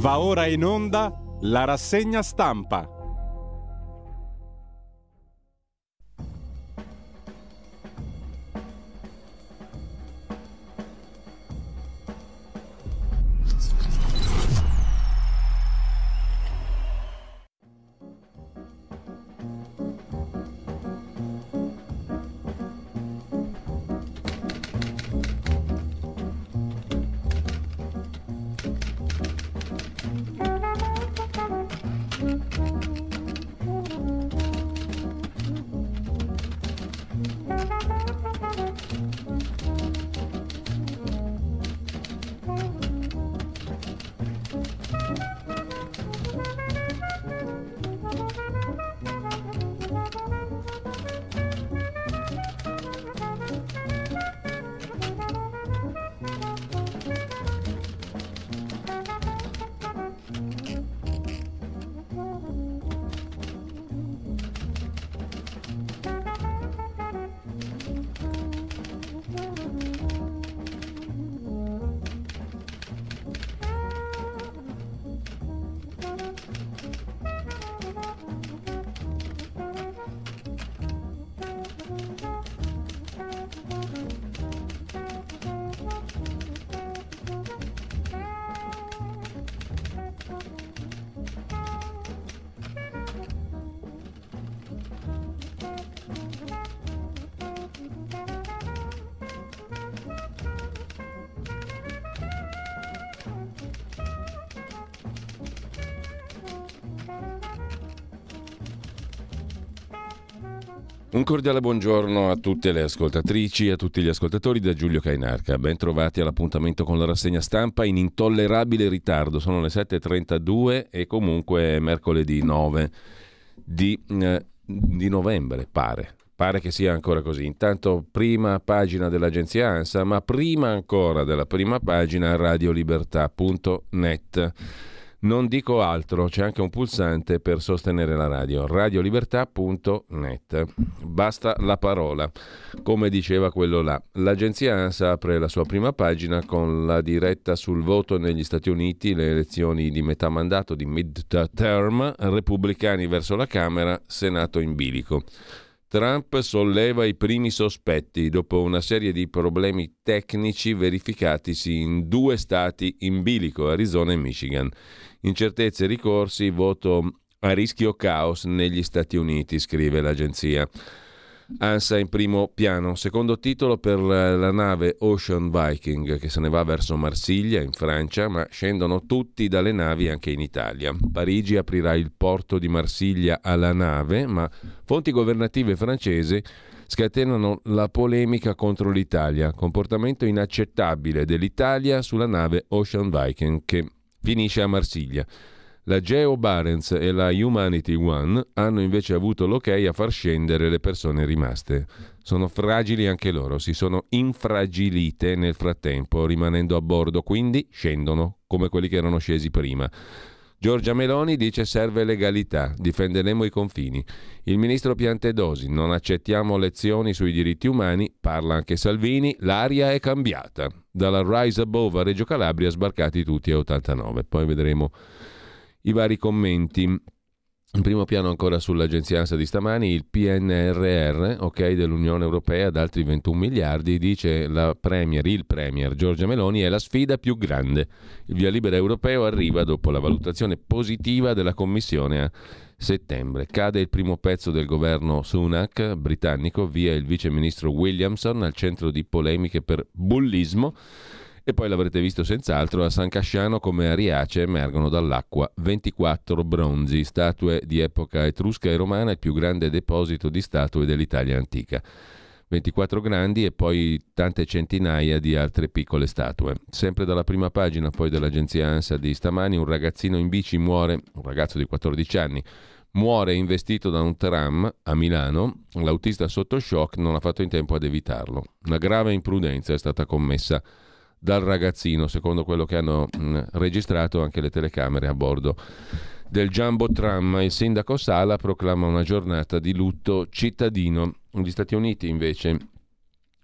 Va ora in onda la rassegna stampa. Un cordiale buongiorno a tutte le ascoltatrici e a tutti gli ascoltatori da Giulio Cainarca. Ben trovati all'appuntamento con la rassegna stampa in intollerabile ritardo. Sono le 7.32 e comunque è mercoledì 9 di novembre, pare che sia ancora così. Intanto prima pagina dell'agenzia ANSA, ma prima ancora della prima pagina radiolibertà.net. Non dico altro, c'è anche un pulsante per sostenere la radio, radiolibertà.net. Basta la parola, come diceva quello là. L'agenzia ANSA apre la sua prima pagina con la diretta sul voto negli Stati Uniti, le elezioni di metà mandato, di mid-term, repubblicani verso la Camera, Senato in bilico. Trump solleva i primi sospetti dopo una serie di problemi tecnici verificatisi in 2 stati in bilico, Arizona e Michigan. Incertezze, ricorsi, voto a rischio caos negli Stati Uniti, scrive l'agenzia. ANSA in primo piano, secondo titolo per la nave Ocean Viking che se ne va verso Marsiglia in Francia, ma scendono tutti dalle navi anche in Italia. Parigi aprirà il porto di Marsiglia alla nave, ma fonti governative francesi scatenano la polemica contro l'Italia, comportamento inaccettabile dell'Italia sulla nave Ocean Viking che finisce a Marsiglia. La Geo Barents e la Humanity One hanno invece avuto l'ok a far scendere le persone rimaste. Sono fragili anche loro, si sono infragilite nel frattempo, rimanendo a bordo, quindi scendono come quelli che erano scesi prima. Giorgia Meloni dice serve legalità, difenderemo i confini. Il ministro Piantedosi, non accettiamo lezioni sui diritti umani, parla anche Salvini, l'aria è cambiata. Dalla Rise Above a Reggio Calabria sbarcati tutti a 89, poi vedremo i vari commenti. In primo piano ancora sull'agenzia ANSA di stamani, il PNRR, ok, dell'Unione Europea ad altri 21 miliardi, dice il premier Giorgia Meloni, è la sfida più grande. Il via libera europeo arriva dopo la valutazione positiva della Commissione a settembre. Cade il primo pezzo del governo Sunak britannico, via il vice ministro Williamson al centro di polemiche per bullismo. E poi l'avrete visto senz'altro, a San Casciano come a Riace emergono dall'acqua 24 bronzi, statue di epoca etrusca e romana, il più grande deposito di statue dell'Italia antica. 24 grandi e poi tante centinaia di altre piccole statue. Sempre dalla prima pagina poi dell'agenzia ANSA di stamani, un ragazzino in bici muore, un ragazzo di 14 anni, muore investito da un tram a Milano, l'autista sotto shock non ha fatto in tempo ad evitarlo. Una grave imprudenza è stata commessa dal ragazzino, secondo quello che hanno registrato anche le telecamere a bordo del Jumbo Tram. Il sindaco Sala proclama una giornata di lutto cittadino. Negli Stati Uniti invece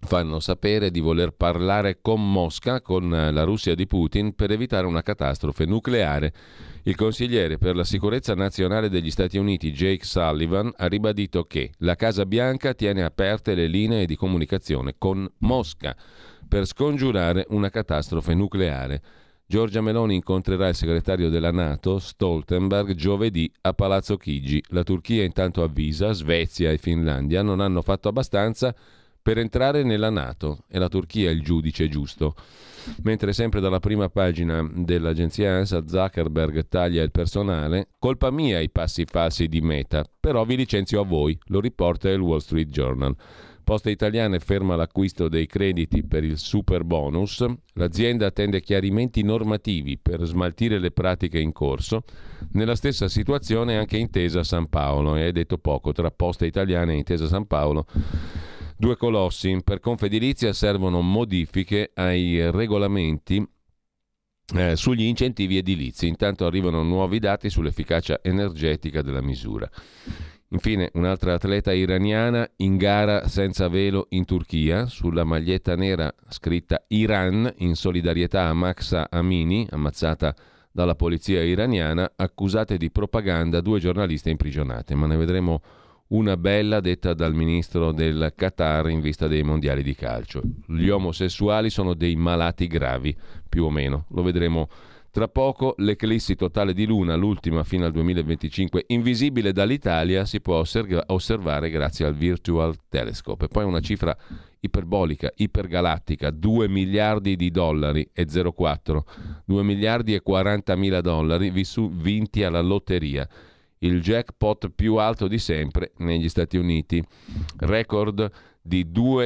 fanno sapere di voler parlare con Mosca, con la Russia di Putin, per evitare una catastrofe nucleare. Il consigliere per la sicurezza nazionale degli Stati Uniti, Jake Sullivan, ha ribadito che la Casa Bianca tiene aperte le linee di comunicazione con Mosca per scongiurare una catastrofe nucleare. Giorgia Meloni incontrerà il segretario della NATO, Stoltenberg, giovedì a Palazzo Chigi. La Turchia intanto avvisa, Svezia e Finlandia non hanno fatto abbastanza per entrare nella NATO e la Turchia è il giudice giusto. Mentre sempre dalla prima pagina dell'agenzia ANSA, Zuckerberg taglia il personale, colpa mia i passi falsi di Meta, però vi licenzio a voi, lo riporta il Wall Street Journal. Poste Italiane ferma l'acquisto dei crediti per il super bonus, l'azienda attende chiarimenti normativi per smaltire le pratiche in corso. Nella stessa situazione anche Intesa San Paolo, e hai detto poco tra Poste Italiane e Intesa San Paolo. Due colossi. Per Confedilizia servono modifiche ai regolamenti sugli incentivi edilizi. Intanto arrivano nuovi dati sull'efficacia energetica della misura. Infine, un'altra atleta iraniana in gara senza velo in Turchia. Sulla maglietta nera scritta Iran, in solidarietà a Mahsa Amini, ammazzata dalla polizia iraniana, accusate di propaganda 2 giornaliste imprigionate. Ma ne vedremo una bella detta dal ministro del Qatar in vista dei mondiali di calcio. Gli omosessuali sono dei malati gravi, più o meno. Lo vedremo tra poco. L'eclissi totale di Luna, l'ultima fino al 2025, invisibile dall'Italia, si può osservare grazie al Virtual Telescope. E poi una cifra iperbolica, ipergalattica, 2 miliardi di dollari e 0,4, 2 miliardi e 40 mila dollari vinti alla lotteria. Il jackpot più alto di sempre negli Stati Uniti, record di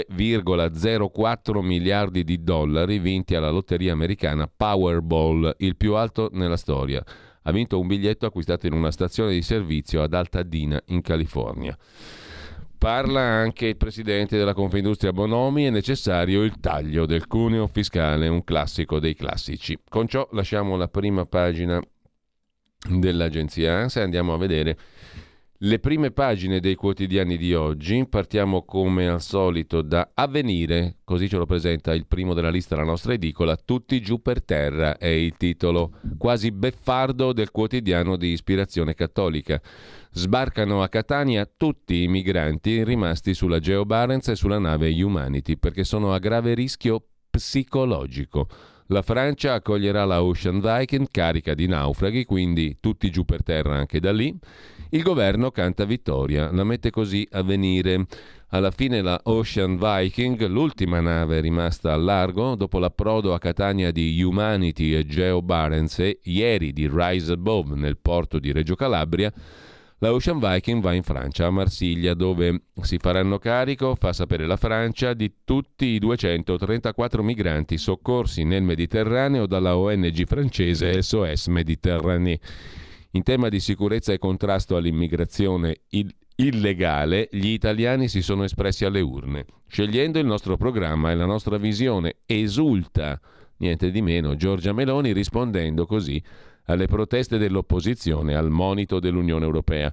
2,04 miliardi di dollari vinti alla lotteria americana Powerball, il più alto nella storia. Ha vinto un biglietto acquistato in una stazione di servizio ad Altadena, in California. Parla anche il presidente della Confindustria Bonomi, è necessario il taglio del cuneo fiscale, un classico dei classici. Con ciò lasciamo la prima pagina dell'agenzia ANSA e andiamo a vedere le prime pagine dei quotidiani di oggi. Partiamo come al solito da Avvenire, così ce lo presenta il primo della lista la nostra edicola. Tutti giù per terra è il titolo quasi beffardo del quotidiano di ispirazione cattolica. Sbarcano a Catania tutti i migranti rimasti sulla Geo Barents e sulla nave Humanity perché sono a grave rischio psicologico. La Francia accoglierà la Ocean Viking carica di naufraghi, quindi tutti giù per terra anche da lì. Il governo canta vittoria, la mette così Avvenire. Alla fine la Ocean Viking, l'ultima nave rimasta al largo, dopo l'approdo a Catania di Humanity e Geo Barents e ieri di Rise Above nel porto di Reggio Calabria, la Ocean Viking va in Francia, a Marsiglia, dove si faranno carico, fa sapere la Francia, di tutti i 234 migranti soccorsi nel Mediterraneo dalla ONG francese SOS Méditerranée. In tema di sicurezza e contrasto all'immigrazione illegale, gli italiani si sono espressi alle urne. Scegliendo il nostro programma e la nostra visione, esulta, niente di meno, Giorgia Meloni, rispondendo così alle proteste dell'opposizione al monito dell'Unione Europea.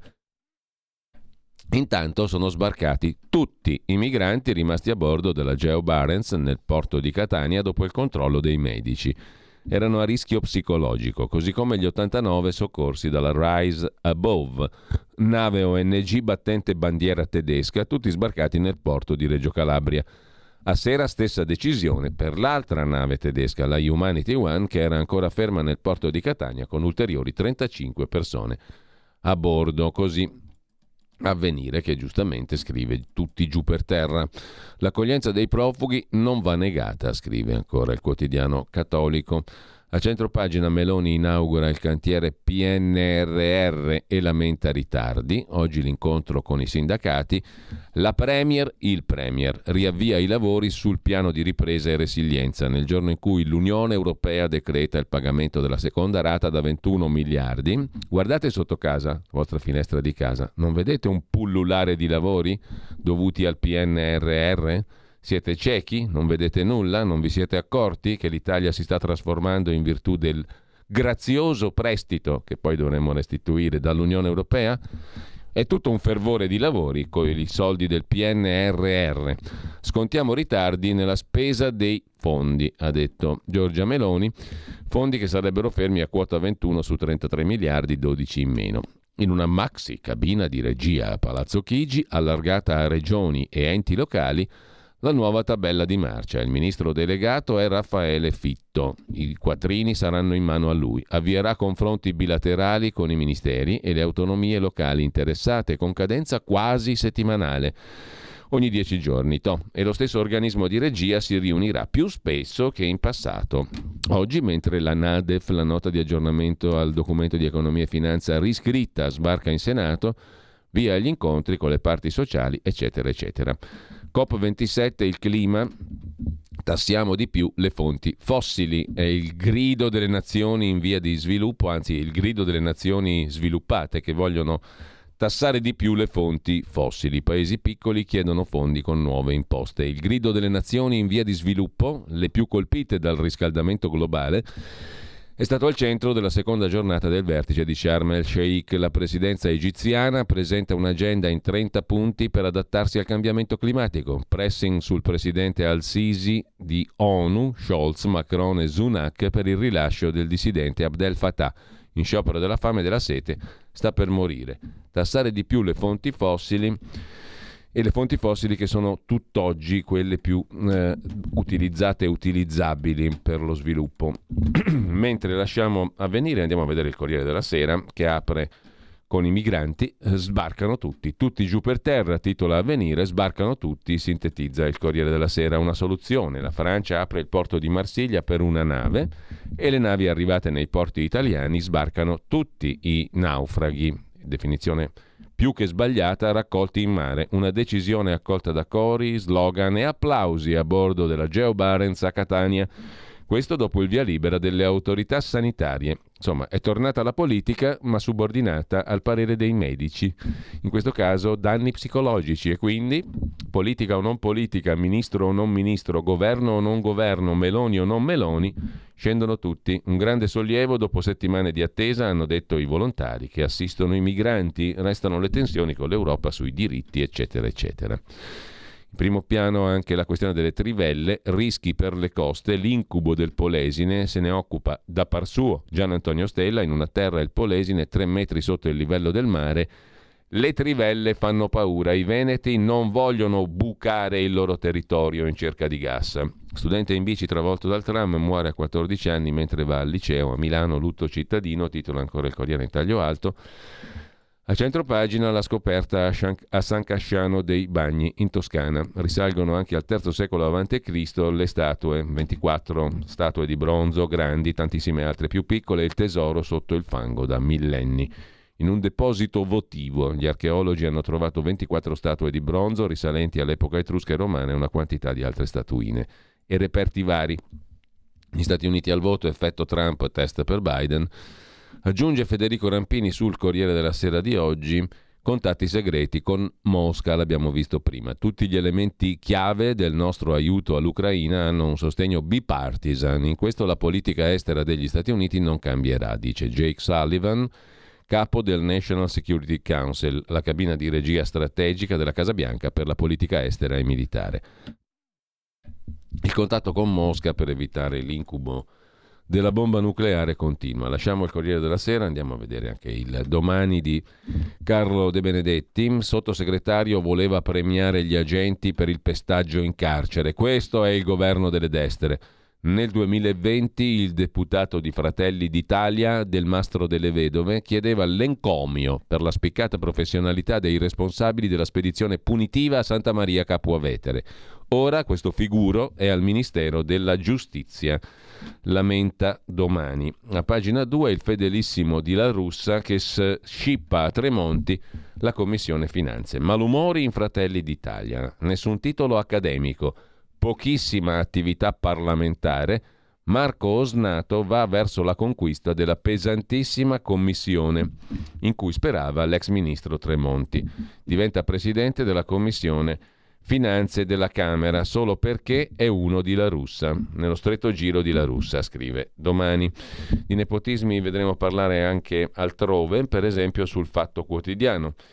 Intanto sono sbarcati tutti i migranti rimasti a bordo della Geo Barents nel porto di Catania dopo il controllo dei medici. Erano a rischio psicologico, così come gli 89 soccorsi dalla Rise Above, nave ONG battente bandiera tedesca, tutti sbarcati nel porto di Reggio Calabria. A sera stessa decisione per l'altra nave tedesca, la Humanity One, che era ancora ferma nel porto di Catania con ulteriori 35 persone a bordo. Così Avvenire, che giustamente scrive tutti giù per terra. L'accoglienza dei profughi non va negata, scrive ancora il quotidiano cattolico. A centropagina Meloni inaugura il cantiere PNRR e lamenta ritardi. Oggi l'incontro con i sindacati. Il Premier riavvia i lavori sul piano di ripresa e resilienza nel giorno in cui l'Unione Europea decreta il pagamento della seconda rata da 21 miliardi. Guardate sotto casa, vostra finestra di casa, non vedete un pullulare di lavori dovuti al PNRR? Siete ciechi? Non vedete nulla? Non vi siete accorti che l'Italia si sta trasformando in virtù del grazioso prestito che poi dovremmo restituire dall'Unione Europea? È tutto un fervore di lavori con i soldi del PNRR. Scontiamo ritardi nella spesa dei fondi, ha detto Giorgia Meloni, fondi che sarebbero fermi a quota 21 su 33 miliardi, 12 in meno. In una maxi cabina di regia a Palazzo Chigi, allargata a regioni e enti locali, la nuova tabella di marcia. Il ministro delegato è Raffaele Fitto. I quattrini saranno in mano a lui. Avvierà confronti bilaterali con i ministeri e le autonomie locali interessate, con cadenza quasi settimanale, ogni 10 giorni. E lo stesso organismo di regia si riunirà più spesso che in passato. Oggi, mentre la NADEF, la nota di aggiornamento al documento di economia e finanza riscritta, sbarca in Senato, via gli incontri con le parti sociali, eccetera, eccetera. COP27, il clima, tassiamo di più le fonti fossili, è il grido delle nazioni in via di sviluppo, anzi il grido delle nazioni sviluppate che vogliono tassare di più le fonti fossili. I paesi piccoli chiedono fondi con nuove imposte. Il grido delle nazioni in via di sviluppo, le più colpite dal riscaldamento globale, è stato al centro della seconda giornata del vertice di Sharm el-Sheikh. La presidenza egiziana presenta un'agenda in 30 punti per adattarsi al cambiamento climatico. Pressing sul presidente al-Sisi di ONU, Scholz, Macron e Sunak per il rilascio del dissidente Abdel Fattah, in sciopero della fame e della sete, sta per morire. Tassare di più le fonti fossili, e le fonti fossili che sono tutt'oggi quelle più utilizzate e utilizzabili per lo sviluppo. Mentre lasciamo Avvenire, andiamo a vedere il Corriere della Sera, che apre con i migranti, sbarcano tutti giù per terra, titola Avvenire, sbarcano tutti, sintetizza il Corriere della Sera, una soluzione. La Francia apre il porto di Marsiglia per una nave e le navi arrivate nei porti italiani sbarcano tutti i naufraghi, definizione più che sbagliata, raccolti in mare. Una decisione accolta da cori, slogan e applausi a bordo della Geo Barents a Catania. Questo dopo il via libera delle autorità sanitarie. Insomma, è tornata la politica, ma subordinata al parere dei medici. In questo caso danni psicologici, e quindi politica o non politica, ministro o non ministro, governo o non governo, Meloni o non Meloni, scendono tutti. Un grande sollievo dopo settimane di attesa, hanno detto i volontari che assistono i migranti. Restano le tensioni con l'Europa sui diritti, eccetera, eccetera. In primo piano anche la questione delle trivelle, rischi per le coste, l'incubo del Polesine, se ne occupa da par suo Gian Antonio Stella, in una terra, il Polesine, 3 metri sotto il livello del mare. Le trivelle fanno paura, i veneti non vogliono bucare il loro territorio in cerca di gas. Studente in bici travolto dal tram muore a 14 anni mentre va al liceo a Milano, lutto cittadino, titola ancora il Corriere in taglio alto. A centropagina la scoperta a San Casciano dei Bagni in Toscana. Risalgono anche al III secolo a.C. le statue, 24 statue di bronzo grandi, tantissime altre più piccole, e il tesoro sotto il fango da millenni. In un deposito votivo gli archeologi hanno trovato 24 statue di bronzo risalenti all'epoca etrusca e romana e una quantità di altre statuine e reperti vari. Gli Stati Uniti al voto, effetto Trump, test per Biden. Aggiunge Federico Rampini sul Corriere della Sera di oggi, contatti segreti con Mosca, l'abbiamo visto prima. Tutti gli elementi chiave del nostro aiuto all'Ucraina hanno un sostegno bipartisan. In questo la politica estera degli Stati Uniti non cambierà, dice Jake Sullivan, capo del National Security Council, la cabina di regia strategica della Casa Bianca per la politica estera e militare. Il contatto con Mosca per evitare l'incubo della bomba nucleare continua. Lasciamo il Corriere della Sera, andiamo a vedere anche il Domani di Carlo De Benedetti. Sottosegretario voleva premiare gli agenti per il pestaggio in carcere. Questo è il governo delle destre. Nel 2020 il deputato di Fratelli d'Italia Del Mastro delle Vedove chiedeva l'encomio per la spiccata professionalità dei responsabili della spedizione punitiva a Santa Maria Capua Vetere. Ora questo figuro è al Ministero della Giustizia, lamenta Domani. A pagina 2 il fedelissimo di La Russa che scippa a Tremonti la Commissione Finanze. Malumori in Fratelli d'Italia, nessun titolo accademico, pochissima attività parlamentare. Marco Osnato va verso la conquista della pesantissima commissione in cui sperava l'ex ministro Tremonti. Diventa presidente della Commissione Finanze della Camera solo perché è uno di La Russa, nello stretto giro di La Russa, scrive Domani. Di nepotismi vedremo parlare anche altrove, per esempio sul Fatto Quotidiano.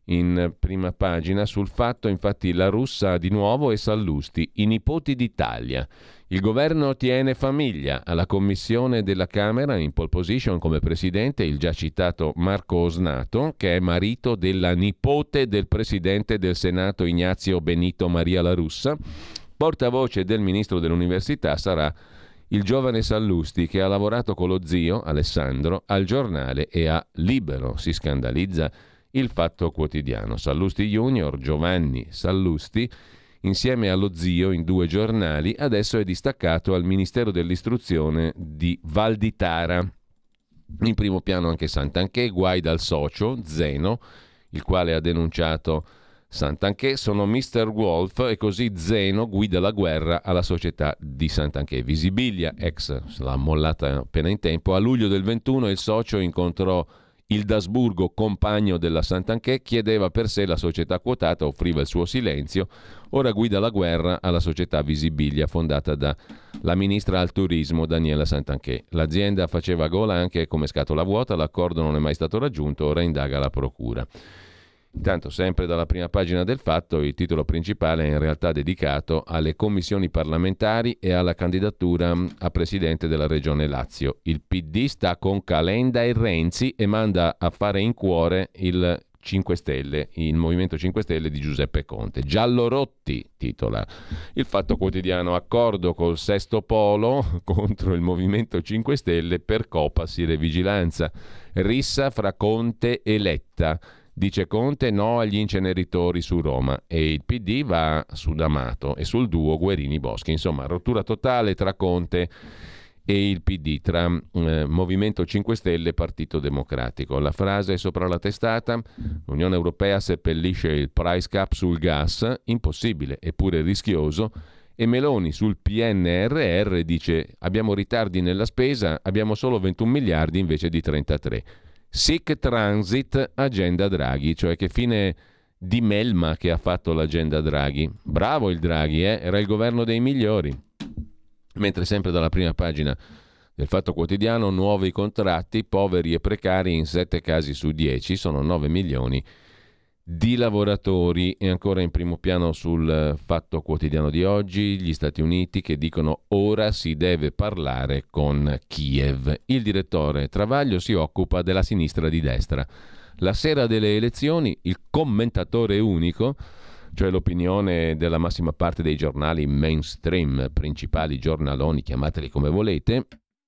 in prima pagina. Sul Fatto, infatti, La Russa di nuovo e Sallusti, i nipoti d'Italia. Il governo tiene famiglia. Alla commissione della Camera, in pole position come presidente, il già citato Marco Osnato, che è marito della nipote del presidente del Senato Ignazio Benito Maria La Russa. Portavoce del ministro dell'Università sarà il giovane Sallusti, che ha lavorato con lo zio Alessandro al Giornale e a Libero. Si scandalizza il Fatto Quotidiano. Sallusti Junior, Giovanni Sallusti, insieme allo zio in 2 giornali, adesso è distaccato al Ministero dell'Istruzione di Val di Tara. In primo piano anche Santanchè, guai dal socio Zeno, il quale ha denunciato Santanchè. Sono Mr. Wolf e così Zeno guida la guerra alla società di Santanchè. Visibilia, ex l'ha mollata appena in tempo, a luglio del 21 il socio incontrò il Dasburgo, compagno della Santanchè, chiedeva per sé la società quotata, offriva il suo silenzio. Ora guida la guerra alla società Visibilia, fondata dalla ministra al turismo Daniela Santanchè. L'azienda faceva gola anche come scatola vuota, l'accordo non è mai stato raggiunto, ora indaga la procura. Intanto, sempre dalla prima pagina del Fatto, il titolo principale è in realtà dedicato alle commissioni parlamentari e alla candidatura a presidente della Regione Lazio. Il PD sta con Calenda e Renzi e manda a fare in cuore il 5 Stelle, il Movimento 5 Stelle di Giuseppe Conte. Giallorotti, titola il Fatto Quotidiano, accordo col Sesto Polo contro il Movimento 5 Stelle per Copasir e Vigilanza. Rissa fra Conte e Letta. Dice Conte no agli inceneritori su Roma e il PD va su D'Amato e sul duo Guerini-Boschi. Insomma, rottura totale tra Conte e il PD, tra Movimento 5 Stelle e Partito Democratico. La frase è sopra la testata: l'Unione Europea seppellisce il price cap sul gas, impossibile eppure rischioso, e Meloni sul PNRR dice abbiamo ritardi nella spesa, abbiamo solo 21 miliardi invece di 33. Sic transit agenda Draghi, cioè che fine di melma che ha fatto l'agenda Draghi. Bravo il Draghi, era il governo dei migliori. Mentre sempre dalla prima pagina del Fatto Quotidiano, nuovi contratti, poveri e precari in 7 casi su 10, sono 9 milioni di lavoratori. E ancora in primo piano sul Fatto Quotidiano di oggi, gli Stati Uniti che dicono ora si deve parlare con Kiev. Il direttore Travaglio si occupa della sinistra di destra. La sera delle elezioni il commentatore unico, cioè l'opinione della massima parte dei giornali mainstream, principali giornaloni, chiamateli come volete,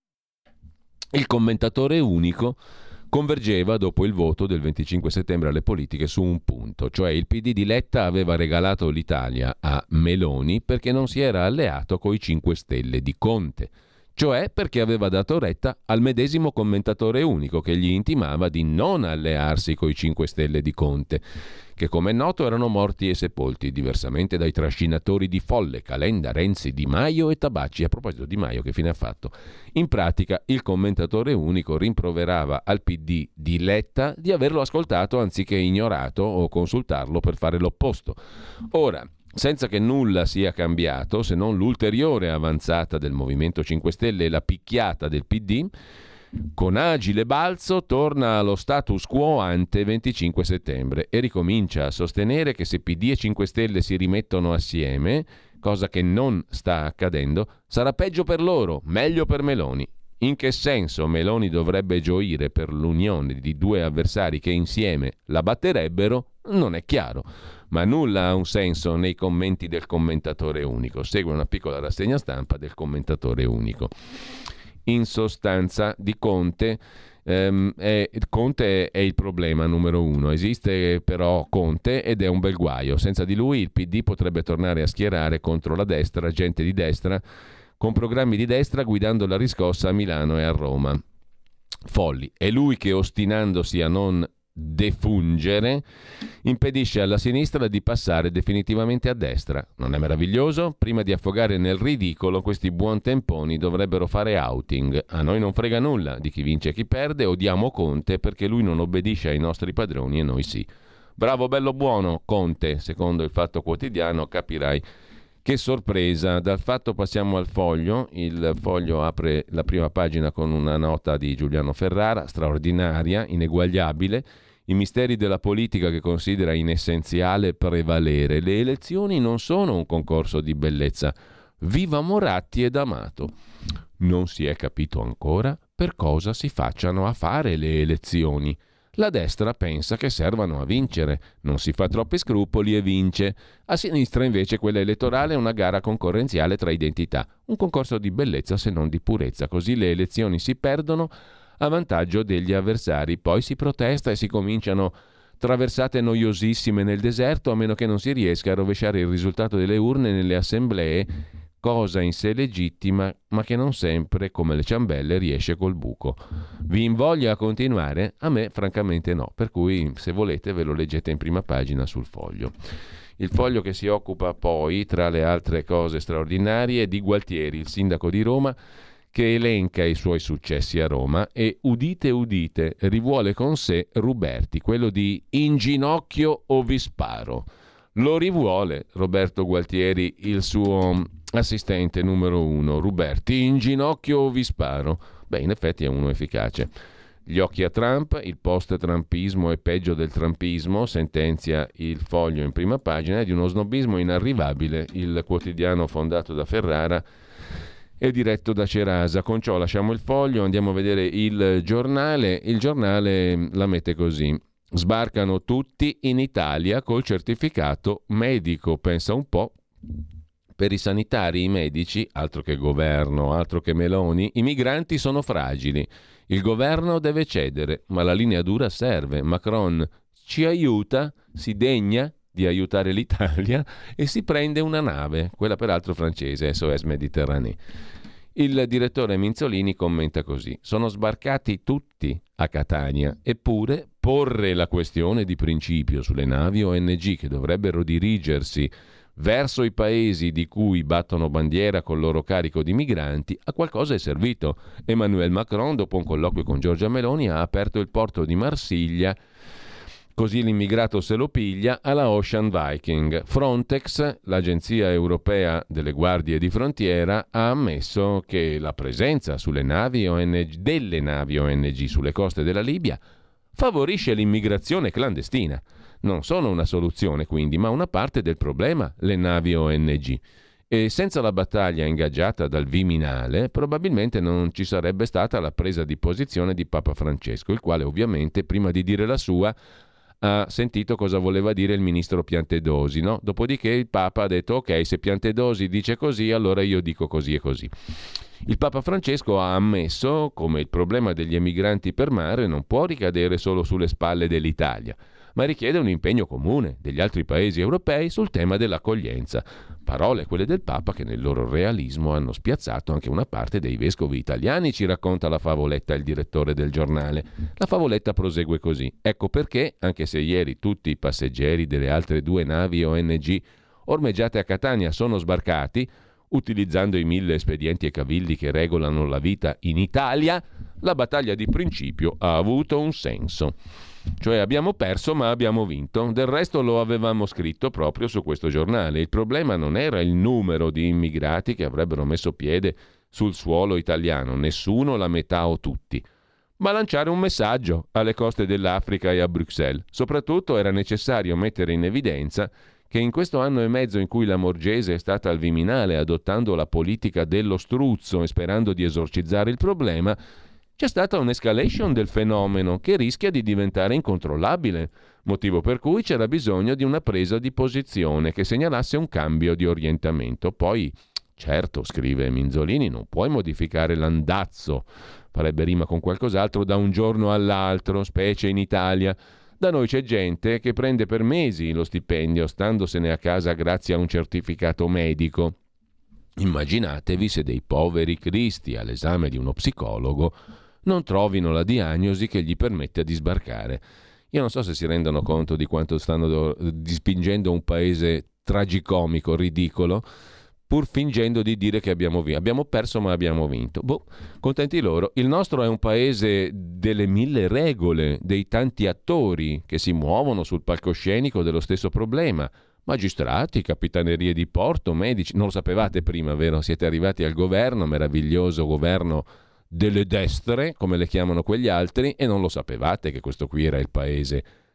il commentatore unico convergeva dopo il voto del 25 settembre alle politiche su un punto, cioè il PD di Letta aveva regalato l'Italia a Meloni perché non si era alleato coi 5 Stelle di Conte, cioè perché aveva dato retta al medesimo commentatore unico che gli intimava di non allearsi coi 5 Stelle di Conte, che come è noto erano morti e sepolti, diversamente dai trascinatori di folle Calenda, Renzi, Di Maio e Tabacci. A proposito, Di Maio che fine ha fatto? In pratica il commentatore unico rimproverava al PD di Letta di averlo ascoltato anziché ignorato o consultarlo per fare l'opposto. Ora, senza che nulla sia cambiato, se non l'ulteriore avanzata del Movimento 5 Stelle e la picchiata del PD, con agile balzo torna allo status quo ante 25 settembre e ricomincia a sostenere che se PD e 5 Stelle si rimettono assieme, cosa che non sta accadendo, sarà peggio per loro, meglio per Meloni. In che senso Meloni dovrebbe gioire per l'unione di 2 avversari che insieme la batterebbero non è chiaro, ma nulla ha un senso nei commenti del commentatore unico. Segue una piccola rassegna stampa del commentatore unico. In sostanza di Conte, Conte è il problema numero 1. Esiste però Conte ed è un bel guaio. Senza di lui il PD potrebbe tornare a schierare contro la destra gente di destra con programmi di destra guidando la riscossa a Milano e a Roma. Folli. È lui che, ostinandosi a non defungere, impedisce alla sinistra di passare definitivamente a destra. Non è meraviglioso? Prima di affogare nel ridicolo, questi buontemponi dovrebbero fare outing. A noi non frega nulla di chi vince e chi perde, odiamo Conte perché lui non obbedisce ai nostri padroni e noi sì. Bravo, bello, buono Conte, secondo il Fatto Quotidiano. Capirai che sorpresa. Dal Fatto passiamo al Foglio. Il Foglio apre la prima pagina con una nota di Giuliano Ferrara, straordinaria, ineguagliabile. i misteri della politica che considera inessenziale prevalere. Le elezioni non sono un concorso di bellezza. Viva Moratti ed Amato. Non si è capito ancora per cosa si facciano a fare le elezioni. La destra pensa che servano a vincere, non si fa troppi scrupoli e vince. A sinistra invece quella elettorale è una gara concorrenziale tra identità, un concorso di bellezza se non di purezza, così le elezioni si perdono a vantaggio degli avversari, poi si protesta e si cominciano traversate noiosissime nel deserto a meno che non si riesca a rovesciare il risultato delle urne nelle assemblee, cosa in sé legittima, ma che non sempre, come le ciambelle, riesce col buco. Vi invoglia a continuare? A me francamente no, per cui se volete ve lo leggete in prima pagina sul Foglio. Il Foglio che si occupa poi, tra le altre cose straordinarie, di Gualtieri, il sindaco di Roma, che elenca i suoi successi a Roma e, udite udite, rivuole con sé Ruberti, quello di "in ginocchio o vi sparo". Lo rivuole Roberto Gualtieri, il suo assistente numero 1, Ruberti, "in ginocchio o vi sparo". Beh, in effetti è uno efficace. Gli occhi a Trump, il post-trumpismo è peggio del trumpismo, sentenzia il Foglio in prima pagina, è di uno snobismo inarrivabile, il quotidiano fondato da Ferrara e diretto da Cerasa. Con ciò lasciamo il Foglio, andiamo a vedere il Giornale. Il Giornale la mette così: sbarcano tutti in Italia col certificato medico, pensa un po'. Per i sanitari, i medici, altro che governo, altro che Meloni, i migranti sono fragili. Il governo deve cedere, ma la linea dura serve. Macron ci aiuta, si degna di aiutare l'Italia e si prende una nave, quella peraltro francese, SOS Méditerranée. Il direttore Minzolini commenta così: sono sbarcati tutti a Catania, eppure porre la questione di principio sulle navi ONG che dovrebbero dirigersi verso i paesi di cui battono bandiera col loro carico di migranti a qualcosa è servito. Emmanuel Macron, dopo un colloquio con Giorgia Meloni, ha aperto il porto di Marsiglia, così l'immigrato se lo piglia, alla Ocean Viking. Frontex, l'agenzia europea delle guardie di frontiera, ha ammesso che la presenza sulle navi ONG, delle navi ONG sulle coste della Libia favorisce l'immigrazione clandestina. Non sono una soluzione, quindi, ma una parte del problema, le navi ONG. E senza la battaglia ingaggiata dal Viminale, probabilmente non ci sarebbe stata la presa di posizione di Papa Francesco, il quale ovviamente, prima di dire la sua, ha sentito cosa voleva dire il ministro Piantedosi, no? Dopodiché il Papa ha detto: ok, se Piantedosi dice così, allora io dico così e così. Il Papa Francesco ha ammesso come il problema degli emigranti per mare non può ricadere solo sulle spalle dell'Italia, ma richiede un impegno comune degli altri paesi europei sul tema dell'accoglienza. Parole quelle del Papa che nel loro realismo hanno spiazzato anche una parte dei vescovi italiani, ci racconta la favoletta il direttore del Giornale. La favoletta prosegue così: ecco perché, anche se ieri tutti i passeggeri delle altre 2 navi ONG ormeggiate a Catania sono sbarcati, utilizzando i 1000 espedienti e cavilli che regolano la vita in Italia, la battaglia di principio ha avuto un senso. Cioè abbiamo perso ma abbiamo vinto. Del resto lo avevamo scritto proprio su questo giornale. Il problema non era il numero di immigrati che avrebbero messo piede sul suolo italiano, nessuno, la metà o tutti, ma lanciare un messaggio alle coste dell'Africa e a Bruxelles. Soprattutto era necessario mettere in evidenza che in questo anno e mezzo in cui la Morgese è stata al Viminale adottando la politica dello struzzo e sperando di esorcizzare il problema, c'è stata un'escalation del fenomeno che rischia di diventare incontrollabile, motivo per cui c'era bisogno di una presa di posizione che segnalasse un cambio di orientamento. Poi, certo, scrive Minzolini, non puoi modificare l'andazzo, farebbe rima con qualcos'altro, da un giorno all'altro, specie in Italia. Da noi c'è gente che prende per mesi lo stipendio, standosene a casa grazie a un certificato medico. Immaginatevi se dei poveri cristi all'esame di uno psicologo non trovino la diagnosi che gli permette di sbarcare. Io non so se si rendono conto di quanto stanno dispingendo un paese tragicomico, ridicolo, pur fingendo di dire che abbiamo perso ma abbiamo vinto. Contenti loro. Il nostro è un paese delle 1000 regole, dei tanti attori che si muovono sul palcoscenico dello stesso problema. Magistrati, capitanerie di porto, medici. Non lo sapevate prima, vero? Siete arrivati al governo, meraviglioso governo delle destre, come le chiamano quegli altri, e non lo sapevate che questo qui era il paese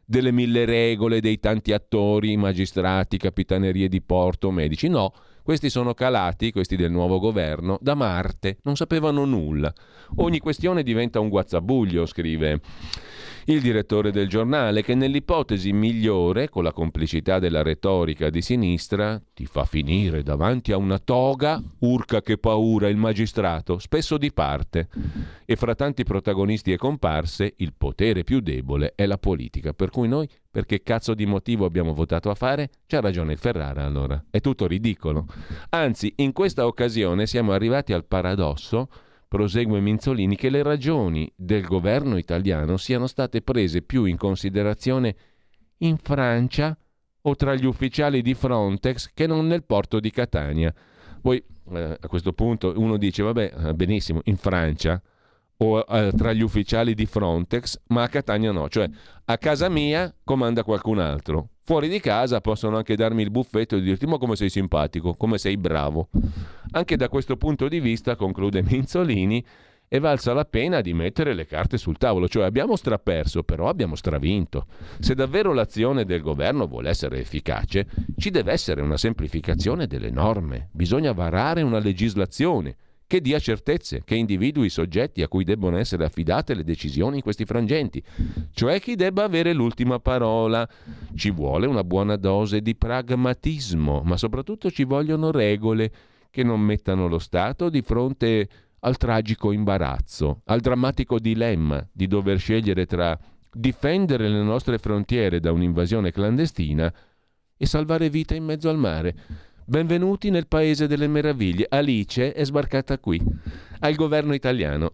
delle 1000 regole, dei tanti attori, magistrati, capitanerie di porto, medici. No, questi sono calati, questi del nuovo governo, da Marte, non sapevano nulla. Ogni questione diventa un guazzabuglio, scrive il direttore del giornale, che nell'ipotesi migliore, con la complicità della retorica di sinistra, ti fa finire davanti a una toga, urca che paura il magistrato, spesso di parte. E fra tanti protagonisti e comparse, il potere più debole è la politica. Per cui noi, per che cazzo di motivo abbiamo votato a fare? C'ha ragione il Ferrara allora. È tutto ridicolo. Anzi, in questa occasione siamo arrivati al paradosso, prosegue Minzolini, che le ragioni del governo italiano siano state prese più in considerazione in Francia o tra gli ufficiali di Frontex che non nel porto di Catania. Poi a questo punto uno dice vabbè, benissimo, in Francia o tra gli ufficiali di Frontex, ma a Catania no, cioè a casa mia comanda qualcun altro. Fuori di casa possono anche darmi il buffetto e dirti ma come sei simpatico, come sei bravo. Anche da questo punto di vista, conclude Minzolini, è valsa la pena di mettere le carte sul tavolo, cioè abbiamo straperso, però abbiamo stravinto. Se davvero l'azione del governo vuole essere efficace, ci deve essere una semplificazione delle norme, bisogna varare una legislazione che dia certezze, che individui i soggetti a cui debbono essere affidate le decisioni in questi frangenti, cioè chi debba avere l'ultima parola. Ci vuole una buona dose di pragmatismo, ma soprattutto ci vogliono regole che non mettano lo Stato di fronte al tragico imbarazzo, al drammatico dilemma di dover scegliere tra difendere le nostre frontiere da un'invasione clandestina e salvare vite in mezzo al mare. Benvenuti nel paese delle meraviglie. Alice è sbarcata qui, al governo italiano.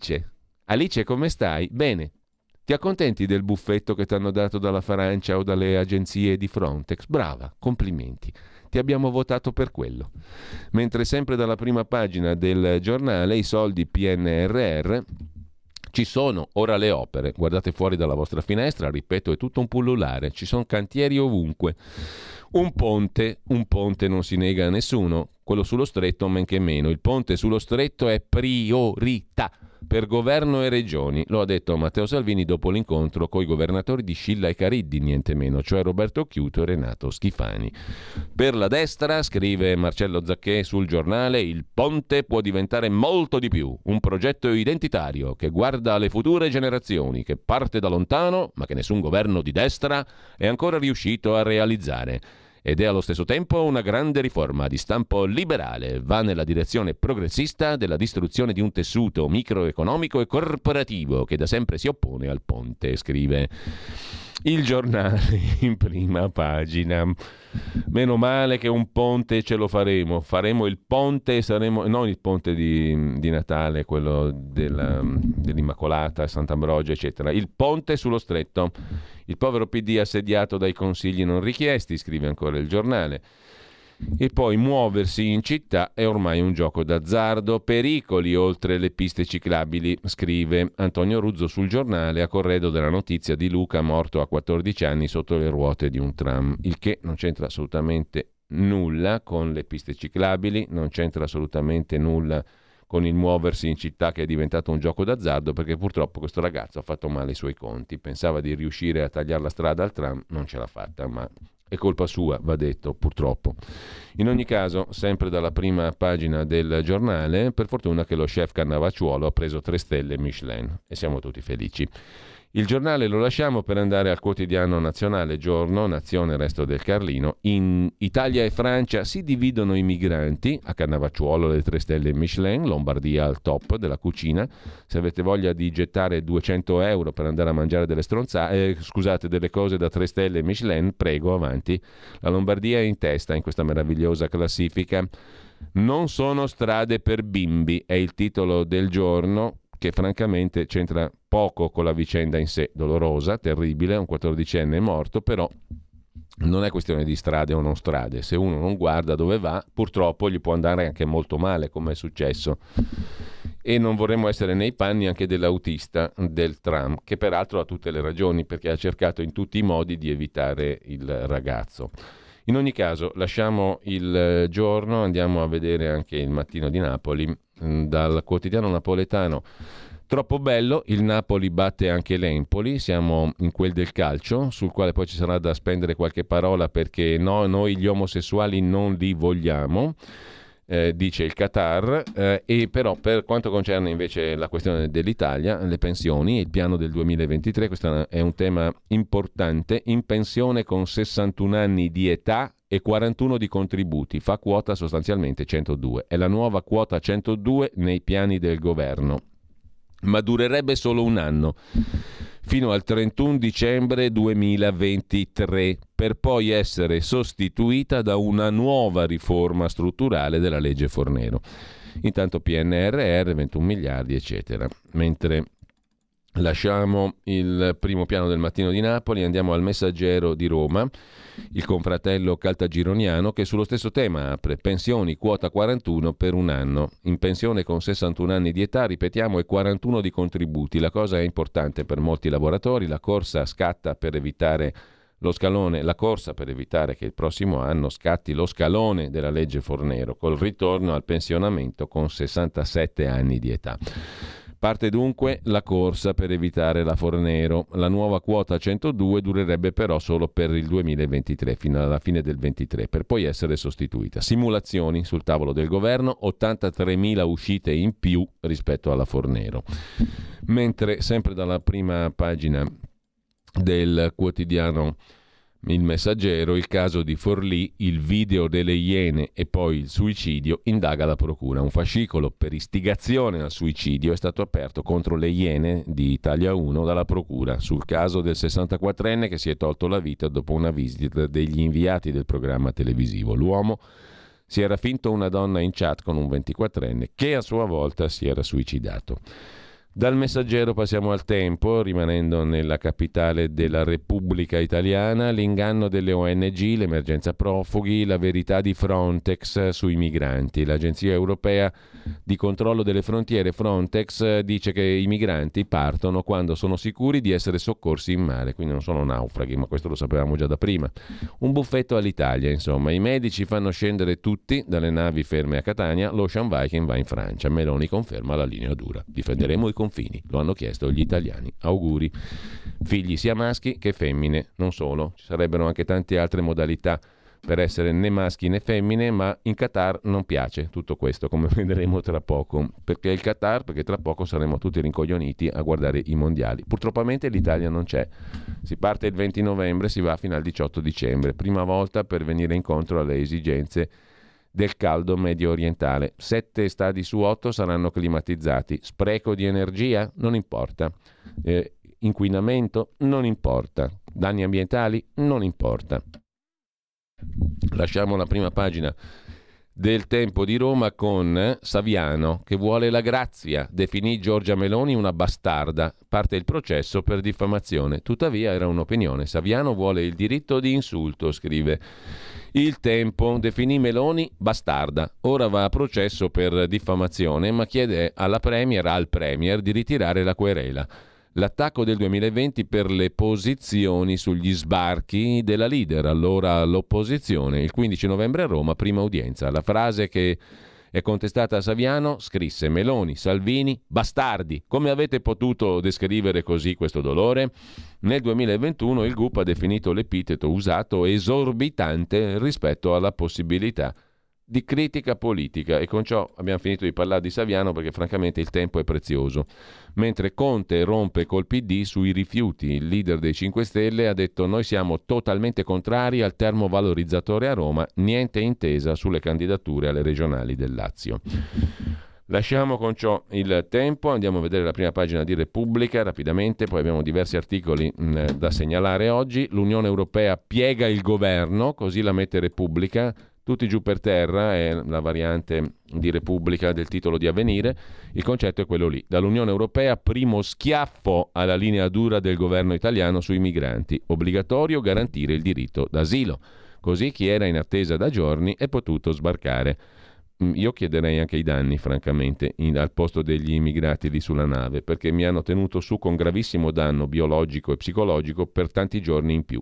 Alice, come stai? Bene. Ti accontenti del buffetto che ti hanno dato dalla Francia o dalle agenzie di Frontex? Brava, complimenti. Ti abbiamo votato per quello. Mentre sempre dalla prima pagina del giornale, i soldi PNRR ci sono, ora le opere. Guardate fuori dalla vostra finestra, ripeto, è tutto un pullulare. Ci sono cantieri ovunque. Un ponte non si nega a nessuno, quello sullo stretto men che meno. Il ponte sullo stretto è priorità per governo e regioni, lo ha detto Matteo Salvini dopo l'incontro coi governatori di Scilla e Cariddi, niente meno, cioè Roberto Chiuto e Renato Schifani. Per la destra, scrive Marcello Zacchè sul giornale, il ponte può diventare molto di più, un progetto identitario che guarda alle future generazioni, che parte da lontano, ma che nessun governo di destra è ancora riuscito a realizzare. Ed è allo stesso tempo una grande riforma di stampo liberale, va nella direzione progressista della distruzione di un tessuto microeconomico e corporativo che da sempre si oppone al ponte, scrive il giornale in prima pagina. Meno male che un ponte ce lo faremo il ponte e saremo, non il ponte di Natale, quello dell'Immacolata, Sant'Ambrogio eccetera, il ponte sullo stretto. Il povero PD assediato dai consigli non richiesti, scrive ancora il giornale. E poi muoversi in città è ormai un gioco d'azzardo, pericoli oltre le piste ciclabili, scrive Antonio Ruzzo sul giornale a corredo della notizia di Luca morto a 14 anni sotto le ruote di un tram, il che non c'entra assolutamente nulla con le piste ciclabili, non c'entra assolutamente nulla con il muoversi in città che è diventato un gioco d'azzardo, perché purtroppo questo ragazzo ha fatto male i suoi conti, pensava di riuscire a tagliare la strada al tram, non ce l'ha fatta, ma è colpa sua, va detto, purtroppo. In ogni caso, sempre dalla prima pagina del giornale, per fortuna che lo chef Cannavacciuolo ha preso 3 stelle Michelin e siamo tutti felici. Il giornale lo lasciamo per andare al quotidiano nazionale Giorno, Nazione, Resto del Carlino. In Italia e Francia si dividono i migranti, a Cannavacciuolo le 3 stelle Michelin, Lombardia al top della cucina. Se avete voglia di gettare 200 euro per andare a mangiare delle delle cose da 3 stelle Michelin, prego, avanti. La Lombardia è in testa in questa meravigliosa classifica. Non sono strade per bimbi, è il titolo del giorno, che francamente c'entra poco con la vicenda in sé, dolorosa, terribile, un 14enne è morto, però non è questione di strade o non strade, se uno non guarda dove va, purtroppo gli può andare anche molto male, come è successo. E non vorremmo essere nei panni anche dell'autista del tram, che peraltro ha tutte le ragioni, perché ha cercato in tutti i modi di evitare il ragazzo. In ogni caso, lasciamo il giorno, andiamo a vedere anche il Mattino di Napoli. Dal quotidiano napoletano Troppo bello, il Napoli batte anche l'Empoli, siamo in quel del calcio, sul quale poi ci sarà da spendere qualche parola perché no, noi gli omosessuali non li vogliamo, dice il Qatar, e però per quanto concerne invece la questione dell'Italia, le pensioni, il piano del 2023, questo è un tema importante, in pensione con 61 anni di età e 41 di contributi, fa quota sostanzialmente 102, è la nuova quota 102 nei piani del governo. Ma durerebbe solo un anno, fino al 31 dicembre 2023, per poi essere sostituita da una nuova riforma strutturale della legge Fornero. Intanto PNRR, 21 miliardi, eccetera. Mentre lasciamo il primo piano del Mattino di Napoli, andiamo al Messaggero di Roma, il confratello caltagironiano, che sullo stesso tema apre: pensioni quota 41 per un anno, in pensione con 61 anni di età, ripetiamo, e 41 di contributi. La cosa è importante per molti lavoratori, la corsa scatta per evitare lo scalone, la corsa per evitare che il prossimo anno scatti lo scalone della legge Fornero, col ritorno al pensionamento con 67 anni di età. Parte dunque la corsa per evitare la Fornero. La nuova quota 102 durerebbe però solo per il 2023, fino alla fine del 23, per poi essere sostituita. Simulazioni sul tavolo del governo, 83.000 uscite in più rispetto alla Fornero. Mentre sempre dalla prima pagina del quotidiano Il Messaggero, il caso di Forlì, il video delle Iene e poi il suicidio, indaga la procura. Un fascicolo per istigazione al suicidio è stato aperto contro le Iene di Italia 1 dalla procura sul caso del 64enne che si è tolto la vita dopo una visita degli inviati del programma televisivo. L'uomo si era finto una donna in chat con un 24enne che a sua volta si era suicidato. Dal Messaggero passiamo al Tempo, rimanendo nella capitale della Repubblica Italiana, l'inganno delle ONG, l'emergenza profughi, la verità di Frontex sui migranti. L'Agenzia Europea di Controllo delle Frontiere, Frontex, dice che i migranti partono quando sono sicuri di essere soccorsi in mare, quindi non sono naufraghi, ma questo lo sapevamo già da prima. Un buffetto all'Italia, insomma. I medici fanno scendere tutti dalle navi ferme a Catania, l'Ocean Viking va in Francia. Meloni conferma la linea dura. Difenderemo i confini, lo hanno chiesto gli italiani. Auguri. Figli sia maschi che femmine, non solo, ci sarebbero anche tante altre modalità per essere né maschi né femmine, ma in Qatar non piace tutto questo, come vedremo tra poco, perché tra poco saremo tutti rincoglioniti a guardare i mondiali. Purtroppamente l'Italia non c'è, si parte il 20 novembre, si va fino al 18 dicembre, prima volta per venire incontro alle esigenze del caldo medio orientale. 7 stadi su 8 saranno climatizzati. Spreco di energia? Non importa. Inquinamento? Non importa. Danni ambientali? Non importa. Lasciamo la prima pagina del Tempo di Roma con Saviano che vuole la grazia, definì Giorgia Meloni una bastarda, parte il processo per diffamazione, tuttavia era un'opinione. Saviano vuole il diritto di insulto, scrive Il Tempo, definì Meloni bastarda, ora va a processo per diffamazione ma chiede al premier di ritirare la querela. L'attacco del 2020 per le posizioni sugli sbarchi della leader, allora all'opposizione. Il 15 novembre a Roma, prima udienza. La frase che è contestata a Saviano, scrisse: Meloni, Salvini, bastardi. Come avete potuto descrivere così questo dolore? Nel 2021 il GUP ha definito l'epiteto usato esorbitante rispetto alla possibilità di critica politica, e con ciò abbiamo finito di parlare di Saviano perché francamente il tempo è prezioso. Mentre Conte rompe col PD sui rifiuti, il leader dei 5 Stelle ha detto: noi siamo totalmente contrari al termovalorizzatore a Roma, niente intesa sulle candidature alle regionali del Lazio. Lasciamo con ciò il Tempo, andiamo a vedere la prima pagina di Repubblica rapidamente, poi abbiamo diversi articoli da segnalare oggi. L'Unione Europea piega il governo, così la mette Repubblica. Tutti giù per terra è la variante di Repubblica del titolo di Avvenire. Il concetto è quello lì. Dall'Unione Europea, primo schiaffo alla linea dura del governo italiano sui migranti. Obbligatorio garantire il diritto d'asilo. Così chi era in attesa da giorni è potuto sbarcare. Io chiederei anche i danni, francamente, al posto degli immigrati lì sulla nave, perché mi hanno tenuto su con gravissimo danno biologico e psicologico per tanti giorni in più.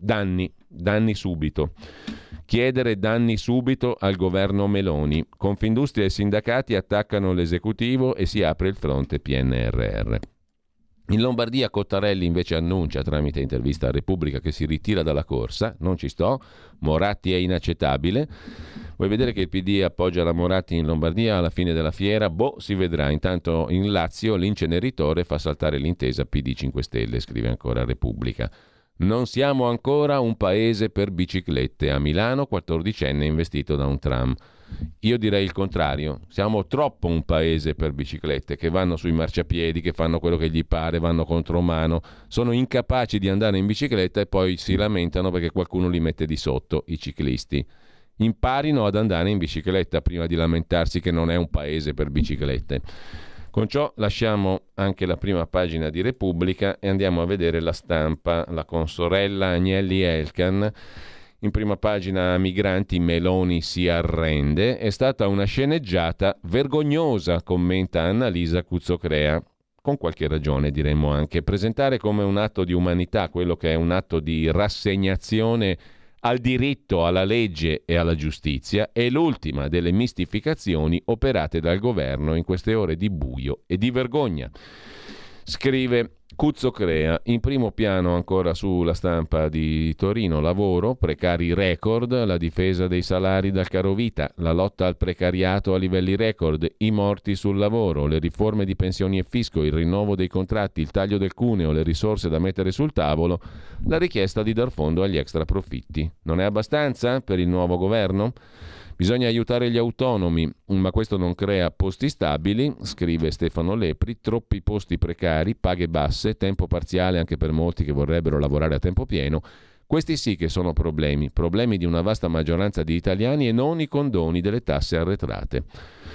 danni subito. Chiedere danni subito al governo Meloni. Confindustria e sindacati attaccano l'esecutivo e si apre il fronte PNRR. In Lombardia Cottarelli invece annuncia tramite intervista a Repubblica che si ritira dalla corsa. Non ci sto, Moratti è inaccettabile. Vuoi vedere che il PD appoggia la Moratti in Lombardia alla fine della fiera? Si vedrà. Intanto in Lazio l'inceneritore fa saltare l'intesa PD 5 Stelle, scrive ancora Repubblica. Non siamo ancora un paese per biciclette. A Milano 14enne investito da un tram. Io direi il contrario. Siamo troppo un paese per biciclette che vanno sui marciapiedi, che fanno quello che gli pare, vanno contromano, sono incapaci di andare in bicicletta e poi si lamentano perché qualcuno li mette di sotto, i ciclisti. Imparino ad andare in bicicletta prima di lamentarsi che non è un paese per biciclette. Con ciò lasciamo anche la prima pagina di Repubblica e andiamo a vedere La Stampa, la consorella Agnelli Elkann. In prima pagina migranti, Meloni si arrende. È stata una sceneggiata vergognosa, commenta Annalisa Cuzzocrea. Con qualche ragione diremmo anche. Presentare come un atto di umanità quello che è un atto di rassegnazione al diritto, alla legge e alla giustizia è l'ultima delle mistificazioni operate dal governo in queste ore di buio e di vergogna. Scrive Cuzzocrea, in primo piano ancora sulla Stampa di Torino, lavoro, precari record, la difesa dei salari dal carovita, la lotta al precariato a livelli record, i morti sul lavoro, le riforme di pensioni e fisco, il rinnovo dei contratti, il taglio del cuneo, le risorse da mettere sul tavolo, la richiesta di dar fondo agli extra profitti. Non è abbastanza per il nuovo governo? Bisogna aiutare gli autonomi, ma questo non crea posti stabili, scrive Stefano Lepri, troppi posti precari, paghe basse, tempo parziale anche per molti che vorrebbero lavorare a tempo pieno. Questi sì che sono problemi di una vasta maggioranza di italiani e non i condoni delle tasse arretrate.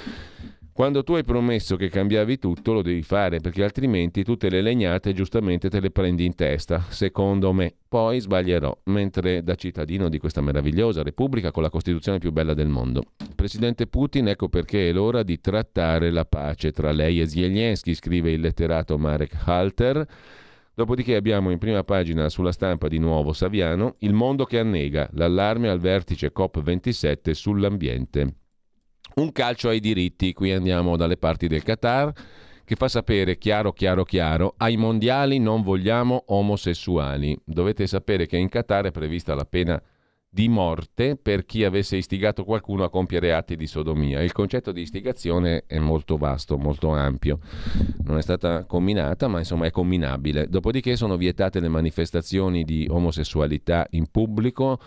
Quando tu hai promesso che cambiavi tutto lo devi fare, perché altrimenti tutte le legnate giustamente te le prendi in testa, secondo me. Poi sbaglierò, mentre da cittadino di questa meravigliosa Repubblica con la Costituzione più bella del mondo. Presidente Putin, ecco perché è l'ora di trattare la pace tra lei e Zelensky, scrive il letterato Marek Halter. Dopodiché abbiamo in prima pagina sulla Stampa di nuovo Saviano, il mondo che annega, l'allarme al vertice COP27 sull'ambiente. Un calcio ai diritti, qui andiamo dalle parti del Qatar, che fa sapere chiaro, ai mondiali non vogliamo omosessuali. Dovete sapere che in Qatar è prevista la pena di morte per chi avesse istigato qualcuno a compiere atti di sodomia. Il concetto di istigazione è molto vasto, molto ampio. Non è stata comminata, ma insomma è comminabile. Dopodiché sono vietate le manifestazioni di omosessualità in pubblico.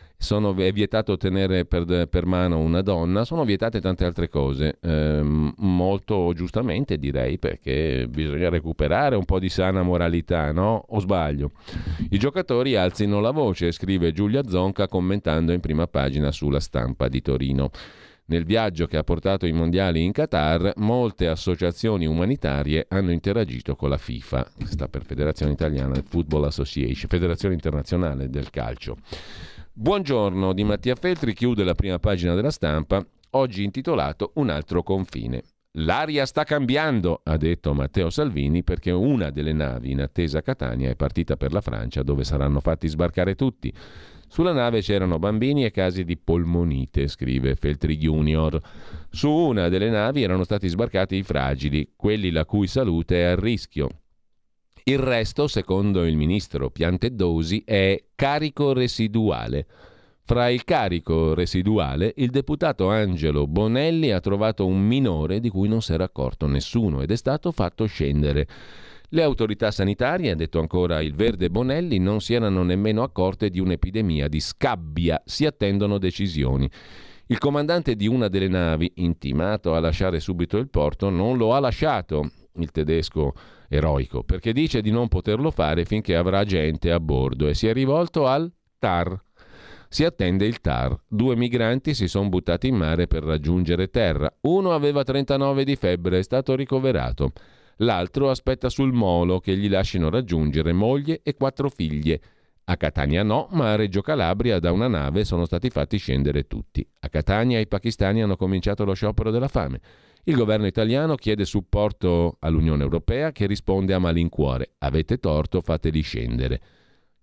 È vietato tenere per mano una donna, sono vietate tante altre cose, molto giustamente direi, perché bisogna recuperare un po' di sana moralità, no? O sbaglio? I giocatori alzino la voce, scrive Giulia Zonca commentando in prima pagina sulla Stampa di Torino. Nel viaggio che ha portato i mondiali in Qatar, molte associazioni umanitarie hanno interagito con la FIFA, che sta per Federazione Italiana Football Association, Federazione Internazionale del Calcio. Buongiorno di Mattia Feltri chiude la prima pagina della Stampa, oggi intitolato Un altro confine. L'aria sta cambiando, ha detto Matteo Salvini, perché una delle navi in attesa a Catania è partita per la Francia, dove saranno fatti sbarcare tutti. Sulla nave c'erano bambini e casi di polmonite, scrive Feltri Junior. Su una delle navi erano stati sbarcati i fragili, quelli la cui salute è a rischio. Il resto, secondo il ministro Piantedosi, è carico residuale. Fra il carico residuale, il deputato Angelo Bonelli ha trovato un minore di cui non si era accorto nessuno ed è stato fatto scendere. Le autorità sanitarie, ha detto ancora il Verde Bonelli, non si erano nemmeno accorte di un'epidemia di scabbia, si attendono decisioni. Il comandante di una delle navi, intimato a lasciare subito il porto, non lo ha lasciato, il tedesco eroico, perché dice di non poterlo fare finché avrà gente a bordo e si è rivolto al TAR. Si attende il TAR. 2 migranti si sono buttati in mare per raggiungere terra. Uno aveva 39 di febbre, è stato ricoverato. L'altro aspetta sul molo che gli lasciano raggiungere moglie e 4 figlie. A Catania no, ma a Reggio Calabria da una nave sono stati fatti scendere tutti. A Catania i pakistani hanno cominciato lo sciopero della fame. Il governo italiano chiede supporto all'Unione Europea che risponde a malincuore. Avete torto, fateli scendere.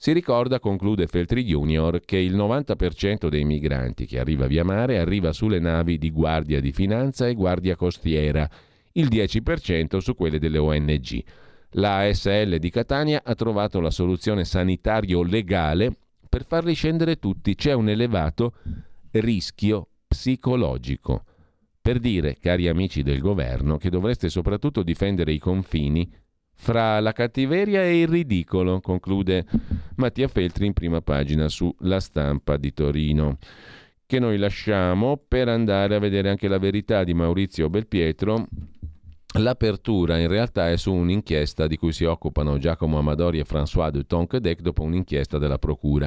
Si ricorda, conclude Feltri Junior, che il 90% dei migranti che arriva via mare arriva sulle navi di Guardia di Finanza e Guardia Costiera, il 10% su quelle delle ONG. La ASL di Catania ha trovato la soluzione sanitario-legale per farli scendere tutti. C'è un elevato rischio psicologico. Per dire, cari amici del governo, che dovreste soprattutto difendere i confini fra la cattiveria e il ridicolo, conclude Mattia Feltri in prima pagina su La Stampa di Torino, che noi lasciamo per andare a vedere anche La Verità di Maurizio Belpietro. L'apertura in realtà è su un'inchiesta di cui si occupano Giacomo Amadori e François de Tonquedec dopo un'inchiesta della Procura.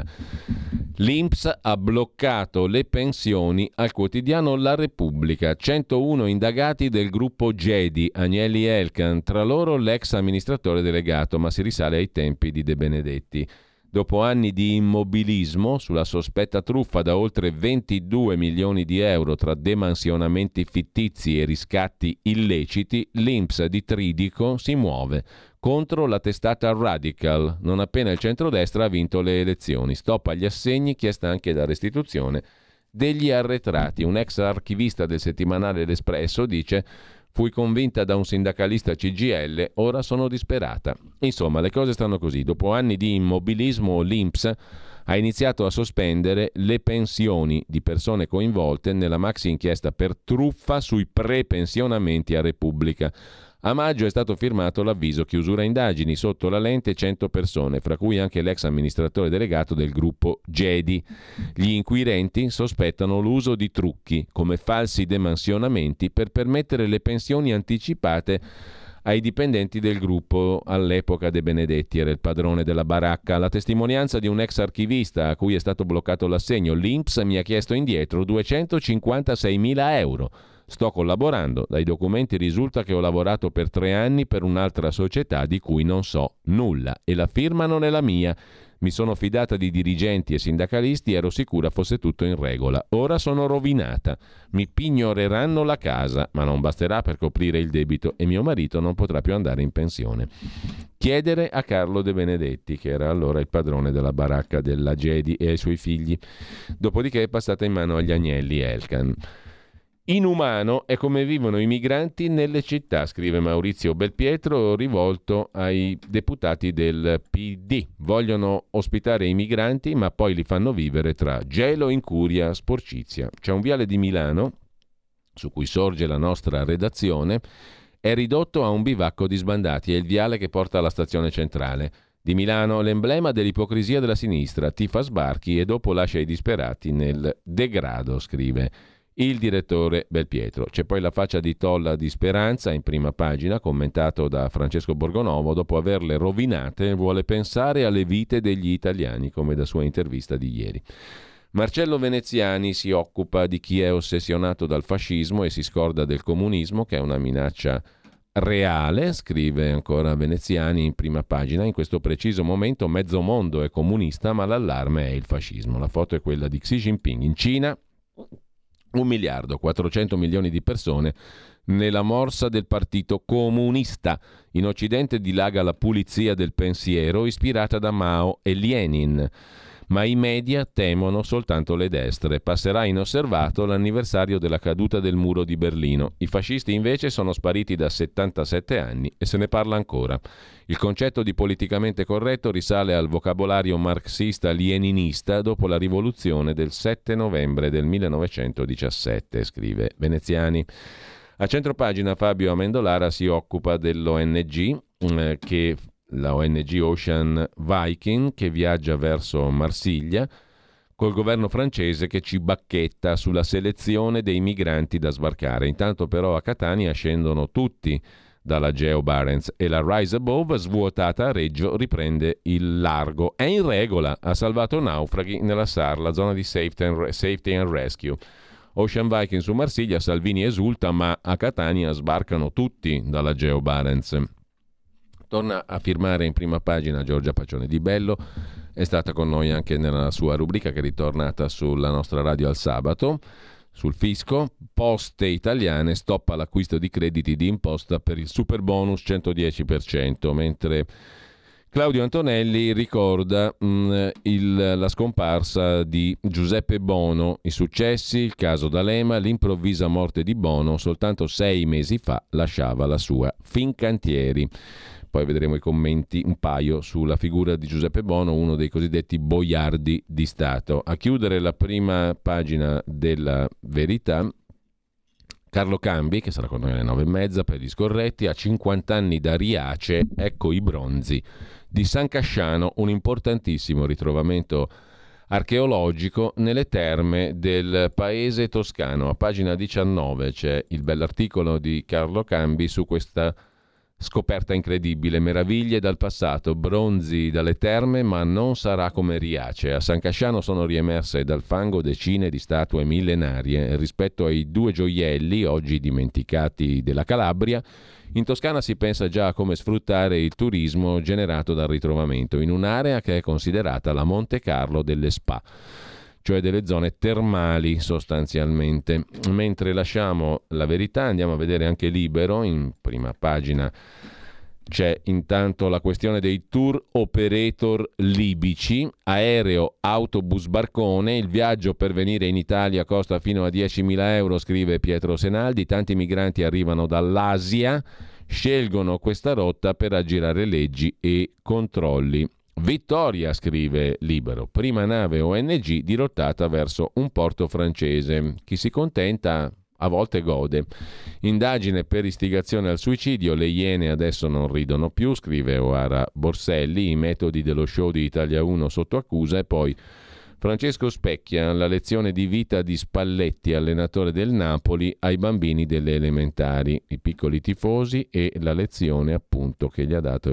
L'INPS ha bloccato le pensioni al quotidiano La Repubblica. 101 indagati del gruppo Gedi, Agnelli Elkann, tra loro l'ex amministratore delegato, ma si risale ai tempi di De Benedetti. Dopo anni di immobilismo sulla sospetta truffa da oltre 22 milioni di euro tra demansionamenti fittizi e riscatti illeciti, l'INPS di Tridico si muove contro la testata Radical, non appena il centrodestra ha vinto le elezioni. Stop agli assegni, chiesta anche la restituzione degli arretrati. Un ex archivista del settimanale L'Espresso dice: fui convinta da un sindacalista CGIL, ora sono disperata. Insomma, le cose stanno così. Dopo anni di immobilismo, l'INPS ha iniziato a sospendere le pensioni di persone coinvolte nella maxi inchiesta per truffa sui prepensionamenti a Repubblica. A maggio è stato firmato l'avviso chiusura indagini, sotto la lente 100 persone, fra cui anche l'ex amministratore delegato del gruppo Gedi. Gli inquirenti sospettano l'uso di trucchi, come falsi demansionamenti, per permettere le pensioni anticipate ai dipendenti del gruppo. All'epoca De Benedetti era il padrone della baracca. La testimonianza di un ex archivista a cui è stato bloccato l'assegno: l'INPS mi ha chiesto indietro 256.000 euro. Sto collaborando, dai documenti risulta che ho lavorato per 3 anni per un'altra società di cui non so nulla e la firma non è la mia. Mi sono fidata di dirigenti e sindacalisti, ero sicura fosse tutto in regola. Ora sono rovinata, mi pignoreranno la casa, ma non basterà per coprire il debito e mio marito non potrà più andare in pensione. Chiedere a Carlo De Benedetti, che era allora il padrone della baracca della Gedi, e ai suoi figli. Dopodiché è passata in mano agli Agnelli Elkann. Inumano è come vivono i migranti nelle città, scrive Maurizio Belpietro, rivolto ai deputati del PD. Vogliono ospitare i migranti, ma poi li fanno vivere tra gelo, incuria, sporcizia. C'è un viale di Milano, su cui sorge la nostra redazione, è ridotto a un bivacco di sbandati. È il viale che porta alla stazione centrale di Milano, l'emblema dell'ipocrisia della sinistra. Tifa sbarchi e dopo lascia i disperati nel degrado, scrive il direttore Belpietro. C'è poi la faccia di Tolla di Speranza in prima pagina, commentato da Francesco Borgonovo. Dopo averle rovinate vuole pensare alle vite degli italiani, come da sua intervista di ieri. Marcello Veneziani si occupa di chi è ossessionato dal fascismo e si scorda del comunismo, che è una minaccia reale, scrive ancora Veneziani in prima pagina. In questo preciso momento mezzo mondo è comunista, ma l'allarme è il fascismo. La foto è quella di Xi Jinping in Cina. 1.400 milioni di persone nella morsa del partito comunista. In Occidente dilaga la pulizia del pensiero ispirata da Mao e Lenin, ma i media temono soltanto le destre. Passerà inosservato l'anniversario della caduta del muro di Berlino. I fascisti invece sono spariti da 77 anni e se ne parla ancora. Il concetto di politicamente corretto risale al vocabolario marxista-leninista dopo la rivoluzione del 7 novembre del 1917, scrive Veneziani. A centropagina Fabio Amendolara si occupa dell'ONG la ONG Ocean Viking, che viaggia verso Marsiglia col governo francese che ci bacchetta sulla selezione dei migranti da sbarcare. Intanto però a Catania scendono tutti dalla Geo Barents e la Rise Above, svuotata a Reggio, riprende il largo. È in regola, ha salvato naufraghi nella SAR, la zona di Safety and Rescue. Ocean Viking su Marsiglia, Salvini esulta, ma a Catania sbarcano tutti dalla Geo Barents. Torna a firmare in prima pagina Giorgia Pacione Di Bello, è stata con noi anche nella sua rubrica che è ritornata sulla nostra radio al sabato, sul fisco. Poste Italiane stoppa l'acquisto di crediti di imposta per il super bonus 110%, mentre Claudio Antonelli ricorda la scomparsa di Giuseppe Bono, i successi, il caso D'Alema, l'improvvisa morte di Bono soltanto 6 mesi fa lasciava la sua Fincantieri. Poi vedremo i commenti, un paio, sulla figura di Giuseppe Bono, uno dei cosiddetti boiardi di Stato. A chiudere la prima pagina della Verità, Carlo Cambi, che sarà con noi alle 9:30 per gli scorretti, a 50 anni da Riace, ecco i bronzi di San Casciano, un importantissimo ritrovamento archeologico nelle terme del paese toscano. A pagina 19 c'è il bell'articolo di Carlo Cambi su questa scoperta incredibile, meraviglie dal passato, bronzi dalle terme, ma non sarà come Riace. A San Casciano sono riemerse dal fango decine di statue millenarie. Rispetto ai 2 gioielli, oggi dimenticati, della Calabria, in Toscana si pensa già a come sfruttare il turismo generato dal ritrovamento in un'area che è considerata la Monte Carlo delle spa, cioè delle zone termali sostanzialmente. Mentre lasciamo la Verità, andiamo a vedere anche Libero. In prima pagina c'è intanto la questione dei tour operator libici, aereo, autobus, barcone. Il viaggio per venire in Italia costa fino a 10.000 euro, scrive Pietro Senaldi. Tanti migranti arrivano dall'Asia, scelgono questa rotta per aggirare leggi e controlli. Vittoria, scrive Libero, prima nave ONG dirottata verso un porto francese. Chi si contenta a volte gode. Indagine per istigazione al suicidio, le Iene adesso non ridono più, scrive Oara Borselli, i metodi dello show di Italia 1 sotto accusa. E poi Francesco Specchia, la lezione di vita di Spalletti, allenatore del Napoli, ai bambini delle elementari, i piccoli tifosi, e la lezione appunto che gli ha dato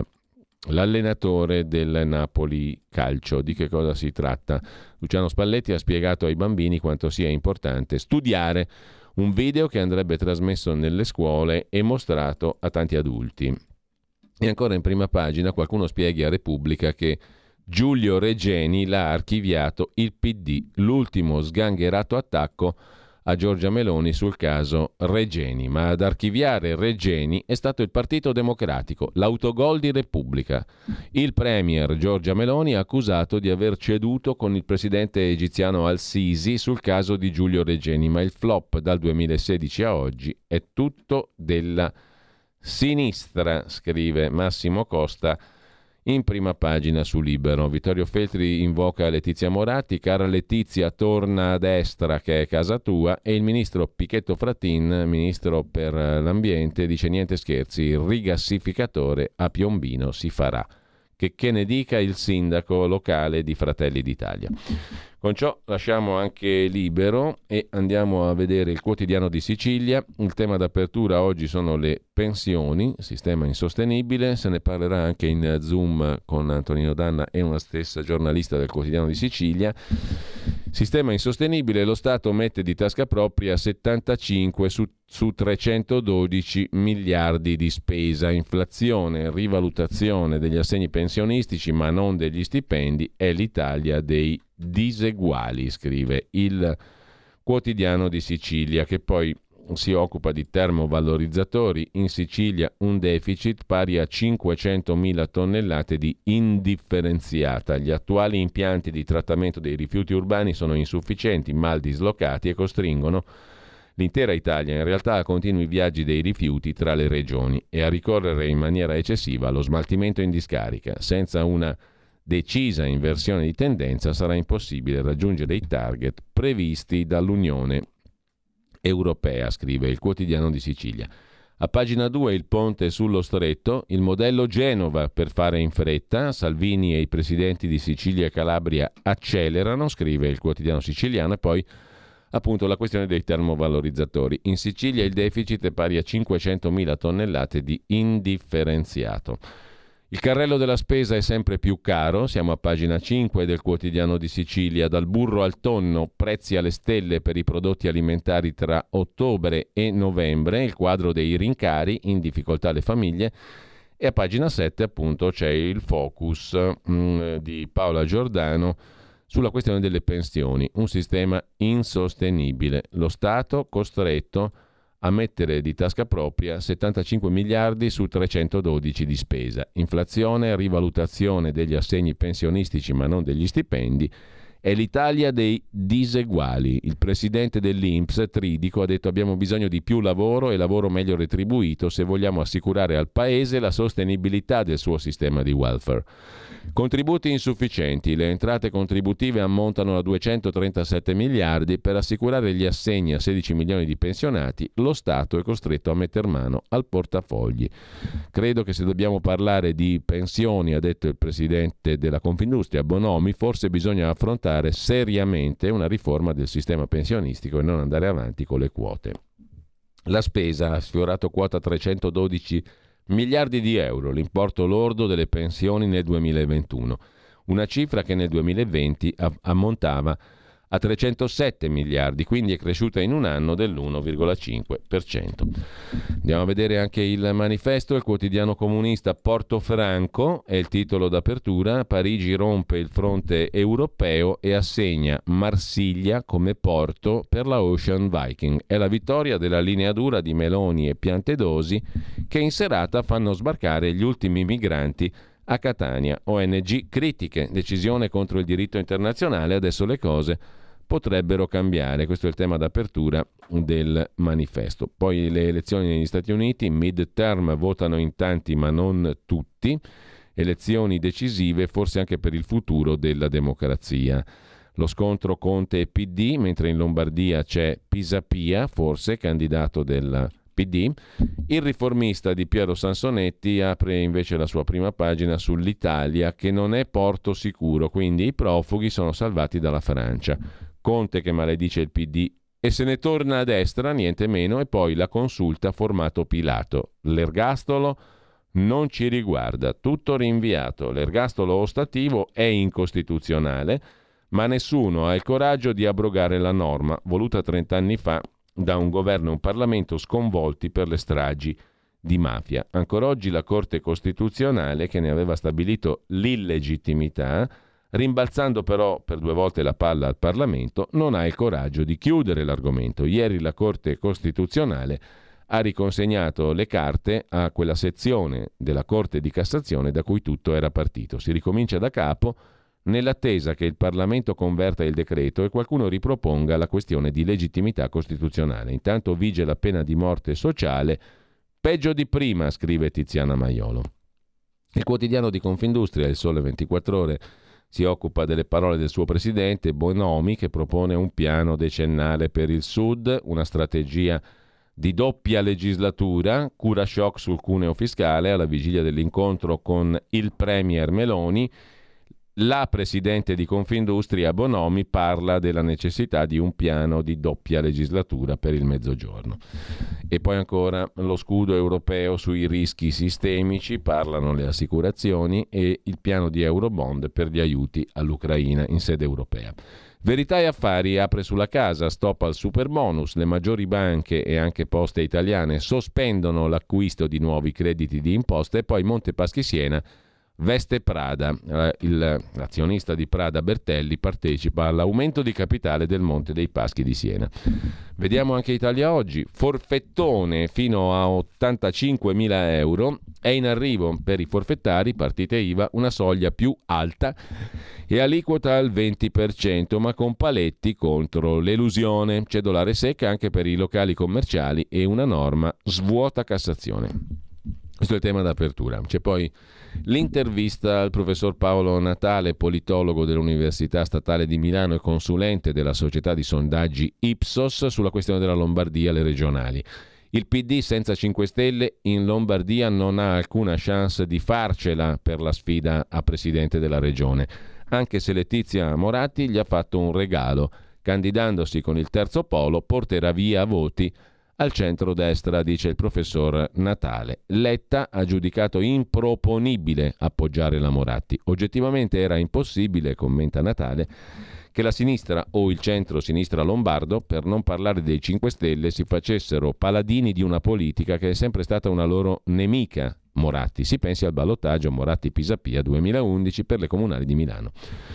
l'allenatore del Napoli Calcio. Di che cosa si tratta? Luciano Spalletti ha spiegato ai bambini quanto sia importante studiare, un video che andrebbe trasmesso nelle scuole e mostrato a tanti adulti. E ancora in prima pagina qualcuno spieghi a Repubblica che Giulio Regeni l'ha archiviato il PD, l'ultimo sgangherato attacco a Giorgia Meloni sul caso Regeni, ma ad archiviare Regeni è stato il Partito Democratico, l'autogol di Repubblica. Il premier Giorgia Meloni ha accusato di aver ceduto con il presidente egiziano Al-Sisi sul caso di Giulio Regeni, ma il flop dal 2016 a oggi è tutto della sinistra, scrive Massimo Costa in prima pagina su Libero. Vittorio Feltri invoca Letizia Moratti, cara Letizia torna a destra che è casa tua, e il ministro Pichetto Fratin, ministro per l'ambiente, dice niente scherzi, il rigassificatore a Piombino si farà. Che ne dica il sindaco locale di Fratelli d'Italia. Con ciò lasciamo anche Libero e andiamo a vedere il Quotidiano di Sicilia. Il tema d'apertura oggi sono le pensioni, sistema insostenibile. Se ne parlerà anche in Zoom con Antonino Danna e una stessa giornalista del Quotidiano di Sicilia. Sistema insostenibile, lo Stato mette di tasca propria 75 su 312 miliardi di spesa. Inflazione, rivalutazione degli assegni pensionistici ma non degli stipendi, è l'Italia dei diseguali, scrive il Quotidiano di Sicilia, che poi si occupa di termovalorizzatori. In Sicilia un deficit pari a 500.000 tonnellate di indifferenziata. Gli attuali impianti di trattamento dei rifiuti urbani sono insufficienti, mal dislocati e costringono l'intera Italia in realtà a continui viaggi dei rifiuti tra le regioni e a ricorrere in maniera eccessiva allo smaltimento in discarica. Senza una decisa inversione di tendenza sarà impossibile raggiungere i target previsti dall'Unione Europea, scrive il Quotidiano di Sicilia. A pagina 2 il ponte sullo Stretto, il modello Genova per fare in fretta, Salvini e i presidenti di Sicilia e Calabria accelerano, scrive il Quotidiano siciliano. E poi appunto la questione dei termovalorizzatori. In Sicilia il deficit è pari a 500.000 tonnellate di indifferenziato. Il carrello della spesa è sempre più caro, siamo a pagina 5 del Quotidiano di Sicilia. Dal burro al tonno, prezzi alle stelle per i prodotti alimentari tra ottobre e novembre, il quadro dei rincari, in difficoltà le famiglie. E a pagina 7 appunto c'è il focus di Paola Giordano sulla questione delle pensioni, un sistema insostenibile, lo Stato costretto a mettere di tasca propria 75 miliardi su 312 di spesa. Inflazione, rivalutazione degli assegni pensionistici ma non degli stipendi. È l'Italia dei diseguali. Il presidente dell'INPS, Tridico, ha detto: abbiamo bisogno di più lavoro e lavoro meglio retribuito se vogliamo assicurare al Paese la sostenibilità del suo sistema di welfare. Contributi insufficienti. Le entrate contributive ammontano a 237 miliardi. Per assicurare gli assegni a 16 milioni di pensionati, lo Stato è costretto a metter mano al portafogli. Credo che se dobbiamo parlare di pensioni, ha detto il presidente della Confindustria Bonomi, forse bisogna affrontare seriamente una riforma del sistema pensionistico e non andare avanti con le quote. La spesa ha sfiorato quota 312 miliardi di euro, l'importo lordo delle pensioni nel 2021, una cifra che nel 2020 ammontava a 307 miliardi, quindi è cresciuta in un anno dell'1,5%. Andiamo a vedere anche il manifesto. Il quotidiano comunista Portofranco è il titolo d'apertura. Parigi rompe il fronte europeo e assegna Marsiglia come porto per la Ocean Viking. È la vittoria della linea dura di Meloni e Piantedosi, che in serata fanno sbarcare gli ultimi migranti a Catania. ONG critiche, decisione contro il diritto internazionale, adesso le cose potrebbero cambiare. Questo è il tema d'apertura del manifesto. Poi le elezioni negli Stati Uniti, mid-term, votano in tanti ma non tutti, elezioni decisive forse anche per il futuro della democrazia. Lo scontro Conte e PD, mentre in Lombardia c'è Pisapia, forse candidato del PD. Il Riformista di Piero Sansonetti apre invece la sua prima pagina sull'Italia, che non è porto sicuro, quindi i profughi sono salvati dalla Francia. Conte che maledice il PD e se ne torna a destra, niente meno, e poi la consulta formato Pilato. L'ergastolo non ci riguarda, tutto rinviato. L'ergastolo ostativo è incostituzionale, ma nessuno ha il coraggio di abrogare la norma, voluta 30 anni fa da un governo e un Parlamento sconvolti per le stragi di mafia. Ancora oggi la Corte Costituzionale, che ne aveva stabilito l'illegittimità, rimbalzando però per 2 volte la palla al Parlamento, non ha il coraggio di chiudere l'argomento. Ieri la Corte Costituzionale ha riconsegnato le carte a quella sezione della Corte di Cassazione da cui tutto era partito. Si ricomincia da capo nell'attesa che il Parlamento converta il decreto e qualcuno riproponga la questione di legittimità costituzionale. Intanto vige la pena di morte sociale, peggio di prima, scrive Tiziana Maiolo. Il quotidiano di Confindustria, Il Sole 24 Ore, si occupa delle parole del suo presidente Bonomi, che propone un piano decennale per il Sud, una strategia di doppia legislatura, cura shock sul cuneo fiscale alla vigilia dell'incontro con il premier Meloni. La presidente di Confindustria Bonomi parla della necessità di un piano di doppia legislatura per il Mezzogiorno. E poi ancora lo scudo europeo sui rischi sistemici, parlano le assicurazioni, e il piano di Eurobond per gli aiuti all'Ucraina in sede europea. Verità e Affari apre sulla casa, stop al superbonus. Le maggiori banche e anche Poste Italiane sospendono l'acquisto di nuovi crediti di imposta e poi Monte Paschi Siena veste Prada. L'azionista di Prada Bertelli partecipa all'aumento di capitale del Monte dei Paschi di Siena. Vediamo anche Italia Oggi. Forfettone fino a 85.000 euro. È in arrivo per i forfettari, partite IVA, una soglia più alta e aliquota al 20%, ma con paletti contro l'elusione. Cedolare secca anche per i locali commerciali e una norma svuota Cassazione. Questo è il tema d'apertura. C'è poi l'intervista al professor Paolo Natale, politologo dell'Università Statale di Milano e consulente della società di sondaggi Ipsos, sulla questione della Lombardia, le regionali. Il PD senza 5 Stelle in Lombardia non ha alcuna chance di farcela per la sfida a presidente della regione, anche se Letizia Moratti gli ha fatto un regalo. Candidandosi con il terzo polo porterà via voti al centro-destra, dice il professor Natale. Letta ha giudicato improponibile appoggiare la Moratti. Oggettivamente era impossibile, commenta Natale, che la sinistra o il centro-sinistra lombardo, per non parlare dei 5 Stelle, si facessero paladini di una politica che è sempre stata una loro nemica, Moratti. Si pensi al ballottaggio Moratti-Pisapia 2011 per le comunali di Milano.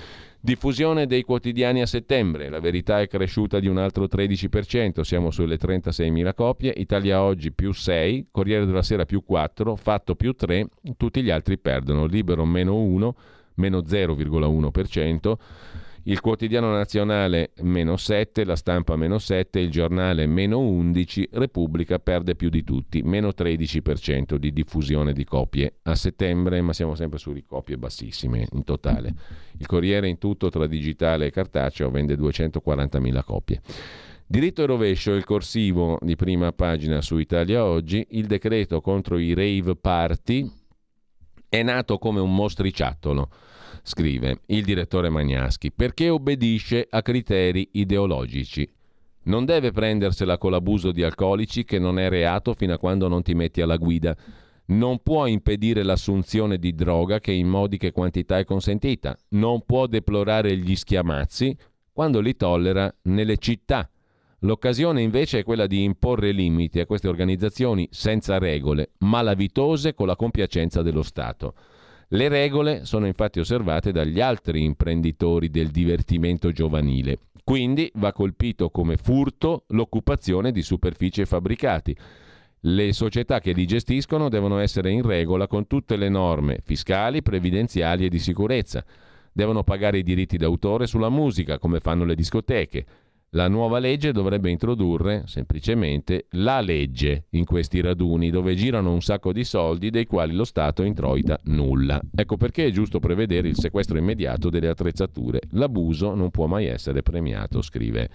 Diffusione dei quotidiani a settembre, La Verità è cresciuta di un altro 13%, siamo sulle 36.000 copie, Italia Oggi più 6, Corriere della Sera più 4, Fatto più 3, tutti gli altri perdono, Libero meno 1, meno 0,1%, il Quotidiano Nazionale meno 7, La Stampa meno 7, il Giornale meno 11, Repubblica perde più di tutti, meno 13% di diffusione di copie a settembre, ma siamo sempre su copie bassissime in totale. Il Corriere in tutto tra digitale e cartaceo vende 240.000 copie. Diritto e rovescio, il corsivo di prima pagina su Italia Oggi, il decreto contro i rave party è nato come un mostriciattolo. Scrive il direttore Magnaschi, perché obbedisce a criteri ideologici. Non deve prendersela con l'abuso di alcolici, che non è reato fino a quando non ti metti alla guida. Non può impedire l'assunzione di droga che in modiche quantità è consentita. Non può deplorare gli schiamazzi quando li tollera nelle città. L'occasione invece è quella di imporre limiti a queste organizzazioni senza regole, malavitose con la compiacenza dello Stato. Le regole sono infatti osservate dagli altri imprenditori del divertimento giovanile. Quindi va colpito come furto l'occupazione di superfici e fabbricati. Le società che li gestiscono devono essere in regola con tutte le norme fiscali, previdenziali e di sicurezza. Devono pagare i diritti d'autore sulla musica, come fanno le discoteche. La nuova legge dovrebbe introdurre semplicemente la legge in questi raduni dove girano un sacco di soldi dei quali lo Stato introita nulla. Ecco perché è giusto prevedere il sequestro immediato delle attrezzature. L'abuso non può mai essere premiato, scrive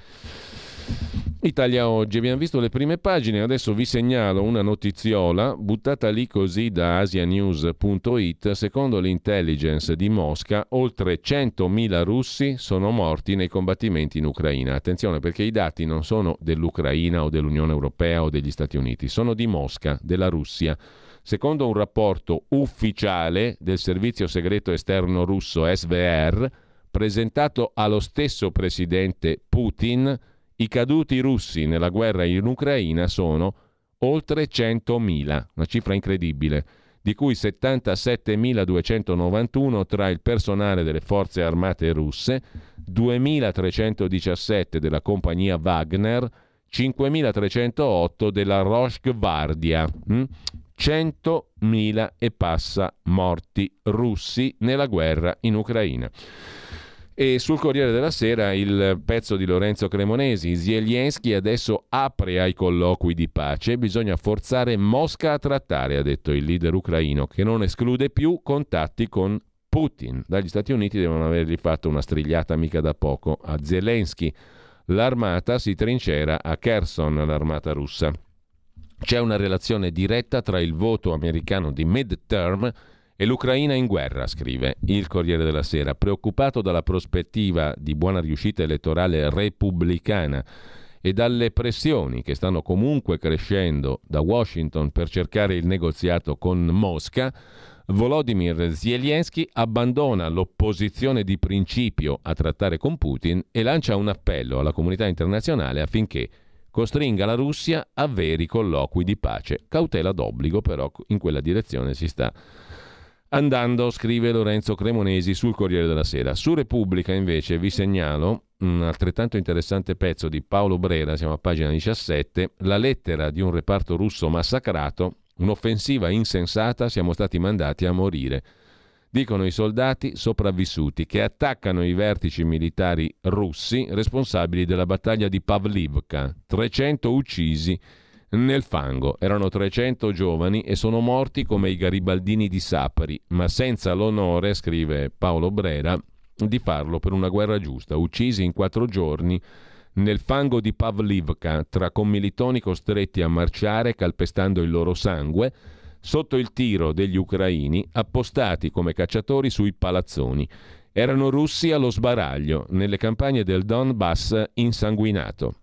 Italia Oggi. Abbiamo visto le prime pagine, adesso vi segnalo una notiziola buttata lì così da asianews.it. Secondo l'intelligence di Mosca, oltre 100.000 russi sono morti nei combattimenti in Ucraina. Attenzione, perché i dati non sono dell'Ucraina o dell'Unione Europea o degli Stati Uniti, sono di Mosca, della Russia. Secondo un rapporto ufficiale del servizio segreto esterno russo SVR, presentato allo stesso presidente Putin, i caduti russi nella guerra in Ucraina sono oltre 100.000, una cifra incredibile, di cui 77.291 tra il personale delle forze armate russe, 2.317 della compagnia Wagner, 5.308 della Roshgvardia. 100.000 e passa morti russi nella guerra in Ucraina. E sul Corriere della Sera il pezzo di Lorenzo Cremonesi, Zelensky adesso apre ai colloqui di pace, bisogna forzare Mosca a trattare, ha detto il leader ucraino, che non esclude più contatti con Putin. Dagli Stati Uniti devono avergli fatto una strigliata mica da poco a Zelensky. L'armata si trincera a Kherson, l'armata russa. C'è una relazione diretta tra il voto americano di midterm e l'Ucraina in guerra, scrive il Corriere della Sera, preoccupato dalla prospettiva di buona riuscita elettorale repubblicana e dalle pressioni che stanno comunque crescendo da Washington per cercare il negoziato con Mosca. Volodymyr Zelensky abbandona l'opposizione di principio a trattare con Putin e lancia un appello alla comunità internazionale affinché costringa la Russia a veri colloqui di pace. Cautela d'obbligo, però in quella direzione si sta andando, scrive Lorenzo Cremonesi sul Corriere della Sera. Su Repubblica invece vi segnalo un altrettanto interessante pezzo di Paolo Brera, siamo a pagina 17, la lettera di un reparto russo massacrato, un'offensiva insensata, siamo stati mandati a morire. Dicono i soldati sopravvissuti che attaccano i vertici militari russi responsabili della battaglia di Pavlivka, 300 uccisi nel fango. Erano 300 giovani e sono morti come i garibaldini di Sapri, ma senza l'onore, scrive Paolo Brera, di farlo per una guerra giusta, uccisi in 4 giorni nel fango di Pavlivka tra commilitoni costretti a marciare calpestando il loro sangue sotto il tiro degli ucraini appostati come cacciatori sui palazzoni. Erano russi allo sbaraglio nelle campagne del Donbass insanguinato,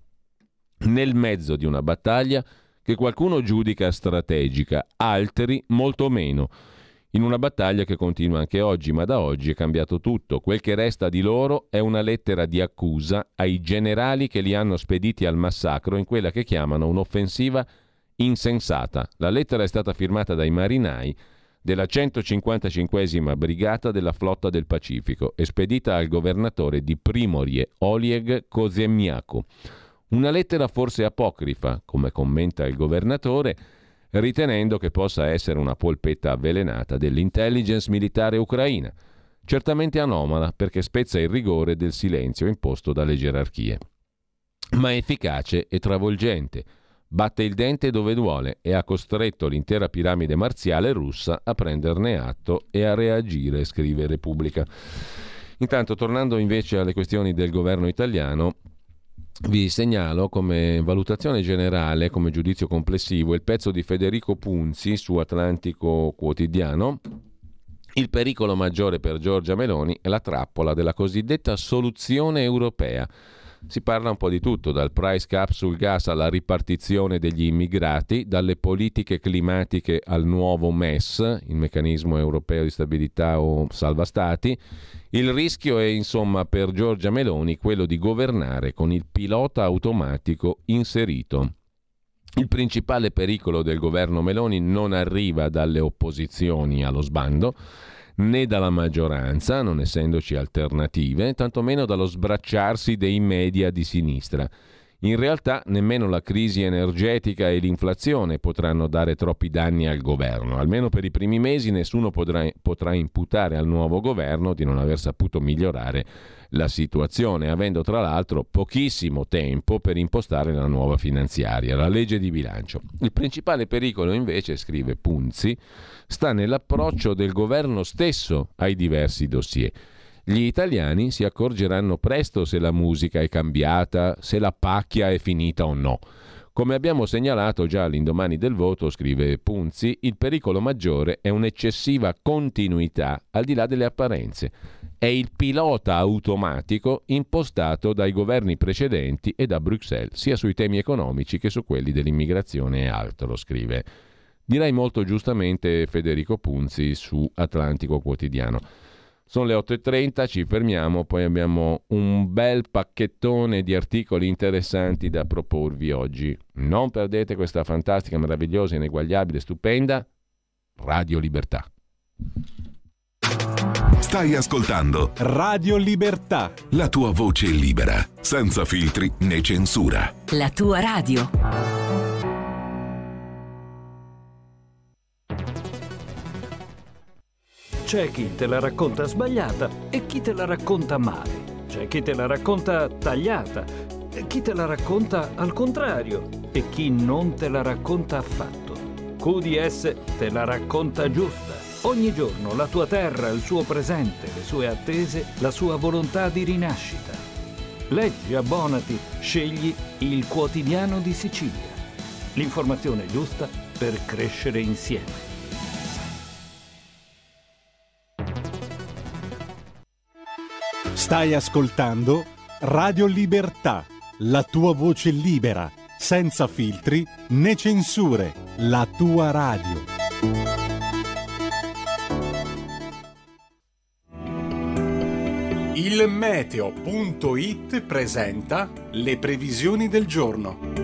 nel mezzo di una battaglia che qualcuno giudica strategica, altri molto meno. In una battaglia che continua anche oggi, ma da oggi è cambiato tutto. Quel che resta di loro è una lettera di accusa ai generali che li hanno spediti al massacro in quella che chiamano un'offensiva insensata. La lettera è stata firmata dai marinai, della 155esima brigata della flotta del Pacifico, espedita al governatore di Primorie, Oleg Kozemiaku. Una lettera forse apocrifa, come commenta il governatore, ritenendo che possa essere una polpetta avvelenata dell'intelligence militare ucraina, certamente anomala perché spezza il rigore del silenzio imposto dalle gerarchie, ma efficace e travolgente. Batte il dente dove duole e ha costretto l'intera piramide marziale russa a prenderne atto e a reagire, scrive Repubblica. Intanto, tornando invece alle questioni del governo italiano, vi segnalo come valutazione generale, come giudizio complessivo, il pezzo di Federico Punzi su Atlantico Quotidiano. Il pericolo maggiore per Giorgia Meloni è la trappola della cosiddetta soluzione europea. Si parla un po' di tutto, dal price cap sul gas alla ripartizione degli immigrati, dalle politiche climatiche al nuovo MES, il meccanismo europeo di stabilità o salva stati. Il rischio è insomma per Giorgia Meloni quello di governare con il pilota automatico inserito. Il principale pericolo del governo Meloni non arriva dalle opposizioni allo sbando, né dalla maggioranza, non essendoci alternative, tantomeno dallo sbracciarsi dei media di sinistra. In realtà nemmeno la crisi energetica e l'inflazione potranno dare troppi danni al governo. Almeno per i primi mesi nessuno potrà imputare al nuovo governo di non aver saputo migliorare la situazione, avendo tra l'altro pochissimo tempo per impostare la nuova finanziaria, la legge di bilancio. Il principale pericolo invece, scrive Punzi, sta nell'approccio del governo stesso ai diversi dossier. Gli italiani si accorgeranno presto se la musica è cambiata, se la pacchia è finita o no. Come abbiamo segnalato già all'indomani del voto, scrive Punzi, il pericolo maggiore è un'eccessiva continuità al di là delle apparenze. È il pilota automatico impostato dai governi precedenti e da Bruxelles, sia sui temi economici che su quelli dell'immigrazione e altro, scrive. Direi molto giustamente Federico Punzi su Atlantico Quotidiano. Sono le 8.30, ci fermiamo, poi abbiamo un bel pacchettone di articoli interessanti da proporvi oggi. Non perdete questa fantastica, meravigliosa, ineguagliabile, stupenda Radio Libertà. Stai ascoltando Radio Libertà, la tua voce libera, senza filtri né censura. La tua radio. C'è chi te la racconta sbagliata e chi te la racconta male. C'è chi te la racconta tagliata e chi te la racconta al contrario e chi non te la racconta affatto. QDS te la racconta giusta. Ogni giorno la tua terra, il suo presente, le sue attese, la sua volontà di rinascita. Leggi, abbonati, scegli il Quotidiano di Sicilia. L'informazione giusta per crescere insieme. stai ascoltando Radio Libertà, la tua voce libera, senza filtri né censure, la tua radio. Il meteo.it presenta le previsioni del giorno.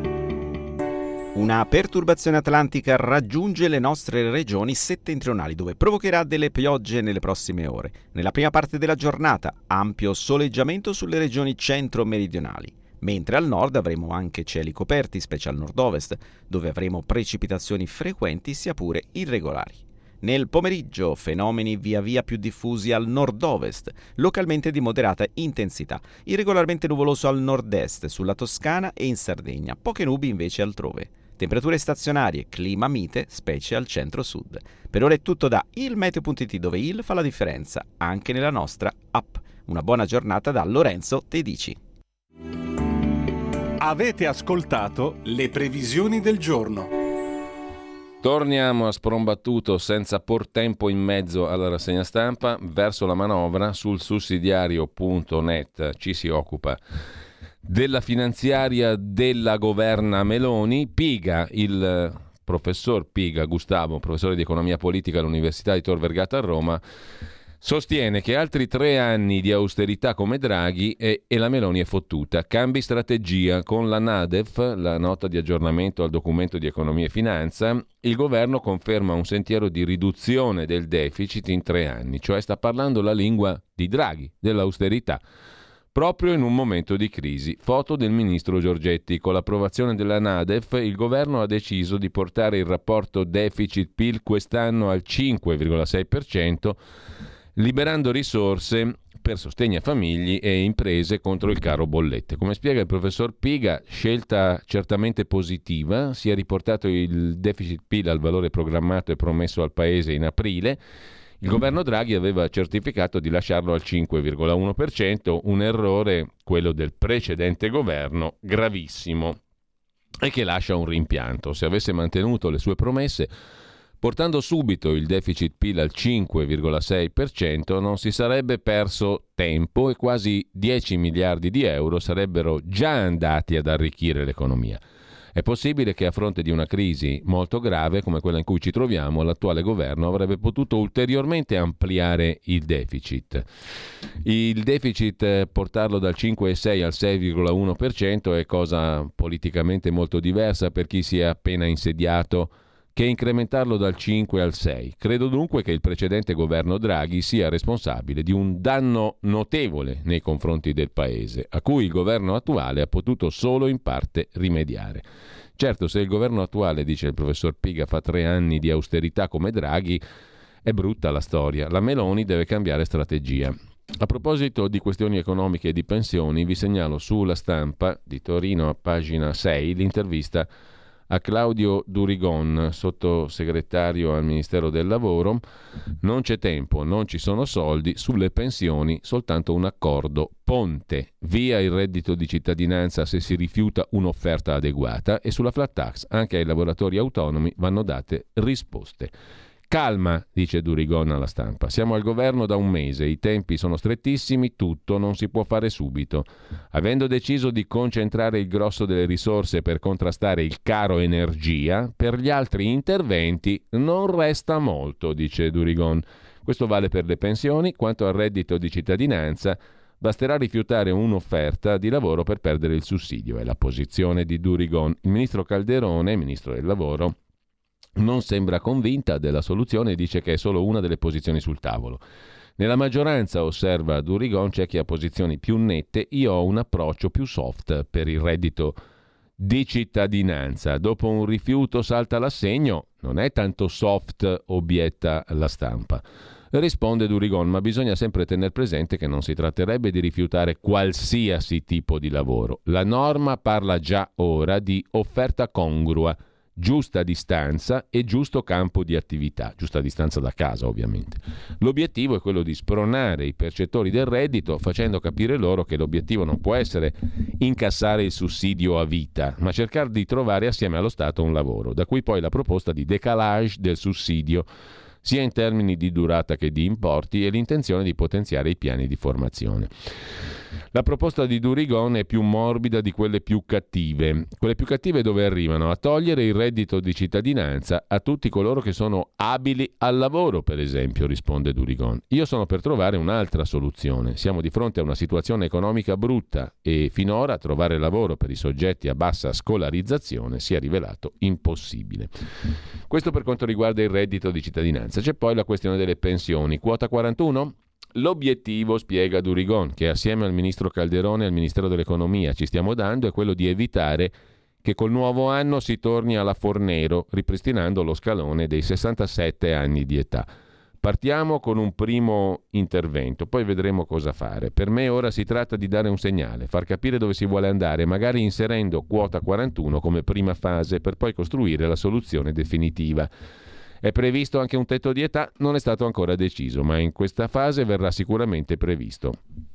Una perturbazione atlantica raggiunge le nostre regioni settentrionali, dove provocherà delle piogge nelle prossime ore. Nella prima parte della giornata, ampio soleggiamento sulle regioni centro-meridionali, mentre al nord avremo anche cieli coperti, specie al nord-ovest, dove avremo precipitazioni frequenti sia pure irregolari. Nel pomeriggio fenomeni via via più diffusi al nord-ovest, localmente di moderata intensità, irregolarmente nuvoloso al nord-est, sulla Toscana e in Sardegna, poche nubi invece altrove. Temperature stazionarie, clima mite, specie al centro-sud. Per ora è tutto da ilmeteo.it, dove il fa la differenza anche nella nostra app. Una buona giornata da Lorenzo Tedici. Avete ascoltato le previsioni del giorno. Torniamo a sprombattuto, senza por tempo in mezzo alla rassegna stampa, verso la manovra. Sul sussidiario.net ci si occupa della finanziaria della governa Meloni. Piga, il professor Piga, Gustavo, professore di economia politica all'Università di Tor Vergata a Roma, Sostiene che altri 3 anni di austerità come Draghi e la Meloni è fottuta. Cambi strategia. Con la NADEF, la nota di aggiornamento al documento di economia e finanza, il governo conferma un sentiero di riduzione del deficit in 3 anni, cioè sta parlando la lingua di Draghi, dell'austerità, proprio in un momento di crisi. Foto del ministro Giorgetti. Con l'approvazione della NADEF il governo ha deciso di portare il rapporto deficit-PIL quest'anno al 5,6%, liberando risorse per sostegno a famiglie e imprese contro il caro bollette. Come spiega il professor Piga, scelta certamente positiva, si è riportato il deficit PIL al valore programmato e promesso al Paese in aprile. Il governo Draghi aveva certificato di lasciarlo al 5,1%, un errore, quello del precedente governo, gravissimo, e che lascia un rimpianto. Se avesse mantenuto le sue promesse, portando subito il deficit PIL al 5,6%, non si sarebbe perso tempo e quasi 10 miliardi di euro sarebbero già andati ad arricchire l'economia. È possibile che a fronte di una crisi molto grave come quella in cui ci troviamo, l'attuale governo avrebbe potuto ulteriormente ampliare il deficit. Il deficit, portarlo dal 5,6 al 6,1% è cosa politicamente molto diversa per chi si è appena insediato che incrementarlo dal 5 al 6. Credo dunque che il precedente governo Draghi sia responsabile di un danno notevole nei confronti del Paese, a cui il governo attuale ha potuto solo in parte rimediare. Certo, se il governo attuale, dice il professor Piga, fa 3 anni di austerità come Draghi, è brutta la storia. La Meloni deve cambiare strategia. A proposito di questioni economiche e di pensioni, vi segnalo sulla Stampa di Torino, a pagina 6, l'intervista a Claudio Durigon, sottosegretario al Ministero del Lavoro. Non c'è tempo, non ci sono soldi, sulle pensioni soltanto un accordo ponte, via il reddito di cittadinanza se si rifiuta un'offerta adeguata, e sulla flat tax anche ai lavoratori autonomi vanno date risposte. Calma, dice Durigon alla Stampa, siamo al governo da 1 mese, i tempi sono strettissimi, tutto non si può fare subito. Avendo deciso di concentrare il grosso delle risorse per contrastare il caro energia, per gli altri interventi non resta molto, dice Durigon. Questo vale per le pensioni. Quanto al reddito di cittadinanza, basterà rifiutare un'offerta di lavoro per perdere il sussidio, è la posizione di Durigon. Il ministro Calderone, ministro del lavoro, non sembra convinta della soluzione e dice che è solo una delle posizioni sul tavolo. Nella maggioranza, osserva Durigon, c'è chi ha posizioni più nette, io ho un approccio più soft per il reddito di cittadinanza. Dopo un rifiuto salta l'assegno, non è tanto soft, obietta la Stampa. Risponde Durigon, ma bisogna sempre tener presente che non si tratterebbe di rifiutare qualsiasi tipo di lavoro. La norma parla già ora di offerta congrua, giusta distanza e giusto campo di attività, giusta distanza da casa ovviamente. L'obiettivo è quello di spronare i percettori del reddito, facendo capire loro che l'obiettivo non può essere incassare il sussidio a vita, ma cercare di trovare assieme allo Stato un lavoro, da cui poi la proposta di décalage del sussidio, sia in termini di durata che di importi, e l'intenzione di potenziare i piani di formazione. La proposta di Durigon è più morbida di quelle più cattive. Quelle più cattive dove arrivano? A togliere il reddito di cittadinanza a tutti coloro che sono abili al lavoro, per esempio, risponde Durigon. Io sono per trovare un'altra soluzione. Siamo di fronte a una situazione economica brutta e finora trovare lavoro per i soggetti a bassa scolarizzazione si è rivelato impossibile. Questo per quanto riguarda il reddito di cittadinanza. C'è poi la questione delle pensioni. Quota 41? L'obiettivo, spiega Durigon, che assieme al ministro Calderone e al Ministero dell'Economia ci stiamo dando, è quello di evitare che col nuovo anno si torni alla Fornero, ripristinando lo scalone dei 67 anni di età. Partiamo con un primo intervento, poi vedremo cosa fare. Per me ora si tratta di dare un segnale, far capire dove si vuole andare, magari inserendo quota 41 come prima fase, per poi costruire la soluzione definitiva. È previsto anche un tetto di età? Non è stato ancora deciso, ma in questa fase verrà sicuramente previsto.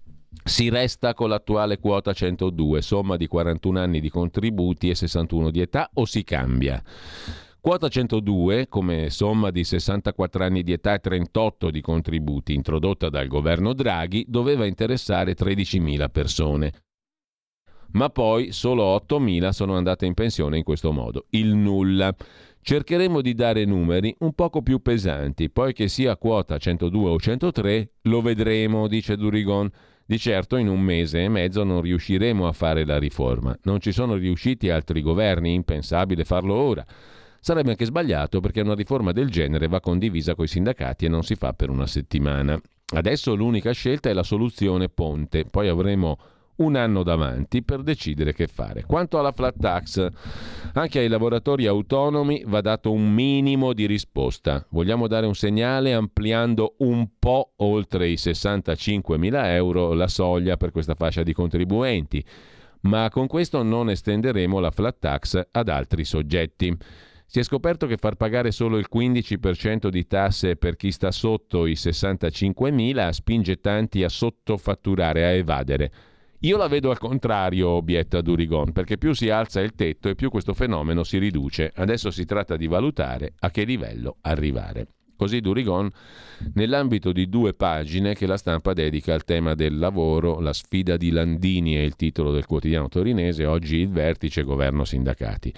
Si resta con l'attuale quota 102, somma di 41 anni di contributi e 61 di età, o si cambia? Quota 102, come somma di 64 anni di età e 38 di contributi, introdotta dal governo Draghi, doveva interessare 13.000 persone. Ma poi solo 8.000 sono andate in pensione in questo modo. Il nulla. Cercheremo di dare numeri un poco più pesanti, poi che sia quota 102 o 103 lo vedremo, dice Durigon. Di certo in un mese e mezzo non riusciremo a fare la riforma. Non ci sono riusciti altri governi, impensabile farlo ora. Sarebbe anche sbagliato perché una riforma del genere va condivisa coi sindacati e non si fa per una settimana. Adesso l'unica scelta è la soluzione ponte, poi avremo un anno davanti per decidere che fare. Quanto alla flat tax, anche ai lavoratori autonomi va dato un minimo di risposta. Vogliamo dare un segnale ampliando un po' oltre i 65.000 euro la soglia per questa fascia di contribuenti, ma con questo non estenderemo la flat tax ad altri soggetti. Si è scoperto che far pagare solo il 15% di tasse per chi sta sotto i 65.000 spinge tanti a sottofatturare, a evadere. Io la vedo al contrario, obietta Durigon, perché più si alza il tetto e più questo fenomeno si riduce. Adesso si tratta di valutare a che livello arrivare. Così Durigon nell'ambito di 2 pagine che la Stampa dedica al tema del lavoro. La sfida di Landini è il titolo del quotidiano torinese, oggi il vertice governo-sindacati.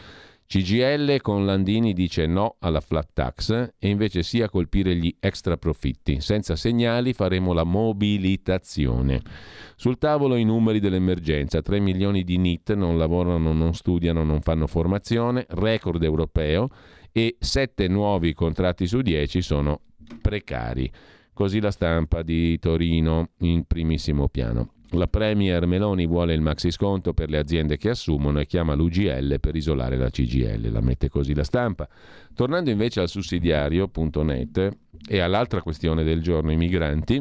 CGIL con Landini dice no alla flat tax e invece sì a colpire gli extra profitti. Senza segnali faremo la mobilitazione. Sul tavolo i numeri dell'emergenza: 3 milioni di NEET non lavorano, non studiano, non fanno formazione, record europeo, e 7 nuovi contratti su 10 sono precari. Così la Stampa di Torino in primissimo piano. La Premier Meloni vuole il maxi sconto per le aziende che assumono e chiama l'UGL per isolare la CGIL, la mette così la Stampa. Tornando invece al sussidiario.net e all'altra questione del giorno, i migranti,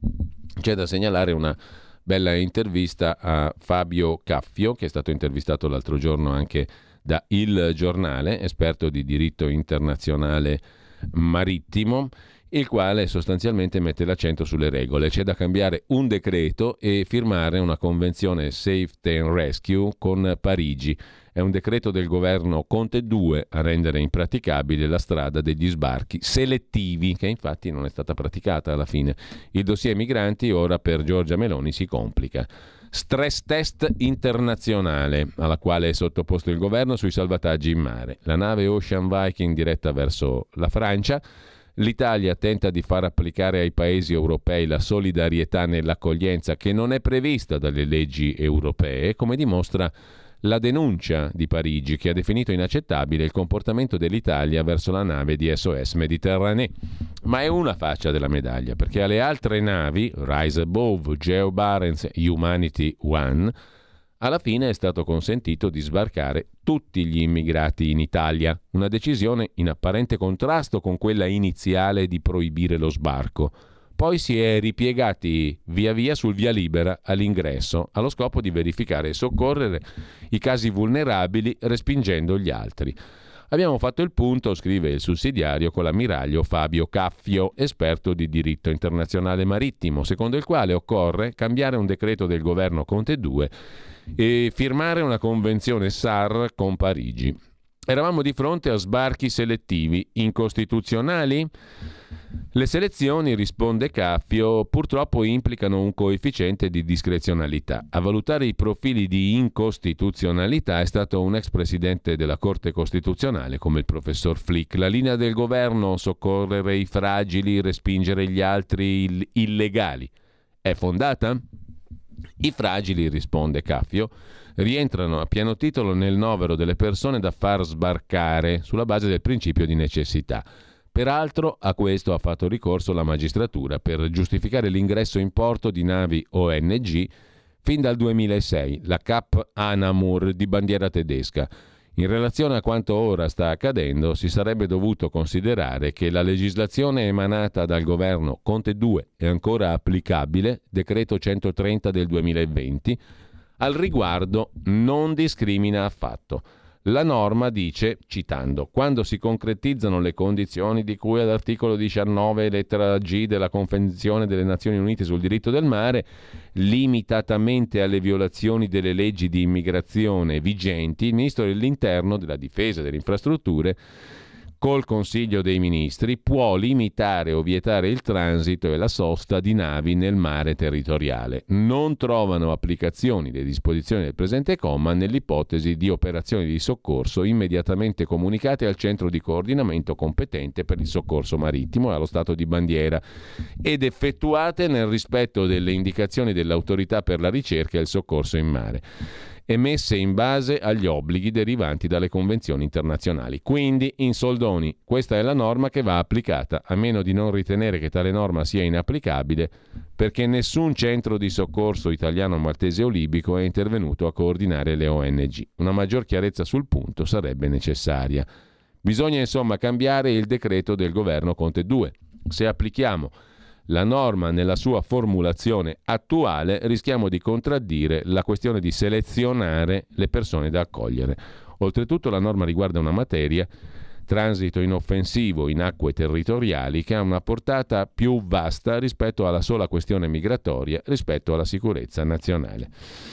c'è da segnalare una bella intervista a Fabio Caffio, che è stato intervistato l'altro giorno anche da Il Giornale, esperto di diritto internazionale marittimo, il quale sostanzialmente mette l'accento sulle regole. C'è da cambiare un decreto e firmare una convenzione Safety and Rescue con Parigi. È un decreto del governo Conte 2 a rendere impraticabile la strada degli sbarchi selettivi, che infatti non è stata praticata alla fine. Il dossier migranti ora per Giorgia Meloni si complica. Stress test internazionale alla quale è sottoposto il governo sui salvataggi in mare. La nave Ocean Viking diretta verso la Francia. L'Italia tenta di far applicare ai paesi europei la solidarietà nell'accoglienza che non è prevista dalle leggi europee, come dimostra la denuncia di Parigi, che ha definito inaccettabile il comportamento dell'Italia verso la nave di SOS Mediterranee. Ma è una faccia della medaglia, perché alle altre navi, Rise Above, Geo Barents, Humanity One, alla fine è stato consentito di sbarcare tutti gli immigrati in Italia, una decisione in apparente contrasto con quella iniziale di proibire lo sbarco. Poi si è ripiegati via via sul via libera all'ingresso, allo scopo di verificare e soccorrere i casi vulnerabili respingendo gli altri. Abbiamo fatto il punto, scrive il sussidiario, con l'ammiraglio Fabio Caffio, esperto di diritto internazionale marittimo, secondo il quale occorre cambiare un decreto del governo Conte 2 e firmare una convenzione SAR con Parigi. Eravamo di fronte a sbarchi selettivi incostituzionali? Le selezioni, risponde Caffio, purtroppo implicano un coefficiente di discrezionalità. A valutare i profili di incostituzionalità è stato un ex presidente della Corte Costituzionale come il professor Flick. La linea del governo: soccorrere i fragili, respingere gli altri illegali. È fondata? I fragili, risponde Caffio, rientrano a pieno titolo nel novero delle persone da far sbarcare sulla base del principio di necessità. Peraltro a questo ha fatto ricorso la magistratura per giustificare l'ingresso in porto di navi ONG fin dal 2006, la Cap Anamur di bandiera tedesca. In relazione a quanto ora sta accadendo, si sarebbe dovuto considerare che la legislazione emanata dal governo Conte 2 è ancora applicabile, decreto 130 del 2020, al riguardo non discrimina affatto. La norma dice, citando, quando si concretizzano le condizioni di cui all'articolo 19 lettera G della Convenzione delle Nazioni Unite sul diritto del mare, limitatamente alle violazioni delle leggi di immigrazione vigenti, il Ministro dell'Interno, della Difesa e delle Infrastrutture col Consiglio dei Ministri, può limitare o vietare il transito e la sosta di navi nel mare territoriale. Non trovano applicazioni le disposizioni del presente comma nell'ipotesi di operazioni di soccorso immediatamente comunicate al centro di coordinamento competente per il soccorso marittimo e allo Stato di bandiera ed effettuate nel rispetto delle indicazioni dell'autorità per la ricerca e il soccorso in mare, emesse in base agli obblighi derivanti dalle convenzioni internazionali. Quindi, in soldoni, questa è la norma che va applicata, a meno di non ritenere che tale norma sia inapplicabile, perché nessun centro di soccorso italiano, maltese o libico è intervenuto a coordinare le ONG. Una maggior chiarezza sul punto sarebbe necessaria. Bisogna insomma cambiare il decreto del governo Conte 2. Se applichiamo la norma nella sua formulazione attuale, rischiamo di contraddire la questione di selezionare le persone da accogliere. Oltretutto la norma riguarda una materia, transito inoffensivo in acque territoriali, che ha una portata più vasta rispetto alla sola questione migratoria, rispetto alla sicurezza nazionale.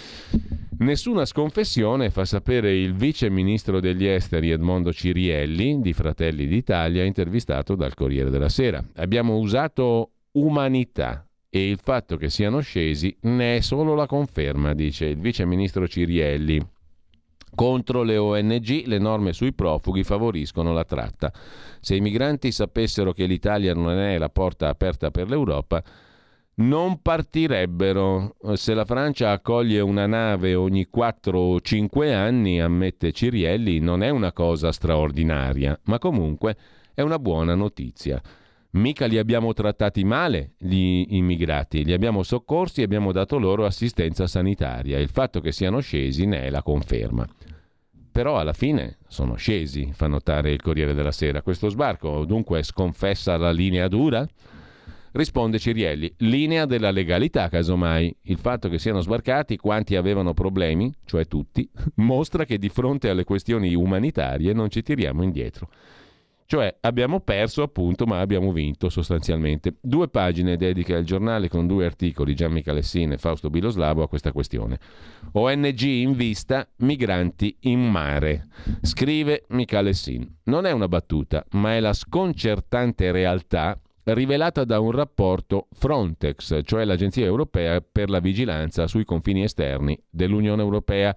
Nessuna sconfessione, fa sapere il vice ministro degli esteri Edmondo Cirielli di Fratelli d'Italia, intervistato dal Corriere della Sera. Abbiamo usato umanità e il fatto che siano scesi ne è solo la conferma, dice il vice ministro Cirielli. Contro le ONG le norme sui profughi favoriscono la tratta. Se i migranti sapessero che l'Italia non è la porta aperta per l'Europa, non partirebbero. Se la Francia accoglie una nave ogni 4 o 5 anni, ammette Cirielli, non è una cosa straordinaria, ma comunque è una buona notizia. Mica li abbiamo trattati male gli immigrati, li abbiamo soccorsi e abbiamo dato loro assistenza sanitaria. Il fatto che siano scesi ne è la conferma. Però alla fine sono scesi, fa notare il Corriere della Sera. Questo sbarco dunque sconfessa la linea dura? Risponde Cirielli, linea della legalità casomai. Il fatto che siano sbarcati quanti avevano problemi, cioè tutti, mostra che di fronte alle questioni umanitarie non ci tiriamo indietro. Cioè abbiamo perso appunto, ma abbiamo vinto sostanzialmente. 2 pagine dedica il giornale con 2 articoli, Gian Michalessin e Fausto Biloslavo, a questa questione. ONG in vista, migranti in mare. Scrive Michalessin. Non è una battuta, ma è la sconcertante realtà rivelata da un rapporto Frontex, cioè l'Agenzia Europea per la Vigilanza sui confini esterni dell'Unione Europea.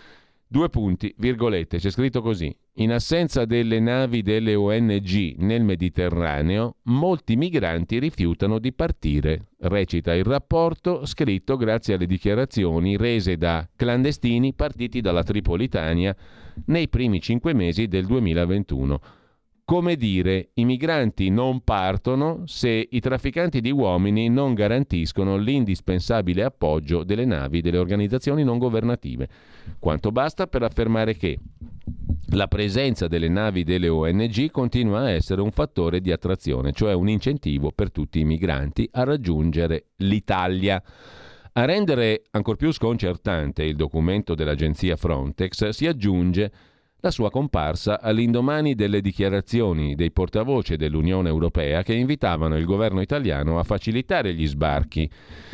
2 punti, virgolette, c'è scritto così. In assenza delle navi delle ONG nel Mediterraneo, molti migranti rifiutano di partire, recita il rapporto scritto grazie alle dichiarazioni rese da clandestini partiti dalla Tripolitania nei primi 5 mesi del 2021. Come dire, i migranti non partono se i trafficanti di uomini non garantiscono l'indispensabile appoggio delle navi delle organizzazioni non governative. Quanto basta per affermare che la presenza delle navi delle ONG continua a essere un fattore di attrazione, cioè un incentivo per tutti i migranti a raggiungere l'Italia. A rendere ancor più sconcertante il documento dell'agenzia Frontex si aggiunge la sua comparsa all'indomani delle dichiarazioni dei portavoce dell'Unione Europea che invitavano il governo italiano a facilitare gli sbarchi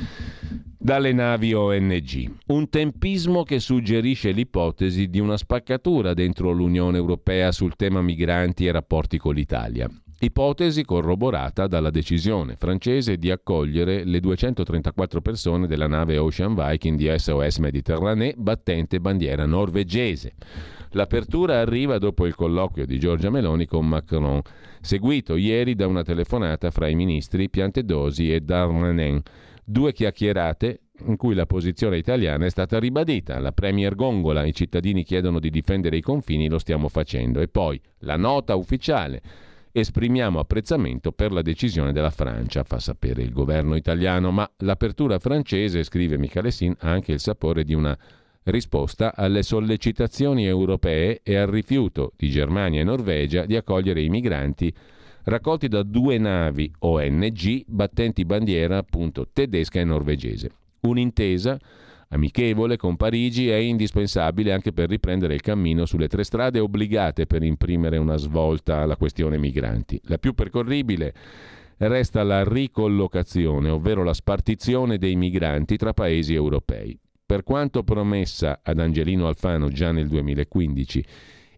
dalle navi ONG. Un tempismo che suggerisce l'ipotesi di una spaccatura dentro l'Unione Europea sul tema migranti e rapporti con l'Italia. Ipotesi corroborata dalla decisione francese di accogliere le 234 persone della nave Ocean Viking di SOS Méditerranée, battente bandiera norvegese. L'apertura arriva dopo il colloquio di Giorgia Meloni con Macron, seguito ieri da una telefonata fra i ministri Piantedosi e Darmanin. 2 chiacchierate in cui la posizione italiana è stata ribadita. La premier gongola, i cittadini chiedono di difendere i confini, lo stiamo facendo. E poi la nota ufficiale. Esprimiamo apprezzamento per la decisione della Francia, fa sapere il governo italiano, ma l'apertura francese, scrive Michalessin, ha anche il sapore di una risposta alle sollecitazioni europee e al rifiuto di Germania e Norvegia di accogliere i migranti raccolti da 2 navi ONG battenti bandiera appunto tedesca e norvegese. Un'intesa amichevole con Parigi è indispensabile anche per riprendere il cammino sulle 3 strade obbligate per imprimere una svolta alla questione migranti. La più percorribile resta la ricollocazione, ovvero la spartizione dei migranti tra paesi europei. Per quanto promessa ad Angelino Alfano già nel 2015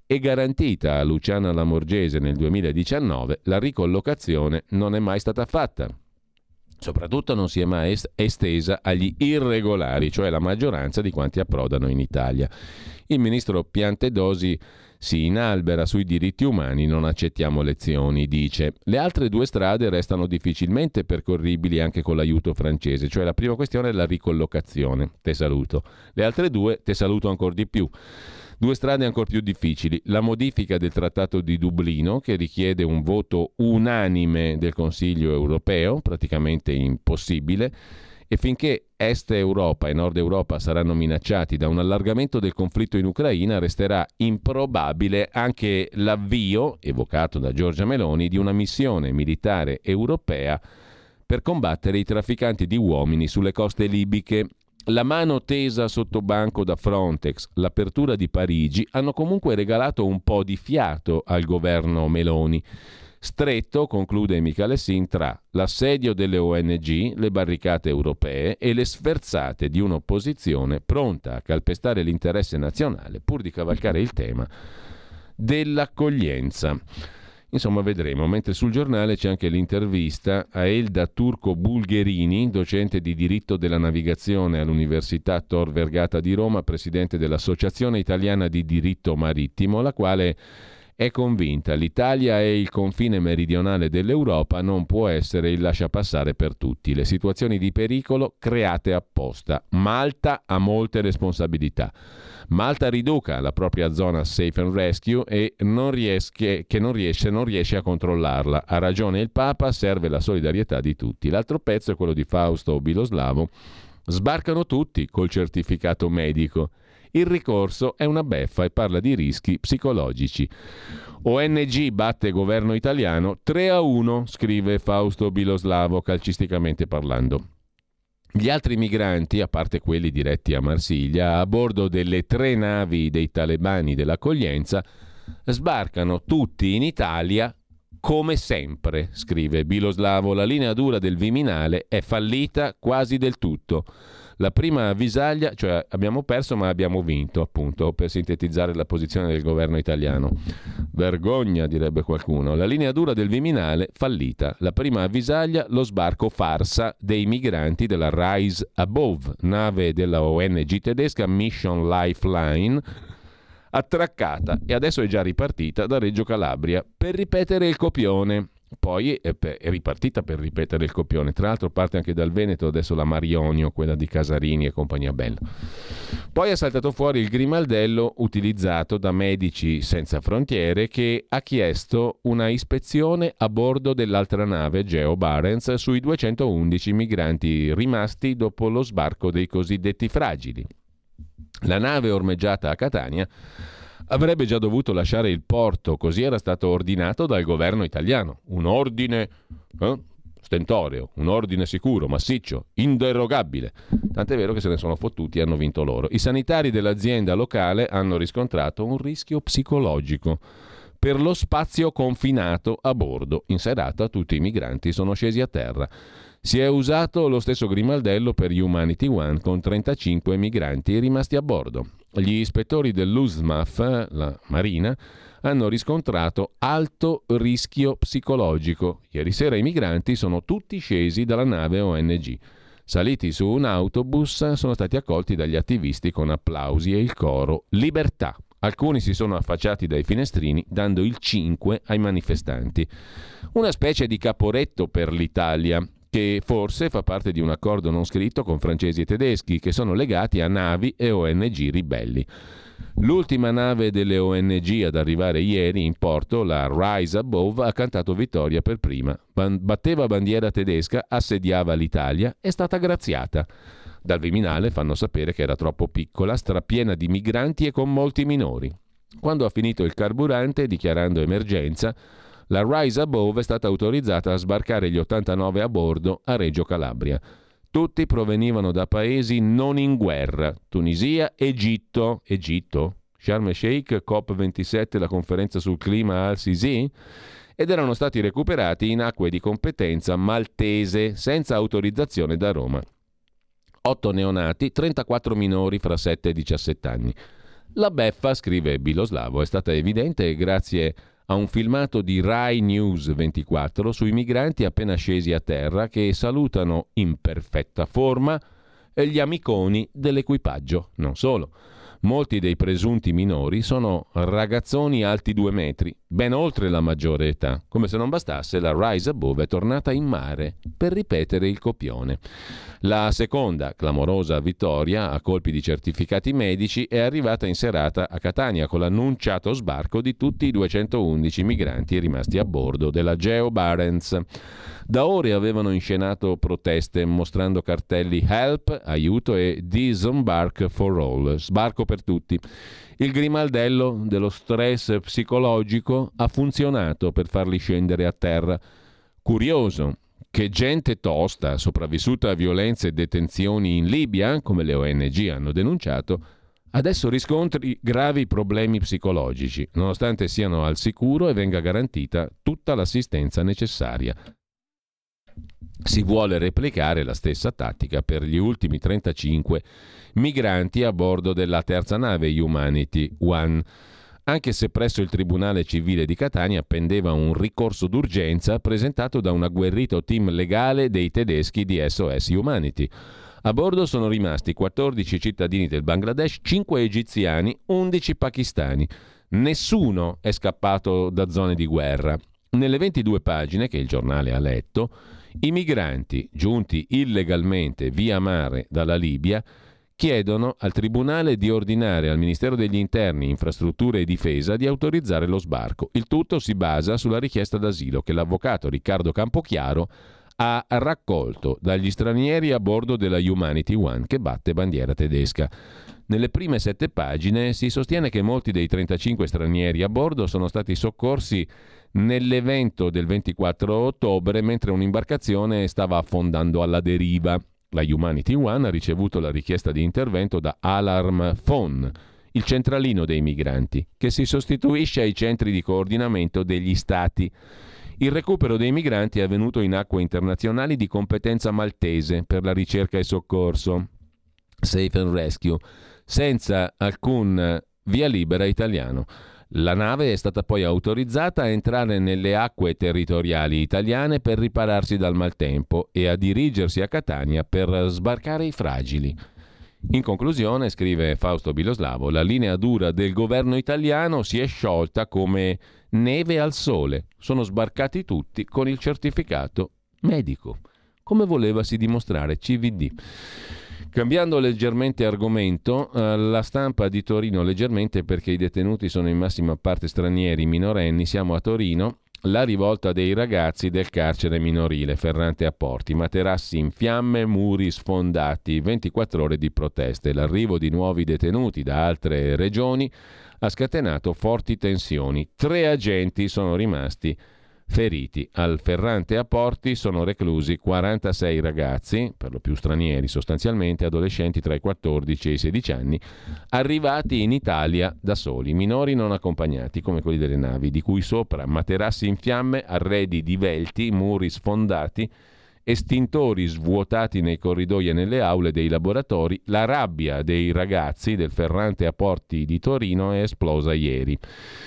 e garantita a Luciana Lamorgese nel 2019, la ricollocazione non è mai stata fatta. Soprattutto non si è mai estesa agli irregolari, cioè la maggioranza di quanti approdano in Italia. Il ministro Piantedosi si inalbera sui diritti umani, non accettiamo lezioni, dice. Le altre due strade restano difficilmente percorribili anche con l'aiuto francese, cioè la prima questione è la ricollocazione, te saluto. Le altre due, te saluto ancora di più. Due strade ancora più difficili, la modifica del Trattato di Dublino, che richiede un voto unanime del Consiglio europeo, praticamente impossibile, e finché Est Europa e Nord Europa saranno minacciati da un allargamento del conflitto in Ucraina, resterà improbabile anche l'avvio, evocato da Giorgia Meloni, di una missione militare europea per combattere i trafficanti di uomini sulle coste libiche. La mano tesa sotto banco da Frontex, l'apertura di Parigi hanno comunque regalato un po' di fiato al governo Meloni. Stretto, conclude Michele Sin, tra l'assedio delle ONG, le barricate europee e le sferzate di un'opposizione pronta a calpestare l'interesse nazionale pur di cavalcare il tema dell'accoglienza. Insomma, vedremo. Mentre sul giornale c'è anche l'intervista a Elda Turco Bulgherini, docente di diritto della navigazione all'Università Tor Vergata di Roma, presidente dell'Associazione Italiana di Diritto Marittimo, la quale è convinta l'Italia è il confine meridionale dell'Europa, non può essere il lasciapassare per tutti. Le situazioni di pericolo create apposta. Malta ha molte responsabilità. Malta riduca la propria zona safe and rescue e non riesce a controllarla. Ha ragione il Papa, serve la solidarietà di tutti. L'altro pezzo è quello di Fausto Biloslavo. Sbarcano tutti col certificato medico. Il ricorso è una beffa e parla di rischi psicologici. ONG batte governo italiano 3-1, scrive Fausto Biloslavo, calcisticamente parlando. Gli altri migranti, a parte quelli diretti a Marsiglia, a bordo delle 3 navi dei talebani dell'accoglienza, sbarcano tutti in Italia come sempre, scrive Biloslavo. La linea dura del Viminale è fallita quasi del tutto. La prima avvisaglia, cioè abbiamo perso ma abbiamo vinto, appunto, per sintetizzare la posizione del governo italiano. Vergogna, direbbe qualcuno. La linea dura del Viminale fallita. La prima avvisaglia, lo sbarco farsa dei migranti della Rise Above, nave della ONG tedesca Mission Lifeline, attraccata e adesso è già ripartita da Reggio Calabria per ripetere il copione. Poi è ripartita per ripetere il copione. Tra l'altro parte anche dal Veneto adesso la Marionio, quella di Casarini e compagnia bella. Poi è saltato fuori il grimaldello utilizzato da Medici Senza Frontiere, che ha chiesto una ispezione a bordo dell'altra nave Geo Barents sui 211 migranti rimasti dopo lo sbarco dei cosiddetti fragili. La nave ormeggiata a Catania avrebbe già dovuto lasciare il porto, così era stato ordinato dal governo italiano. Un ordine stentoreo, un ordine sicuro, massiccio, inderogabile. Tant'è vero che se ne sono fottuti e hanno vinto loro. I sanitari dell'azienda locale hanno riscontrato un rischio psicologico per lo spazio confinato a bordo. In serata tutti i migranti sono scesi a terra. Si è usato lo stesso grimaldello per Humanity One con 35 migranti rimasti a bordo. Gli ispettori dell'USMAF, la Marina, hanno riscontrato alto rischio psicologico. Ieri sera i migranti sono tutti scesi dalla nave ONG. Saliti su un autobus, sono stati accolti dagli attivisti con applausi e il coro «Libertà». Alcuni si sono affacciati dai finestrini dando il 5 ai manifestanti. Una specie di caporetto per l'Italia, che forse fa parte di un accordo non scritto con francesi e tedeschi che sono legati a navi e ONG ribelli. L'ultima nave delle ONG ad arrivare ieri in porto, la Rise Above, ha cantato vittoria per prima. Batteva bandiera tedesca, assediava l'Italia, è stata graziata. Dal Viminale fanno sapere che era troppo piccola, strapiena di migranti e con molti minori. Quando ha finito il carburante, dichiarando emergenza, la Rise Above è stata autorizzata a sbarcare gli 89 a bordo a Reggio Calabria. Tutti provenivano da paesi non in guerra: Tunisia, Egitto, Sharm el Sheikh, COP27, la conferenza sul clima al-Sisi, ed erano stati recuperati in acque di competenza maltese senza autorizzazione da Roma. 8 neonati, 34 minori fra 7 e 17 anni. La beffa, scrive Biloslavo, è stata evidente grazie a un filmato di Rai News 24 sui migranti appena scesi a terra che salutano in perfetta forma gli amiconi dell'equipaggio. Non solo. Molti dei presunti minori sono ragazzoni alti 2 metri, ben oltre la maggiore età. Come se non bastasse, la Rise Above è tornata in mare per ripetere il copione. La seconda, clamorosa vittoria, a colpi di certificati medici, è arrivata in serata a Catania con l'annunciato sbarco di tutti i 211 migranti rimasti a bordo della Geo Barents. Da ore avevano inscenato proteste mostrando cartelli Help, aiuto e Disembark for All, sbarco per tutti. Il grimaldello dello stress psicologico ha funzionato per farli scendere a terra. Curioso che gente tosta, sopravvissuta a violenze e detenzioni in Libia, come le ONG hanno denunciato, adesso riscontri gravi problemi psicologici, nonostante siano al sicuro e venga garantita tutta l'assistenza necessaria. Si vuole replicare la stessa tattica per gli ultimi 35 migranti a bordo della terza nave Humanity One, anche se presso il Tribunale Civile di Catania pendeva un ricorso d'urgenza presentato da un agguerrito team legale dei tedeschi di SOS Humanity. A bordo sono rimasti 14 cittadini del Bangladesh, 5 egiziani, 11 pakistani. Nessuno è scappato da zone di guerra. Nelle 22 pagine che il giornale ha letto, i migranti giunti illegalmente via mare dalla Libia chiedono al Tribunale di ordinare al Ministero degli Interni, Infrastrutture e Difesa di autorizzare lo sbarco. Il tutto si basa sulla richiesta d'asilo che l'avvocato Riccardo Campochiaro ha raccolto dagli stranieri a bordo della Humanity One che batte bandiera tedesca. Nelle prime 7 pagine si sostiene che molti dei 35 stranieri a bordo sono stati soccorsi nell'evento del 24 ottobre mentre un'imbarcazione stava affondando alla deriva. La Humanity One ha ricevuto la richiesta di intervento da Alarm Phone, il centralino dei migranti, che si sostituisce ai centri di coordinamento degli stati. Il recupero dei migranti è avvenuto in acque internazionali di competenza maltese per la ricerca e soccorso, Safe and Rescue, senza alcun via libera italiano. La nave è stata poi autorizzata a entrare nelle acque territoriali italiane per ripararsi dal maltempo e a dirigersi a Catania per sbarcare i fragili. In conclusione, scrive Fausto Biloslavo, la linea dura del governo italiano si è sciolta come neve al sole. Sono sbarcati tutti con il certificato medico, come volevasi dimostrare CVD. Cambiando leggermente argomento, la Stampa di Torino leggermente perché i detenuti sono in massima parte stranieri minorenni, siamo a Torino, la rivolta dei ragazzi del carcere minorile Ferrante a Porti, materassi in fiamme, muri sfondati, 24 ore di proteste. L'arrivo di nuovi detenuti da altre regioni ha scatenato forti tensioni. 3 agenti sono rimasti feriti. Al Ferrante a Porti sono reclusi 46 ragazzi, per lo più stranieri sostanzialmente, adolescenti tra i 14 e i 16 anni, arrivati in Italia da soli, minori non accompagnati come quelli delle navi, di cui sopra materassi in fiamme, arredi divelti, muri sfondati, estintori svuotati nei corridoi e nelle aule dei laboratori. La rabbia dei ragazzi del Ferrante a Porti di Torino è esplosa ieri.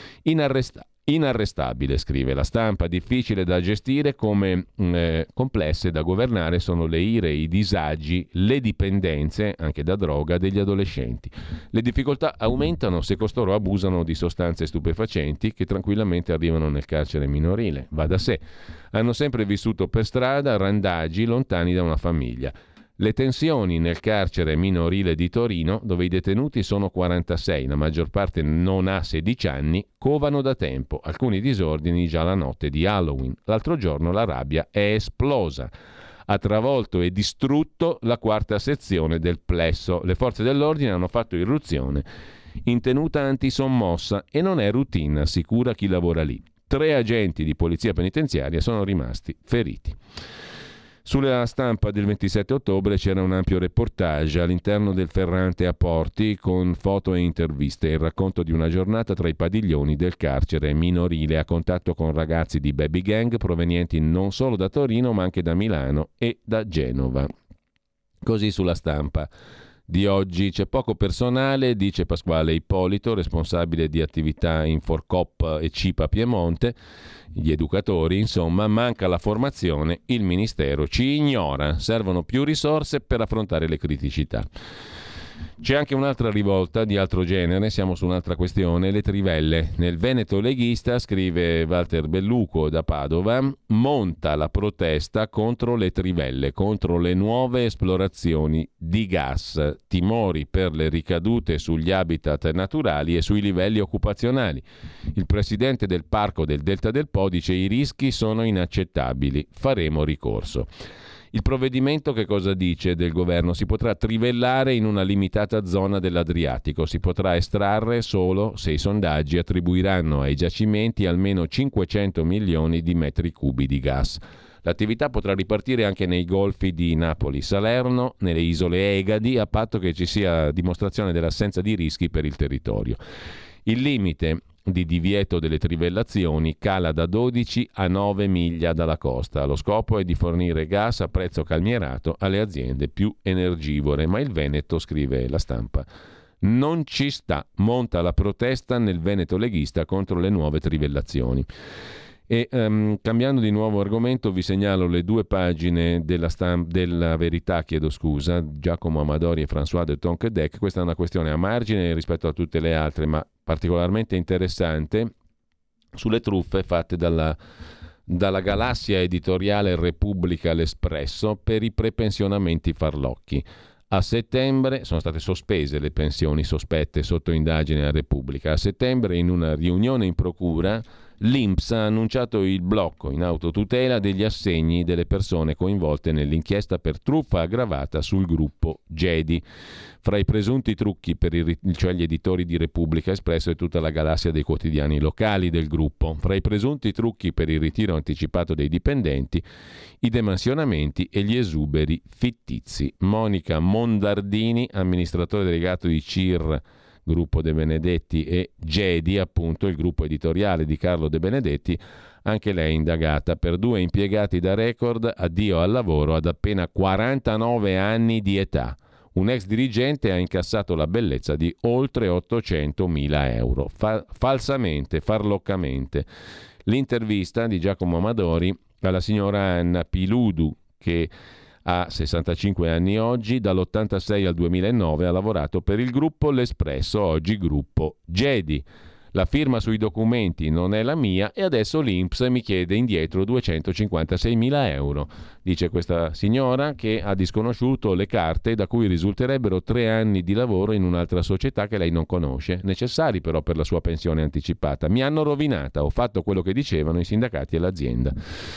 Inarrestabile, scrive la Stampa, difficile da gestire come complesse da governare sono le ire, i disagi, le dipendenze, anche da droga, degli adolescenti. Le difficoltà aumentano se costoro abusano di sostanze stupefacenti che tranquillamente arrivano nel carcere minorile. Va da sé. Hanno sempre vissuto per strada, randagi, lontani da una famiglia. Le tensioni nel carcere minorile di Torino, dove i detenuti sono 46, la maggior parte non ha 16 anni, covano da tempo. Alcuni disordini già la notte di Halloween. L'altro giorno la rabbia è esplosa. Ha travolto e distrutto la 4ª sezione del plesso. Le forze dell'ordine hanno fatto irruzione in tenuta antisommossa e non è routine, assicura chi lavora lì. 3 agenti di polizia penitenziaria sono rimasti feriti. Sulla Stampa del 27 ottobre c'era un ampio reportage all'interno del Ferrante a Porti con foto e interviste, il racconto di una giornata tra i padiglioni del carcere minorile a contatto con ragazzi di baby gang provenienti non solo da Torino ma anche da Milano e da Genova. Così sulla Stampa di oggi. C'è poco personale, dice Pasquale Ippolito, responsabile di attività in Forcop e Cipa Piemonte, gli educatori, insomma, manca la formazione, il Ministero ci ignora, servono più risorse per affrontare le criticità. C'è anche un'altra rivolta di altro genere, siamo su un'altra questione, le trivelle. Nel Veneto leghista, scrive Walter Belluco da Padova, monta la protesta contro le trivelle, contro le nuove esplorazioni di gas, timori per le ricadute sugli habitat naturali e sui livelli occupazionali. Il presidente del Parco del Delta del Po dice i rischi sono inaccettabili, faremo ricorso. Il provvedimento che cosa dice del governo? Si potrà trivellare in una limitata zona dell'Adriatico, si potrà estrarre solo se i sondaggi attribuiranno ai giacimenti almeno 500 milioni di metri cubi di gas. L'attività potrà ripartire anche nei golfi di Napoli, Salerno, nelle isole Egadi, a patto che ci sia dimostrazione dell'assenza di rischi per il territorio. Il limite di divieto delle trivellazioni cala da 12 a 9 miglia dalla costa. Lo scopo è di fornire gas a prezzo calmierato alle aziende più energivore, ma il Veneto, scrive La Stampa, non ci sta, monta la protesta nel Veneto leghista contro le nuove trivellazioni. E cambiando di nuovo argomento, vi segnalo le 2 pagine della Verità, Giacomo Amadori e François de Tonquedec. Questa è una questione a margine rispetto a tutte le altre, ma particolarmente interessante, sulle truffe fatte dalla galassia editoriale Repubblica L'Espresso per i prepensionamenti farlocchi. A settembre sono state sospese le pensioni sospette sotto indagine a Repubblica. A settembre, in una riunione in procura, l'INPS ha annunciato il blocco in autotutela degli assegni delle persone coinvolte nell'inchiesta per truffa aggravata sul gruppo Gedi. Fra i presunti trucchi per cioè gli editori di Repubblica Espresso e tutta la galassia dei quotidiani locali del gruppo. Fra i presunti trucchi per il ritiro anticipato dei dipendenti, i demansionamenti e gli esuberi fittizi. Monica Mondardini, amministratore delegato di CIR, Gruppo De Benedetti, e Gedi, appunto il gruppo editoriale di Carlo De Benedetti, anche lei indagata per 2 impiegati da record, addio al lavoro ad appena 49 anni di età. Un ex dirigente ha incassato la bellezza di oltre 800.000 euro, falsamente, farloccamente. L'intervista di Giacomo Amadori alla signora Anna Piludu, che ha 65 anni oggi, dall'86 al 2009 ha lavorato per il gruppo L'Espresso, oggi gruppo Gedi. La firma sui documenti non è la mia e adesso l'INPS mi chiede indietro 256.000 euro. Dice questa signora che ha disconosciuto le carte da cui risulterebbero 3 anni di lavoro in un'altra società che lei non conosce, necessari però per la sua pensione anticipata. Mi hanno rovinata, ho fatto quello che dicevano i sindacati e l'azienda.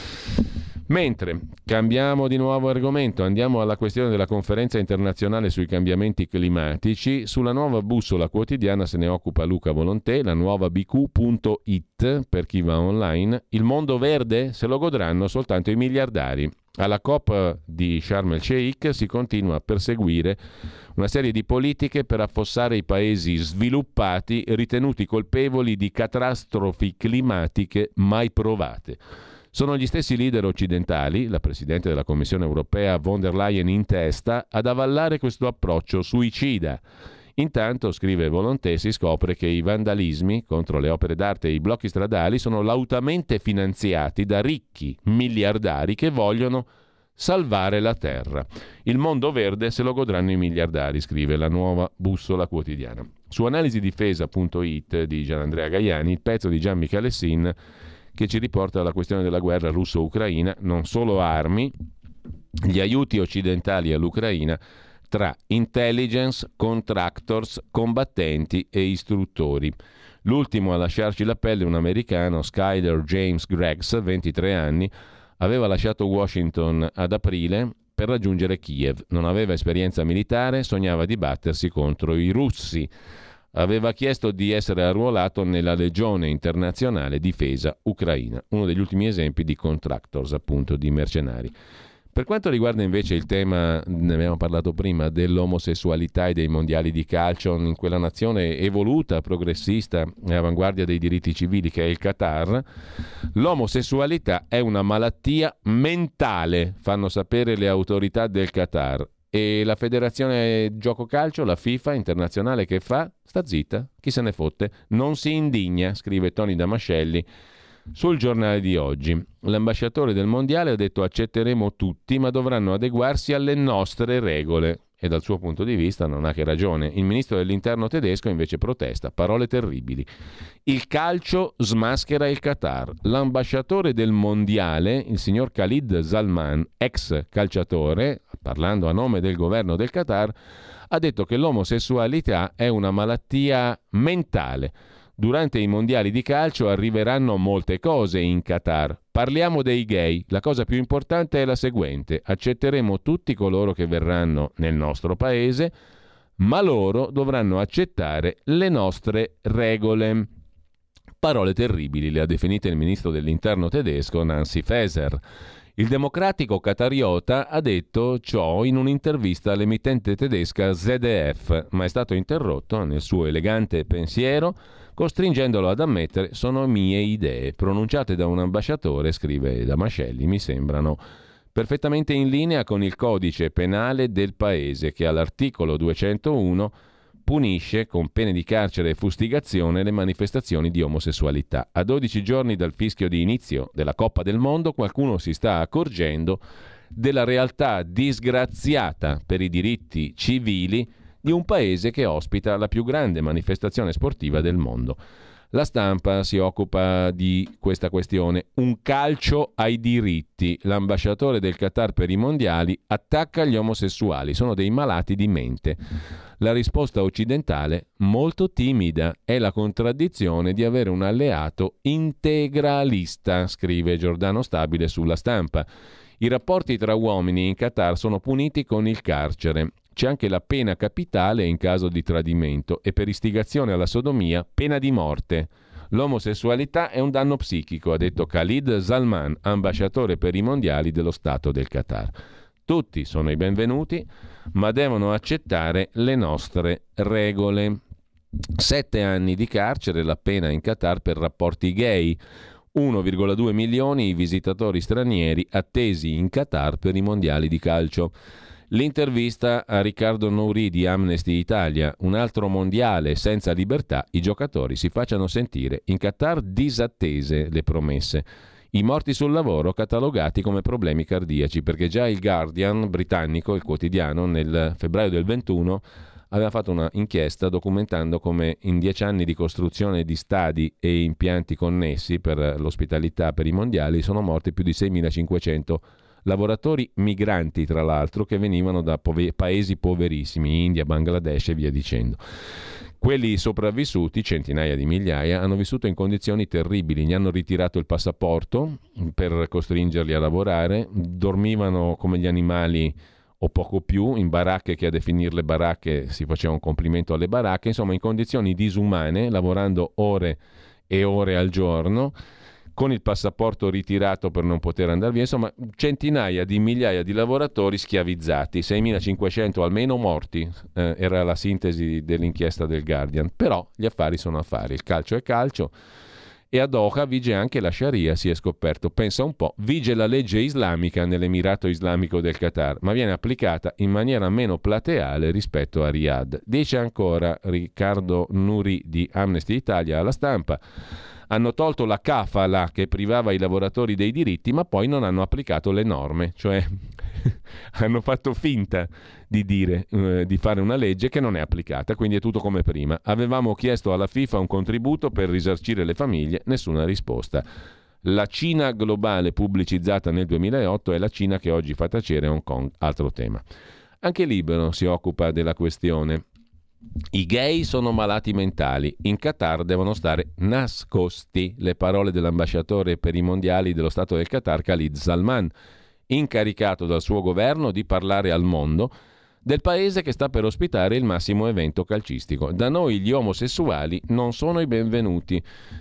Mentre cambiamo di nuovo argomento, andiamo alla questione della conferenza internazionale sui cambiamenti climatici. Sulla nuova bussola quotidiana se ne occupa Luca Volontè, la nuova bq.it per chi va online. Il mondo verde se lo godranno soltanto i miliardari. Alla COP di Sharm el Sheikh si continua a perseguire una serie di politiche per affossare i paesi sviluppati ritenuti colpevoli di catastrofi climatiche mai provate. Sono gli stessi leader occidentali, la Presidente della Commissione Europea von der Leyen in testa, ad avallare questo approccio suicida. Intanto, scrive Volontè, si scopre che i vandalismi contro le opere d'arte e i blocchi stradali sono lautamente finanziati da ricchi miliardari che vogliono salvare la terra. Il mondo verde se lo godranno i miliardari, scrive la nuova bussola quotidiana. Su analisidifesa.it di Gianandrea Gaiani, il pezzo di Gian Michele Sin che ci riporta alla questione della guerra russo-ucraina, non solo armi, gli aiuti occidentali all'Ucraina tra intelligence, contractors, combattenti e istruttori. L'ultimo a lasciarci la pelle, un americano, Skyler James Greggs, 23 anni, aveva lasciato Washington ad aprile per raggiungere Kiev. Non aveva esperienza militare, sognava di battersi contro i russi. Aveva chiesto di essere arruolato nella Legione Internazionale Difesa Ucraina, uno degli ultimi esempi di contractors, appunto, di mercenari. Per quanto riguarda invece il tema, ne abbiamo parlato prima, dell'omosessualità e dei mondiali di calcio in quella nazione evoluta, progressista e avanguardia dei diritti civili che è il Qatar, l'omosessualità è una malattia mentale, fanno sapere le autorità del Qatar. E la Federazione Gioco Calcio, la FIFA internazionale, che fa? Sta zitta, chi se ne fotte, non si indigna, scrive Tony Damascelli sul giornale di oggi. L'ambasciatore del mondiale ha detto: accetteremo tutti, ma dovranno adeguarsi alle nostre regole. E dal suo punto di vista non ha che ragione. Il ministro dell'interno tedesco invece protesta, parole terribili. Il calcio smaschera il Qatar. L'ambasciatore del mondiale, il signor Khalid Salman, ex calciatore, parlando a nome del governo del Qatar, ha detto che l'omosessualità è una malattia mentale. Durante i mondiali di calcio arriveranno molte cose in Qatar. Parliamo dei gay. La cosa più importante è la seguente: accetteremo tutti coloro che verranno nel nostro paese, ma loro dovranno accettare le nostre regole. Parole terribili le ha definite il ministro dell'interno tedesco Nancy Faeser. Il democratico qatariota ha detto ciò in un'intervista all'emittente tedesca ZDF, ma è stato interrotto nel suo elegante pensiero, costringendolo ad ammettere: sono mie idee, pronunciate da un ambasciatore, scrive Damascelli, mi sembrano perfettamente in linea con il codice penale del paese, che all'articolo 201 punisce con pene di carcere e fustigazione le manifestazioni di omosessualità. A 12 giorni dal fischio di inizio della Coppa del Mondo, qualcuno si sta accorgendo della realtà disgraziata per i diritti civili di un paese che ospita la più grande manifestazione sportiva del mondo. La Stampa si occupa di questa questione. Un calcio ai diritti. L'ambasciatore del Qatar per i mondiali attacca gli omosessuali. Sono dei malati di mente. La risposta occidentale, molto timida, è la contraddizione di avere un alleato integralista, scrive Giordano Stabile sulla Stampa. I rapporti tra uomini in Qatar sono puniti con il carcere. C'è anche la pena capitale in caso di tradimento e per istigazione alla sodomia pena di morte. L'omosessualità è un danno psichico, ha detto Khalid Salman, ambasciatore per i mondiali dello Stato del Qatar. Tutti sono i benvenuti, ma devono accettare le nostre regole. 7 anni di carcere la pena in Qatar per rapporti gay. 1,2 milioni i visitatori stranieri attesi in Qatar per i mondiali di calcio. L'intervista a Riccardo Nouri di Amnesty Italia: un altro mondiale senza libertà, i giocatori si facciano sentire. In Qatar disattese le promesse. I morti sul lavoro catalogati come problemi cardiaci, perché già il Guardian britannico, il quotidiano, nel febbraio del 21 aveva fatto una inchiesta documentando come in 10 anni di costruzione di stadi e impianti connessi per l'ospitalità per i mondiali sono morti più di 6.500 lavoratori migranti, tra l'altro, che venivano da paesi poverissimi, India, Bangladesh e via dicendo. Quelli sopravvissuti, centinaia di migliaia, hanno vissuto in condizioni terribili, gli hanno ritirato il passaporto per costringerli a lavorare, dormivano come gli animali o poco più, in baracche che a definirle baracche si faceva un complimento alle baracche, insomma in condizioni disumane, lavorando ore e ore al giorno, con il passaporto ritirato per non poter andare via, insomma centinaia di migliaia di lavoratori schiavizzati, 6.500 almeno morti, era la sintesi dell'inchiesta del Guardian. Però gli affari sono affari, il calcio è calcio, e a Doha vige anche la Sharia, si è scoperto, pensa un po', vige la legge islamica nell'Emirato Islamico del Qatar, ma viene applicata in maniera meno plateale rispetto a Riyadh. Dice ancora Riccardo Nouri di Amnesty Italia alla Stampa: hanno tolto la kafala che privava i lavoratori dei diritti, ma poi non hanno applicato le norme, cioè hanno fatto finta di dire di fare una legge che non è applicata, quindi è tutto come prima. Avevamo chiesto alla FIFA un contributo per risarcire le famiglie, nessuna risposta. La Cina globale pubblicizzata nel 2008 è la Cina che oggi fa tacere Hong Kong, altro tema. Anche Libero si occupa della questione. I gay sono malati mentali, in Qatar devono stare nascosti, le parole dell'ambasciatore per i mondiali dello Stato del Qatar Khalid Salman, incaricato dal suo governo di parlare al mondo del paese che sta per ospitare il massimo evento calcistico. Da noi gli omosessuali non sono i benvenuti.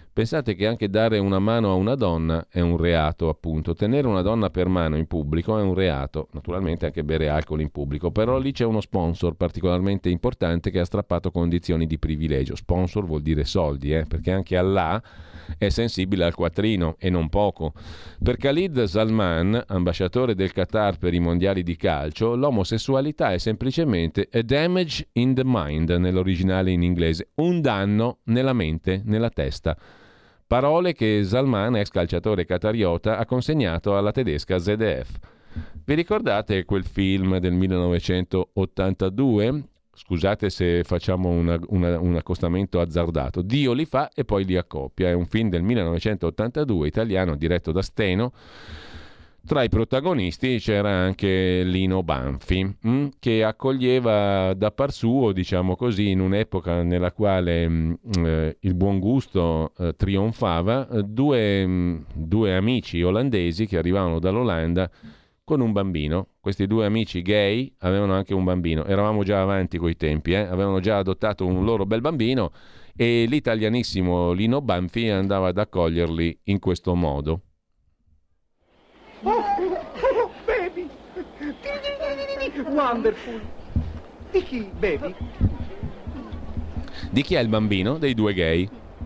Pensate che anche dare una mano a una donna è un reato, appunto. Tenere una donna per mano in pubblico è un reato. Naturalmente anche bere alcol in pubblico. Però lì c'è uno sponsor particolarmente importante che ha strappato condizioni di privilegio. Sponsor vuol dire soldi, perché anche Allah è sensibile al quattrino e non poco. Per Khalid Salman, ambasciatore del Qatar per i mondiali di calcio, l'omosessualità è semplicemente a damage in the mind, nell'originale in inglese, un danno nella mente, nella testa. Parole che Salman, ex calciatore qatariota, ha consegnato alla tedesca ZDF. Vi ricordate quel film del 1982? Scusate se facciamo un accostamento azzardato. Dio li fa e poi li accoppia. È un film del 1982 italiano diretto da Steno. Tra i protagonisti c'era anche Lino Banfi, che accoglieva da par suo, diciamo così, in un'epoca nella quale il buon gusto trionfava, due amici olandesi che arrivavano dall'Olanda con un bambino. Questi due amici gay avevano anche un bambino. Eravamo già avanti coi tempi, avevano già adottato un loro bel bambino e l'italianissimo Lino Banfi andava ad accoglierli in questo modo. Oh, baby! Wonderful! Di chi, baby? Di chi è il bambino? Dei due gay.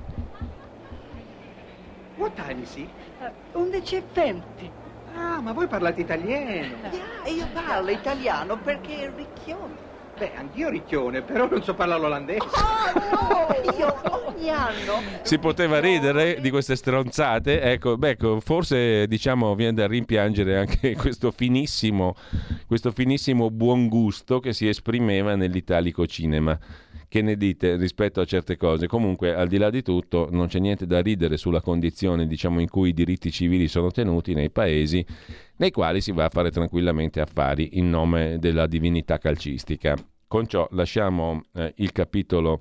What time is it? 11:20. Ah, ma voi parlate italiano. Yeah, io parlo italiano perché è ricchione. Beh, anch'io ricchione, però non so parlare l'olandese. Oh, no! Io ogni anno... Si poteva ridere di queste stronzate? Ecco, forse diciamo viene da rimpiangere anche questo finissimo buon gusto che si esprimeva nell'italico cinema. Che ne dite rispetto a certe cose? Comunque, al di là di tutto, non c'è niente da ridere sulla condizione, diciamo, in cui i diritti civili sono tenuti nei paesi nei quali si va a fare tranquillamente affari in nome della divinità calcistica. Con ciò lasciamo il capitolo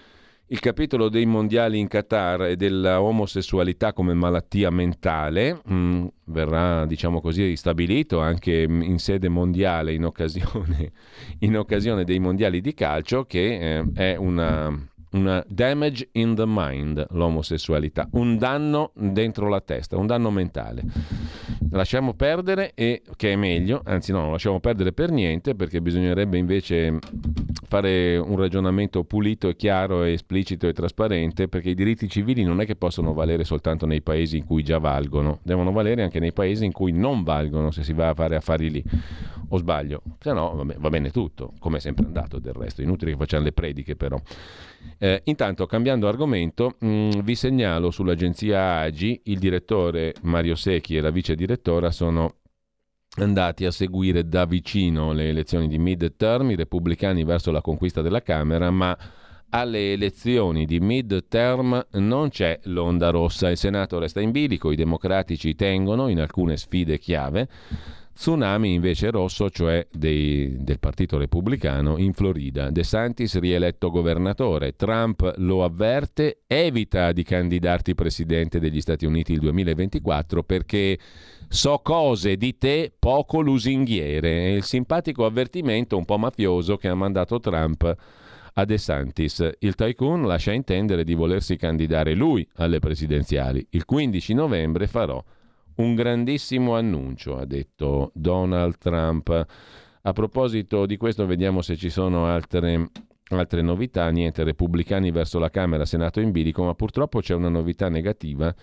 dei mondiali in Qatar e della omosessualità come malattia mentale. Verrà, diciamo così, stabilito anche in sede mondiale in occasione dei mondiali di calcio che è una damage in the mind, l'omosessualità, un danno dentro la testa, un danno mentale. Lasciamo perdere, e che è meglio, anzi no, non lasciamo perdere per niente, perché bisognerebbe invece fare un ragionamento pulito e chiaro e esplicito e trasparente, perché i diritti civili non è che possono valere soltanto nei paesi in cui già valgono, devono valere anche nei paesi in cui non valgono, se si va a fare affari lì. O sbaglio? Se no va bene tutto, come è sempre andato del resto, inutile che facciamo le prediche però. Intanto, cambiando argomento, vi segnalo sull'agenzia AGI il direttore Mario Secchi e la vice direttora sono andati a seguire da vicino le elezioni di mid-term, i repubblicani verso la conquista della Camera, ma alle elezioni di mid-term non c'è l'onda rossa, il Senato resta in bilico, i democratici tengono in alcune sfide chiave. Tsunami invece rosso, cioè del Partito Repubblicano in Florida. De Santis rieletto governatore, Trump lo avverte, evita di candidarti presidente degli Stati Uniti il 2024 perché so cose di te poco lusinghiere. È il simpatico avvertimento un po' mafioso che ha mandato Trump a De Santis. Il tycoon lascia intendere di volersi candidare lui alle presidenziali. Il 15 novembre farò un grandissimo annuncio, ha detto Donald Trump. A proposito di questo, vediamo se ci sono altre novità. Niente, repubblicani verso la Camera, Senato in bilico, ma purtroppo c'è una novità negativa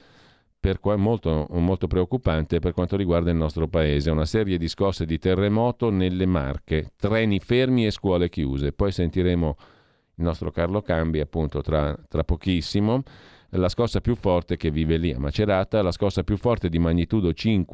molto, molto preoccupante per quanto riguarda il nostro paese. Una serie di scosse di terremoto nelle Marche, treni fermi e scuole chiuse. Poi sentiremo il nostro Carlo Cambi appunto tra pochissimo. La scossa più forte che vive lì a Macerata, la scossa più forte di magnitudo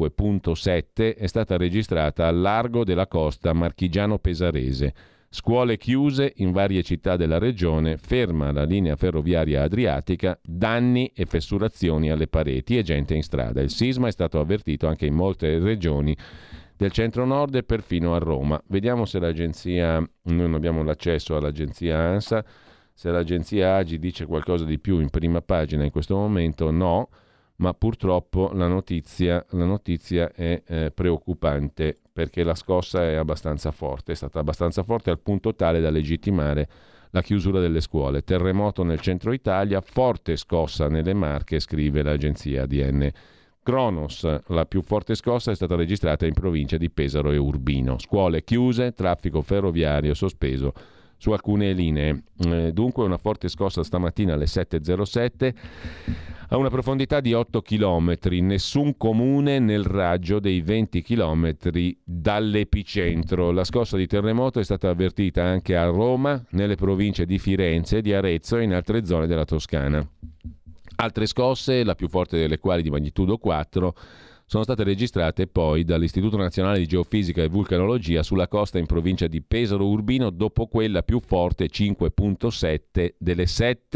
5.7 è stata registrata al largo della costa marchigiano-pesarese. Scuole chiuse in varie città della regione, ferma la linea ferroviaria adriatica, danni e fessurazioni alle pareti e gente in strada. Il sisma è stato avvertito anche in molte regioni del centro-nord e perfino a Roma. Vediamo se l'agenzia, noi non abbiamo l'accesso all'agenzia ANSA, se l'agenzia AGI dice qualcosa di più in prima pagina in questo momento, no, ma purtroppo la notizia è preoccupante perché la scossa è abbastanza forte, è stata abbastanza forte al punto tale da legittimare la chiusura delle scuole. Terremoto nel centro Italia, forte scossa nelle Marche, scrive l'agenzia ADN Cronos. La più forte scossa è stata registrata in provincia di Pesaro e Urbino. Scuole chiuse, traffico ferroviario sospeso su alcune linee. Dunque una forte scossa stamattina alle 7.07 a una profondità di 8 km, nessun comune nel raggio dei 20 km dall'epicentro. La scossa di terremoto è stata avvertita anche a Roma, nelle province di Firenze, di Arezzo e in altre zone della Toscana. Altre scosse, la più forte delle quali di magnitudo 4, sono state registrate poi dall'Istituto Nazionale di Geofisica e Vulcanologia sulla costa in provincia di Pesaro Urbino, dopo quella più forte 5.7 delle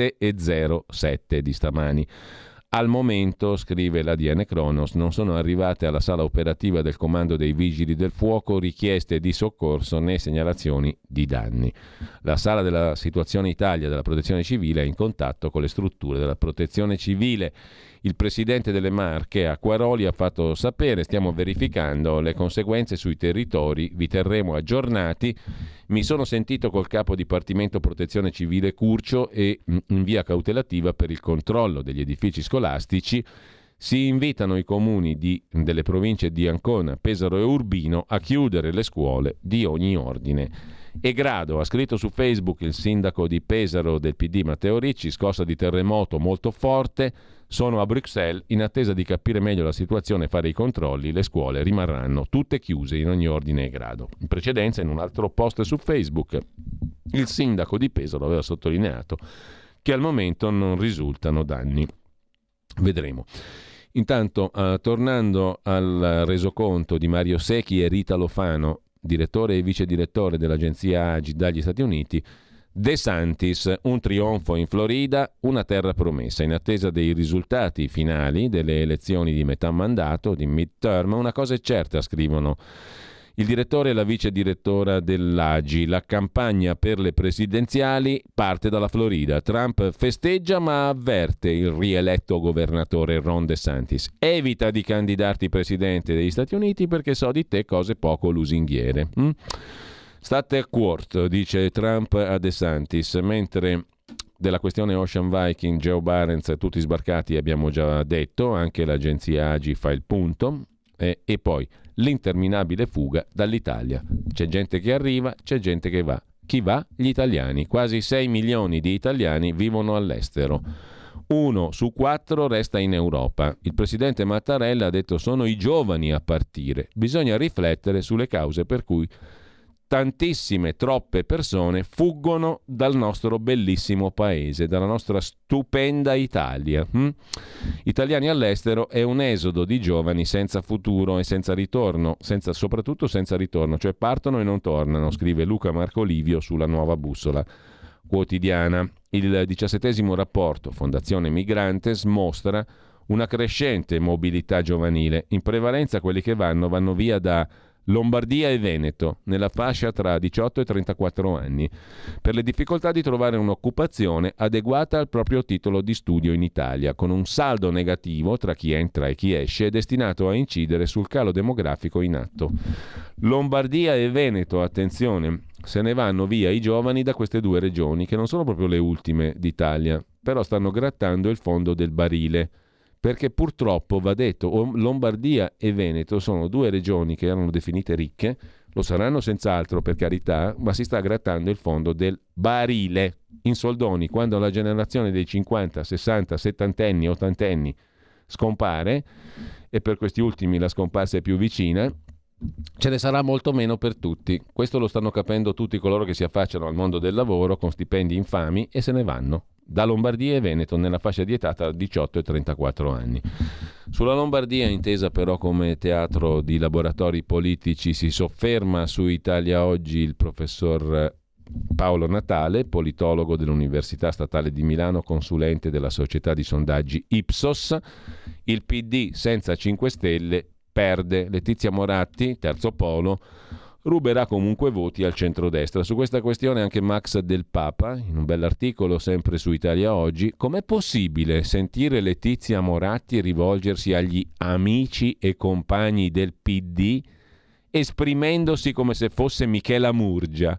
7.07 di stamani. Al momento, scrive l'ADN Cronos, non sono arrivate alla sala operativa del Comando dei Vigili del Fuoco richieste di soccorso né segnalazioni di danni. La sala della Situazione Italia della Protezione Civile è in contatto con le strutture della Protezione Civile. Il presidente delle Marche, Acquaroli, ha fatto sapere: stiamo verificando le conseguenze sui territori, vi terremo aggiornati. Mi sono sentito col capo dipartimento Protezione Civile Curcio e in via cautelativa per il controllo degli edifici scolastici si invitano i comuni delle province di Ancona, Pesaro e Urbino a chiudere le scuole di ogni ordine e grado. Ha scritto su Facebook il sindaco di Pesaro del PD Matteo Ricci: scossa di terremoto molto forte, sono a Bruxelles in attesa di capire meglio la situazione e fare i controlli, le scuole rimarranno tutte chiuse in ogni ordine e grado. In precedenza, in un altro post su Facebook, il sindaco di Pesaro aveva sottolineato che al momento non risultano danni. Vedremo. Intanto, tornando al resoconto di Mario Secchi e Rita Lofano, direttore e vice direttore dell'agenzia AGI dagli Stati Uniti, De Santis, un trionfo in Florida, una terra promessa. In attesa dei risultati finali delle elezioni di metà mandato, di midterm, una cosa è certa, scrivono il direttore e la vice direttora dell'AGI: la campagna per le presidenziali parte dalla Florida. Trump festeggia ma avverte il rieletto governatore Ron De Santis: evita di candidarti presidente degli Stati Uniti perché so di te cose poco lusinghiere. State a court, dice Trump a De Santis, mentre della questione Ocean Viking, Joe Barents, tutti sbarcati abbiamo già detto, anche l'agenzia AGI fa il punto, e poi l'interminabile fuga dall'Italia. C'è gente che arriva, c'è gente che va. Chi va? Gli italiani. Quasi 6 milioni di italiani vivono all'estero. 1 su 4 resta in Europa. Il presidente Mattarella ha detto: sono i giovani a partire. Bisogna riflettere sulle cause per cui tantissime, troppe persone fuggono dal nostro bellissimo paese, dalla nostra stupenda Italia. Italiani all'estero è un esodo di giovani senza futuro e senza ritorno, soprattutto senza ritorno, cioè partono e non tornano, scrive Luca Marcolivio sulla Nuova Bussola Quotidiana. Il 17° rapporto Fondazione Migrantes mostra una crescente mobilità giovanile, in prevalenza quelli che vanno via da Lombardia e Veneto, nella fascia tra 18 e 34 anni, per le difficoltà di trovare un'occupazione adeguata al proprio titolo di studio in Italia, con un saldo negativo tra chi entra e chi esce, destinato a incidere sul calo demografico in atto. Lombardia e Veneto, attenzione, se ne vanno via i giovani da queste due regioni, che non sono proprio le ultime d'Italia, però stanno grattando il fondo del barile. Perché purtroppo, va detto, Lombardia e Veneto sono due regioni che erano definite ricche, lo saranno senz'altro, per carità, ma si sta grattando il fondo del barile. In soldoni, quando la generazione dei 50, 60, 70enni, 80enni scompare, e per questi ultimi la scomparsa è più vicina, ce ne sarà molto meno per tutti. Questo lo stanno capendo tutti coloro che si affacciano al mondo del lavoro con stipendi infami e se ne vanno da Lombardia e Veneto nella fascia di età tra 18 e 34 anni. Sulla Lombardia, intesa però come teatro di laboratori politici, si sofferma su Italia Oggi il professor Paolo Natale, politologo dell'Università Statale di Milano, consulente della società di sondaggi Ipsos. Il PD senza 5 Stelle perde. Letizia Moratti, terzo polo, ruberà comunque voti al centrodestra. Su questa questione anche Max Del Papa, in un bell'articolo sempre su Italia Oggi: com'è possibile sentire Letizia Moratti rivolgersi agli amici e compagni del PD esprimendosi come se fosse Michela Murgia?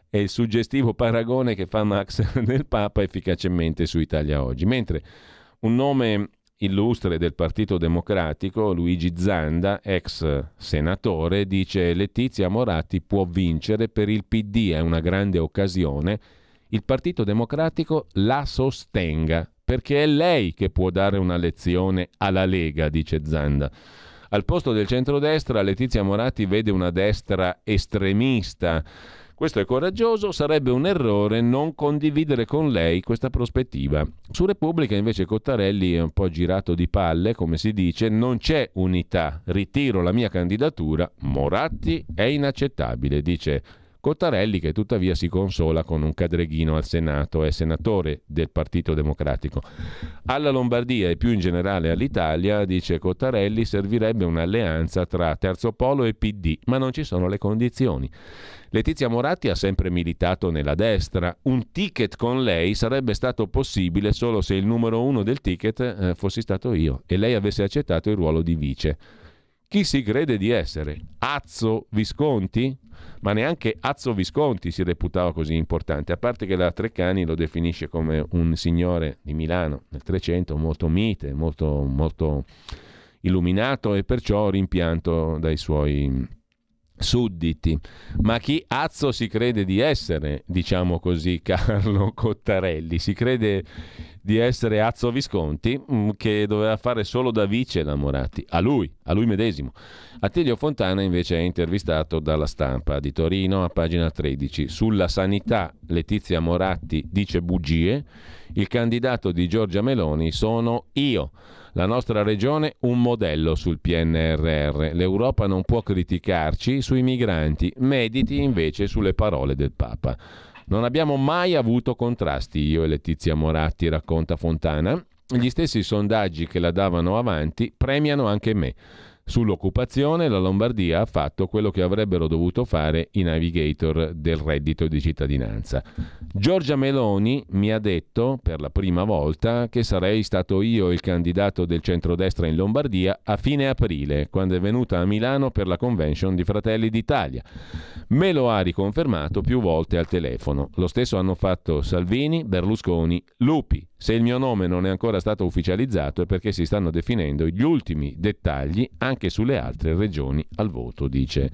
È il suggestivo paragone che fa Max del Papa efficacemente su Italia Oggi. Mentre un nome illustre del Partito Democratico, Luigi Zanda, ex senatore, dice: Letizia Moratti può vincere, per il PD è una grande occasione, il Partito Democratico la sostenga, perché è lei che può dare una lezione alla Lega, dice Zanda. Al posto del centrodestra, Letizia Moratti vede una destra estremista. Questo è coraggioso, sarebbe un errore non condividere con lei questa prospettiva. Su Repubblica invece Cottarelli è un po' girato di palle, come si dice, non c'è unità, ritiro la mia candidatura, Moratti è inaccettabile, dice Cottarelli, che tuttavia si consola con un cadreghino al Senato, è senatore del Partito Democratico. Alla Lombardia e più in generale all'Italia, dice Cottarelli, servirebbe un'alleanza tra Terzo Polo e PD, ma non ci sono le condizioni. Letizia Moratti ha sempre militato nella destra. Un ticket con lei sarebbe stato possibile solo se il numero uno del ticket fossi stato io e lei avesse accettato il ruolo di vice. Chi si crede di essere? Azzo Visconti? Ma neanche Azzo Visconti si reputava così importante, a parte che la Treccani lo definisce come un signore di Milano nel 300 molto mite, molto illuminato e perciò rimpianto dai suoi sudditi. Ma chi Azzo si crede di essere, diciamo così, Carlo Cottarelli? Si crede di essere Azzo Visconti, che doveva fare solo da vice la Moratti, a lui medesimo. Attilio Fontana invece è intervistato dalla Stampa di Torino a pagina 13. Sulla sanità Letizia Moratti dice bugie, il candidato di Giorgia Meloni sono io. La nostra regione un modello sul PNRR. L'Europa non può criticarci sui migranti, mediti invece sulle parole del Papa. Non abbiamo mai avuto contrasti io e Letizia Moratti, racconta Fontana. Gli stessi sondaggi che la davano avanti premiano anche me. Sull'occupazione la Lombardia ha fatto quello che avrebbero dovuto fare i navigator del reddito di cittadinanza. Giorgia Meloni mi ha detto per la prima volta che sarei stato io il candidato del centrodestra in Lombardia a fine aprile, quando è venuta a Milano per la convention di Fratelli d'Italia. Me lo ha riconfermato più volte al telefono. Lo stesso hanno fatto Salvini, Berlusconi, Lupi. Se il mio nome non è ancora stato ufficializzato è perché si stanno definendo gli ultimi dettagli anche sulle altre regioni al voto, dice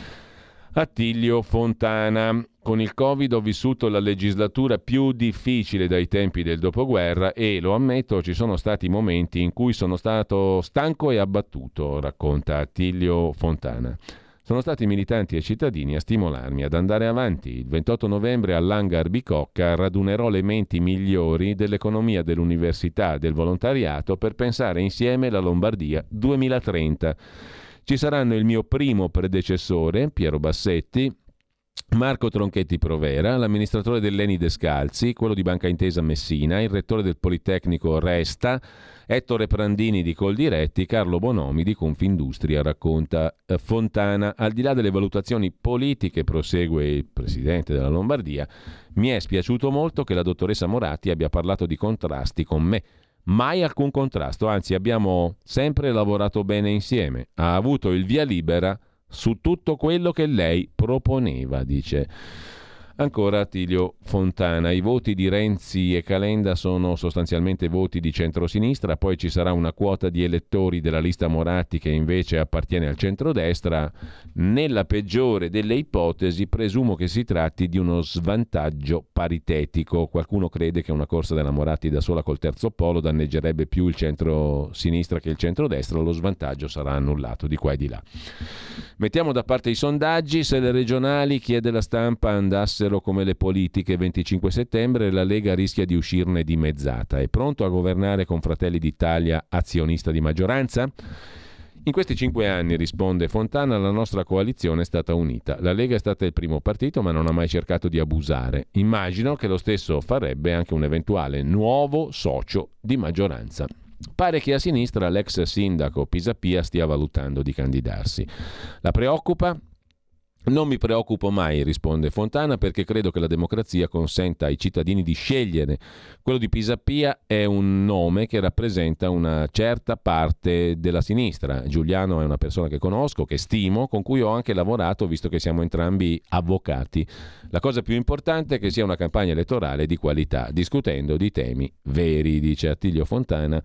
Attilio Fontana. Con il Covid ho vissuto la legislatura più difficile dai tempi del dopoguerra e, lo ammetto, ci sono stati momenti in cui sono stato stanco e abbattuto, racconta Attilio Fontana. Sono stati militanti e cittadini a stimolarmi ad andare avanti. Il 28 novembre all'Hangar Bicocca radunerò le menti migliori dell'economia dell'università e del volontariato per pensare insieme la Lombardia 2030. Ci saranno il mio primo predecessore, Piero Bassetti, Marco Tronchetti Provera, l'amministratore dell'Eni Descalzi, quello di Banca Intesa Messina, il rettore del Politecnico Resta, Ettore Prandini di Coldiretti, Carlo Bonomi di Confindustria, racconta Fontana. Al di là delle valutazioni politiche, prosegue il presidente della Lombardia, mi è spiaciuto molto che la dottoressa Moratti abbia parlato di contrasti con me. Mai alcun contrasto, anzi abbiamo sempre lavorato bene insieme. Ha avuto il via libera su tutto quello che lei proponeva, dice ancora Attilio Fontana. I voti di Renzi e Calenda sono sostanzialmente voti di centrosinistra, poi ci sarà una quota di elettori della lista Moratti che invece appartiene al centrodestra. Nella peggiore delle ipotesi presumo che si tratti di uno svantaggio paritetico. Qualcuno crede che una corsa della Moratti da sola col terzo polo danneggerebbe più il centro-sinistra che il centrodestra. Lo svantaggio sarà annullato di qua e di là. Mettiamo da parte i sondaggi. Se le regionali, chiede la Stampa, andassero come le politiche 25 settembre, la Lega rischia di uscirne dimezzata. È pronto a governare con Fratelli d'Italia azionista di maggioranza? In questi 5 anni, risponde Fontana, la nostra coalizione è stata unita. La Lega è stata il primo partito, ma non ha mai cercato di abusare. Immagino che lo stesso farebbe anche un eventuale nuovo socio di maggioranza. Pare che a sinistra l'ex sindaco Pisapia stia valutando di candidarsi. La preoccupa? Non mi preoccupo mai, risponde Fontana, perché credo che la democrazia consenta ai cittadini di scegliere. Quello di Pisapia è un nome che rappresenta una certa parte della sinistra. Giuliano è una persona che conosco, che stimo, con cui ho anche lavorato, visto che siamo entrambi avvocati. La cosa più importante è che sia una campagna elettorale di qualità, discutendo di temi veri, dice Attilio Fontana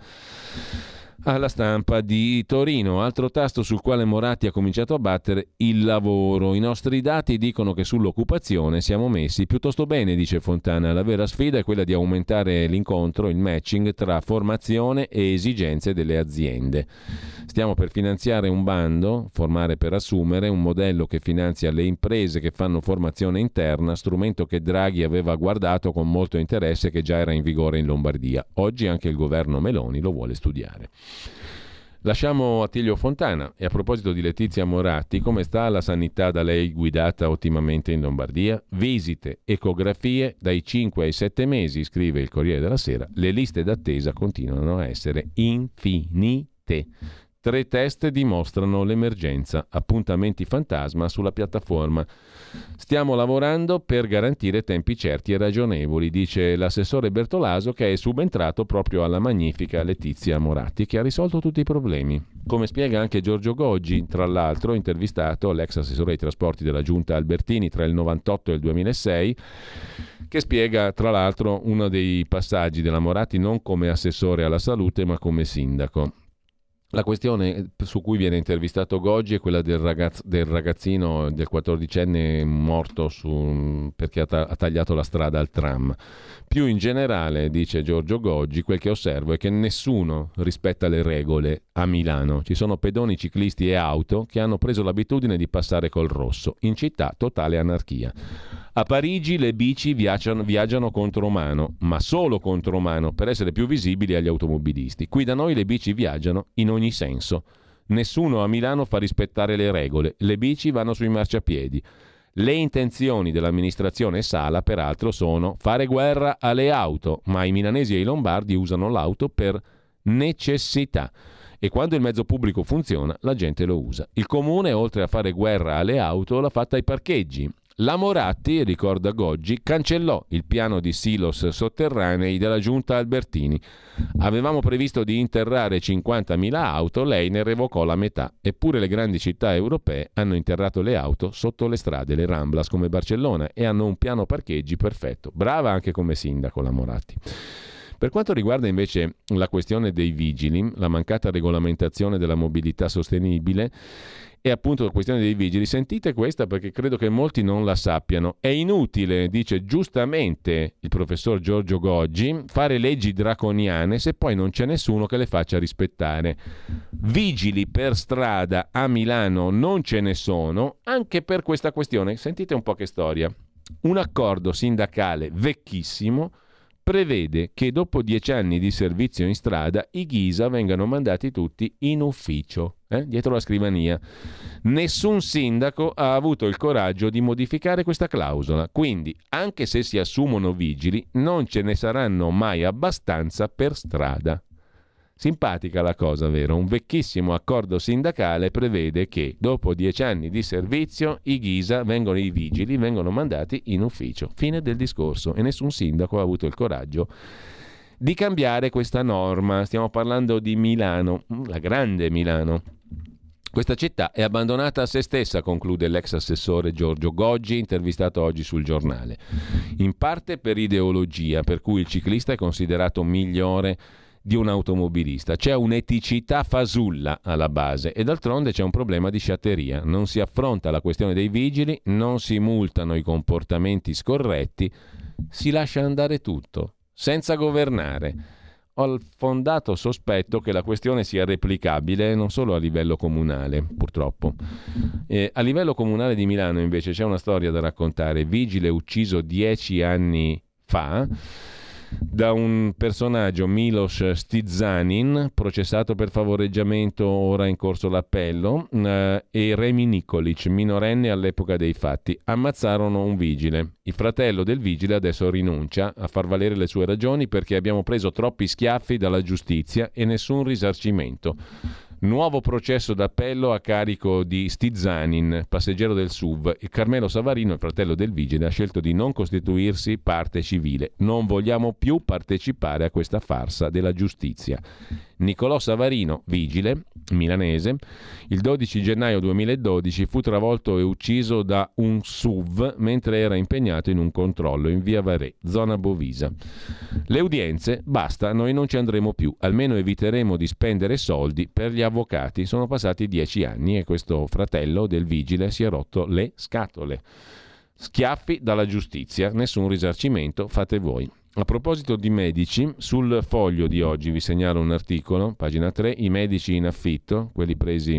alla Stampa di Torino. Altro tasto sul quale Moratti ha cominciato a battere: il lavoro. I nostri dati dicono che sull'occupazione siamo messi piuttosto bene, dice Fontana. La vera sfida è quella di aumentare l'incontro, il matching tra formazione e esigenze delle aziende. Stiamo per finanziare un bando, Formare per assumere, un modello che finanzia le imprese che fanno formazione interna, strumento che Draghi aveva guardato con molto interesse, che già era in vigore in Lombardia. Oggi anche il governo Meloni lo vuole studiare. Lasciamo Attilio Fontana. E a proposito di Letizia Moratti, come sta la sanità da lei guidata ottimamente in Lombardia? Visite, ecografie dai 5 ai 7 mesi, scrive il Corriere della Sera. Le liste d'attesa continuano a essere infinite. 3 test dimostrano l'emergenza. Appuntamenti fantasma sulla piattaforma. Stiamo lavorando per garantire tempi certi e ragionevoli, dice l'assessore Bertolaso, che è subentrato proprio alla magnifica Letizia Moratti, che ha risolto tutti i problemi. Come spiega anche Giorgio Goggi, tra l'altro intervistato, l'ex assessore ai trasporti della Giunta Albertini tra il 98 e il 2006, che spiega tra l'altro uno dei passaggi della Moratti non come assessore alla salute ma come sindaco. La questione su cui viene intervistato Goggi è quella del ragazzino, del 14enne morto perché ha tagliato la strada al tram. Più in generale, dice Giorgio Goggi, quel che osservo è che nessuno rispetta le regole a Milano. Ci sono pedoni, ciclisti e auto che hanno preso l'abitudine di passare col rosso. In città totale anarchia. A Parigi le bici viaggiano contromano, ma solo contromano, per essere più visibili agli automobilisti. Qui da noi le bici viaggiano in ogni senso. Nessuno a Milano fa rispettare le regole. Le bici vanno sui marciapiedi. Le intenzioni dell'amministrazione Sala, peraltro, sono fare guerra alle auto, ma i milanesi e i lombardi usano l'auto per necessità. E quando il mezzo pubblico funziona, la gente lo usa. Il comune, oltre a fare guerra alle auto, l'ha fatta ai parcheggi. La Moratti, ricorda Goggi, cancellò il piano di silos sotterranei della Giunta Albertini. Avevamo previsto di interrare 50.000 auto, lei ne revocò la metà. Eppure le grandi città europee hanno interrato le auto sotto le strade, le Ramblas come Barcellona, e hanno un piano parcheggi perfetto. Brava anche come sindaco la Moratti. Per quanto riguarda invece la questione dei vigili, la mancata regolamentazione della mobilità sostenibile e appunto la questione dei vigili, sentite questa perché credo che molti non la sappiano. È inutile, dice giustamente il professor Giorgio Goggi, fare leggi draconiane se poi non c'è nessuno che le faccia rispettare. Vigili per strada a Milano non ce ne sono, anche per questa questione. Sentite un po' che storia. Un accordo sindacale vecchissimo prevede che dopo 10 anni di servizio in strada i Ghisa vengano mandati tutti in ufficio, dietro la scrivania. Nessun sindaco ha avuto il coraggio di modificare questa clausola, quindi anche se si assumono vigili non ce ne saranno mai abbastanza per strada. Simpatica la cosa, vero? Un vecchissimo accordo sindacale prevede che dopo 10 anni di servizio i vigili vengono mandati in ufficio. Fine del discorso. E nessun sindaco ha avuto il coraggio di cambiare questa norma. Stiamo parlando di Milano, la grande Milano. Questa città è abbandonata a se stessa, conclude l'ex assessore Giorgio Goggi, intervistato oggi sul Giornale. In parte per ideologia, per cui il ciclista è considerato migliore di un automobilista. C'è un'eticità fasulla alla base e d'altronde c'è un problema di sciatteria. Non si affronta la questione dei vigili, non si multano i comportamenti scorretti, si lascia andare tutto, senza governare. Ho il fondato sospetto che la questione sia replicabile non solo a livello comunale, purtroppo. A livello comunale di Milano invece c'è una storia da raccontare. Vigile ucciso 10 anni fa da un personaggio, Milos Stizanin, processato per favoreggiamento, ora in corso l'appello, e Remi Nikolic, minorenne all'epoca dei fatti, ammazzarono un vigile. Il fratello del vigile adesso rinuncia a far valere le sue ragioni perché abbiamo preso troppi schiaffi dalla giustizia e nessun risarcimento. Nuovo processo d'appello a carico di Stizanin, passeggero del SUV. Il Carmelo Savarino, il fratello del vigile, ha scelto di non costituirsi parte civile. Non vogliamo più partecipare a questa farsa della giustizia. Nicolò Savarino, vigile, milanese, il 12 gennaio 2012 fu travolto e ucciso da un SUV mentre era impegnato in un controllo in via Varè, zona Bovisa. Le udienze, basta, noi non ci andremo più, almeno eviteremo di spendere soldi per gli avvocati. Sono passati 10 anni e questo fratello del vigile si è rotto le scatole. Schiaffi dalla giustizia, nessun risarcimento, fate voi. A proposito di medici, sul Foglio di oggi vi segnalo un articolo, pagina 3, i medici in affitto, quelli presi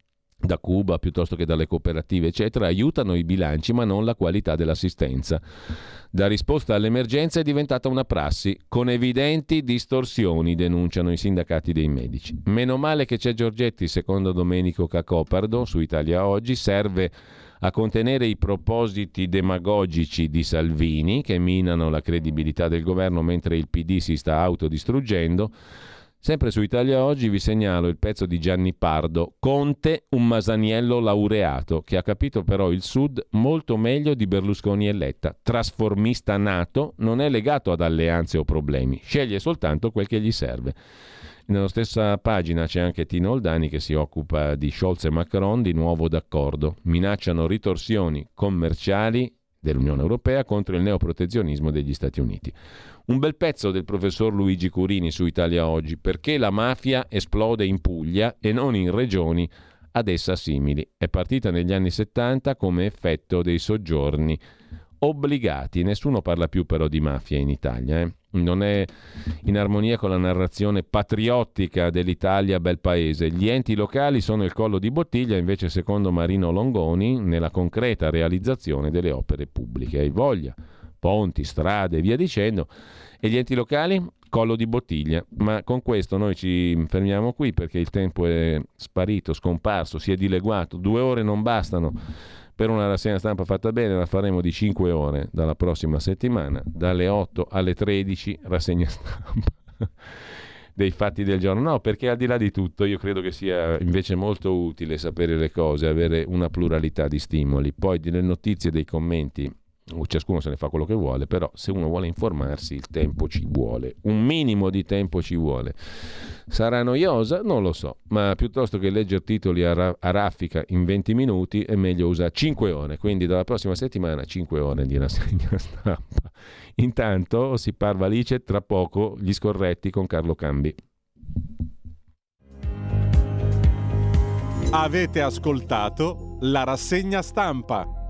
da Cuba piuttosto che dalle cooperative eccetera, aiutano i bilanci ma non la qualità dell'assistenza. Da risposta all'emergenza è diventata una prassi, con evidenti distorsioni, denunciano i sindacati dei medici. Meno male che c'è Giorgetti, secondo Domenico Cacopardo, su Italia Oggi, serve a contenere i propositi demagogici di Salvini, che minano la credibilità del governo mentre il PD si sta autodistruggendo. Sempre su Italia Oggi vi segnalo il pezzo di Gianni Pardo, Conte un Masaniello laureato, che ha capito però il Sud molto meglio di Berlusconi e Letta. Trasformista nato, non è legato ad alleanze o problemi, sceglie soltanto quel che gli serve. Nella stessa pagina c'è anche Tino Oldani che si occupa di Scholz e Macron, di nuovo d'accordo. Minacciano ritorsioni commerciali dell'Unione Europea contro il neoprotezionismo degli Stati Uniti. Un bel pezzo del professor Luigi Curini su Italia Oggi, perché la mafia esplode in Puglia e non in regioni ad essa simili. È partita negli anni 70 come effetto dei soggiorni obbligati. Nessuno parla più però di mafia in Italia. Non è in armonia con la narrazione patriottica dell'Italia bel paese. Gli enti locali sono il collo di bottiglia, invece secondo Marino Longoni, nella concreta realizzazione delle opere pubbliche. Hai voglia, ponti, strade, via dicendo. E gli enti locali? Collo di bottiglia. Ma con questo noi ci fermiamo qui perché il tempo è sparito, scomparso, si è dileguato. 2 ore non bastano per una rassegna stampa fatta bene, la faremo di 5 ore dalla prossima settimana, dalle 8 alle 13, rassegna stampa dei fatti del giorno. No, perché al di là di tutto io credo che sia invece molto utile sapere le cose, avere una pluralità di stimoli. Poi delle notizie, dei commenti, ciascuno se ne fa quello che vuole, però se uno vuole informarsi il tempo ci vuole, un minimo di tempo ci vuole. Sarà noiosa? Non lo so, ma piuttosto che leggere titoli a raffica in 20 minuti è meglio usare 5 ore, quindi dalla prossima settimana 5 ore di rassegna stampa. Intanto si parla Alice, tra poco gli scorretti con Carlo Cambi. Avete ascoltato la rassegna stampa.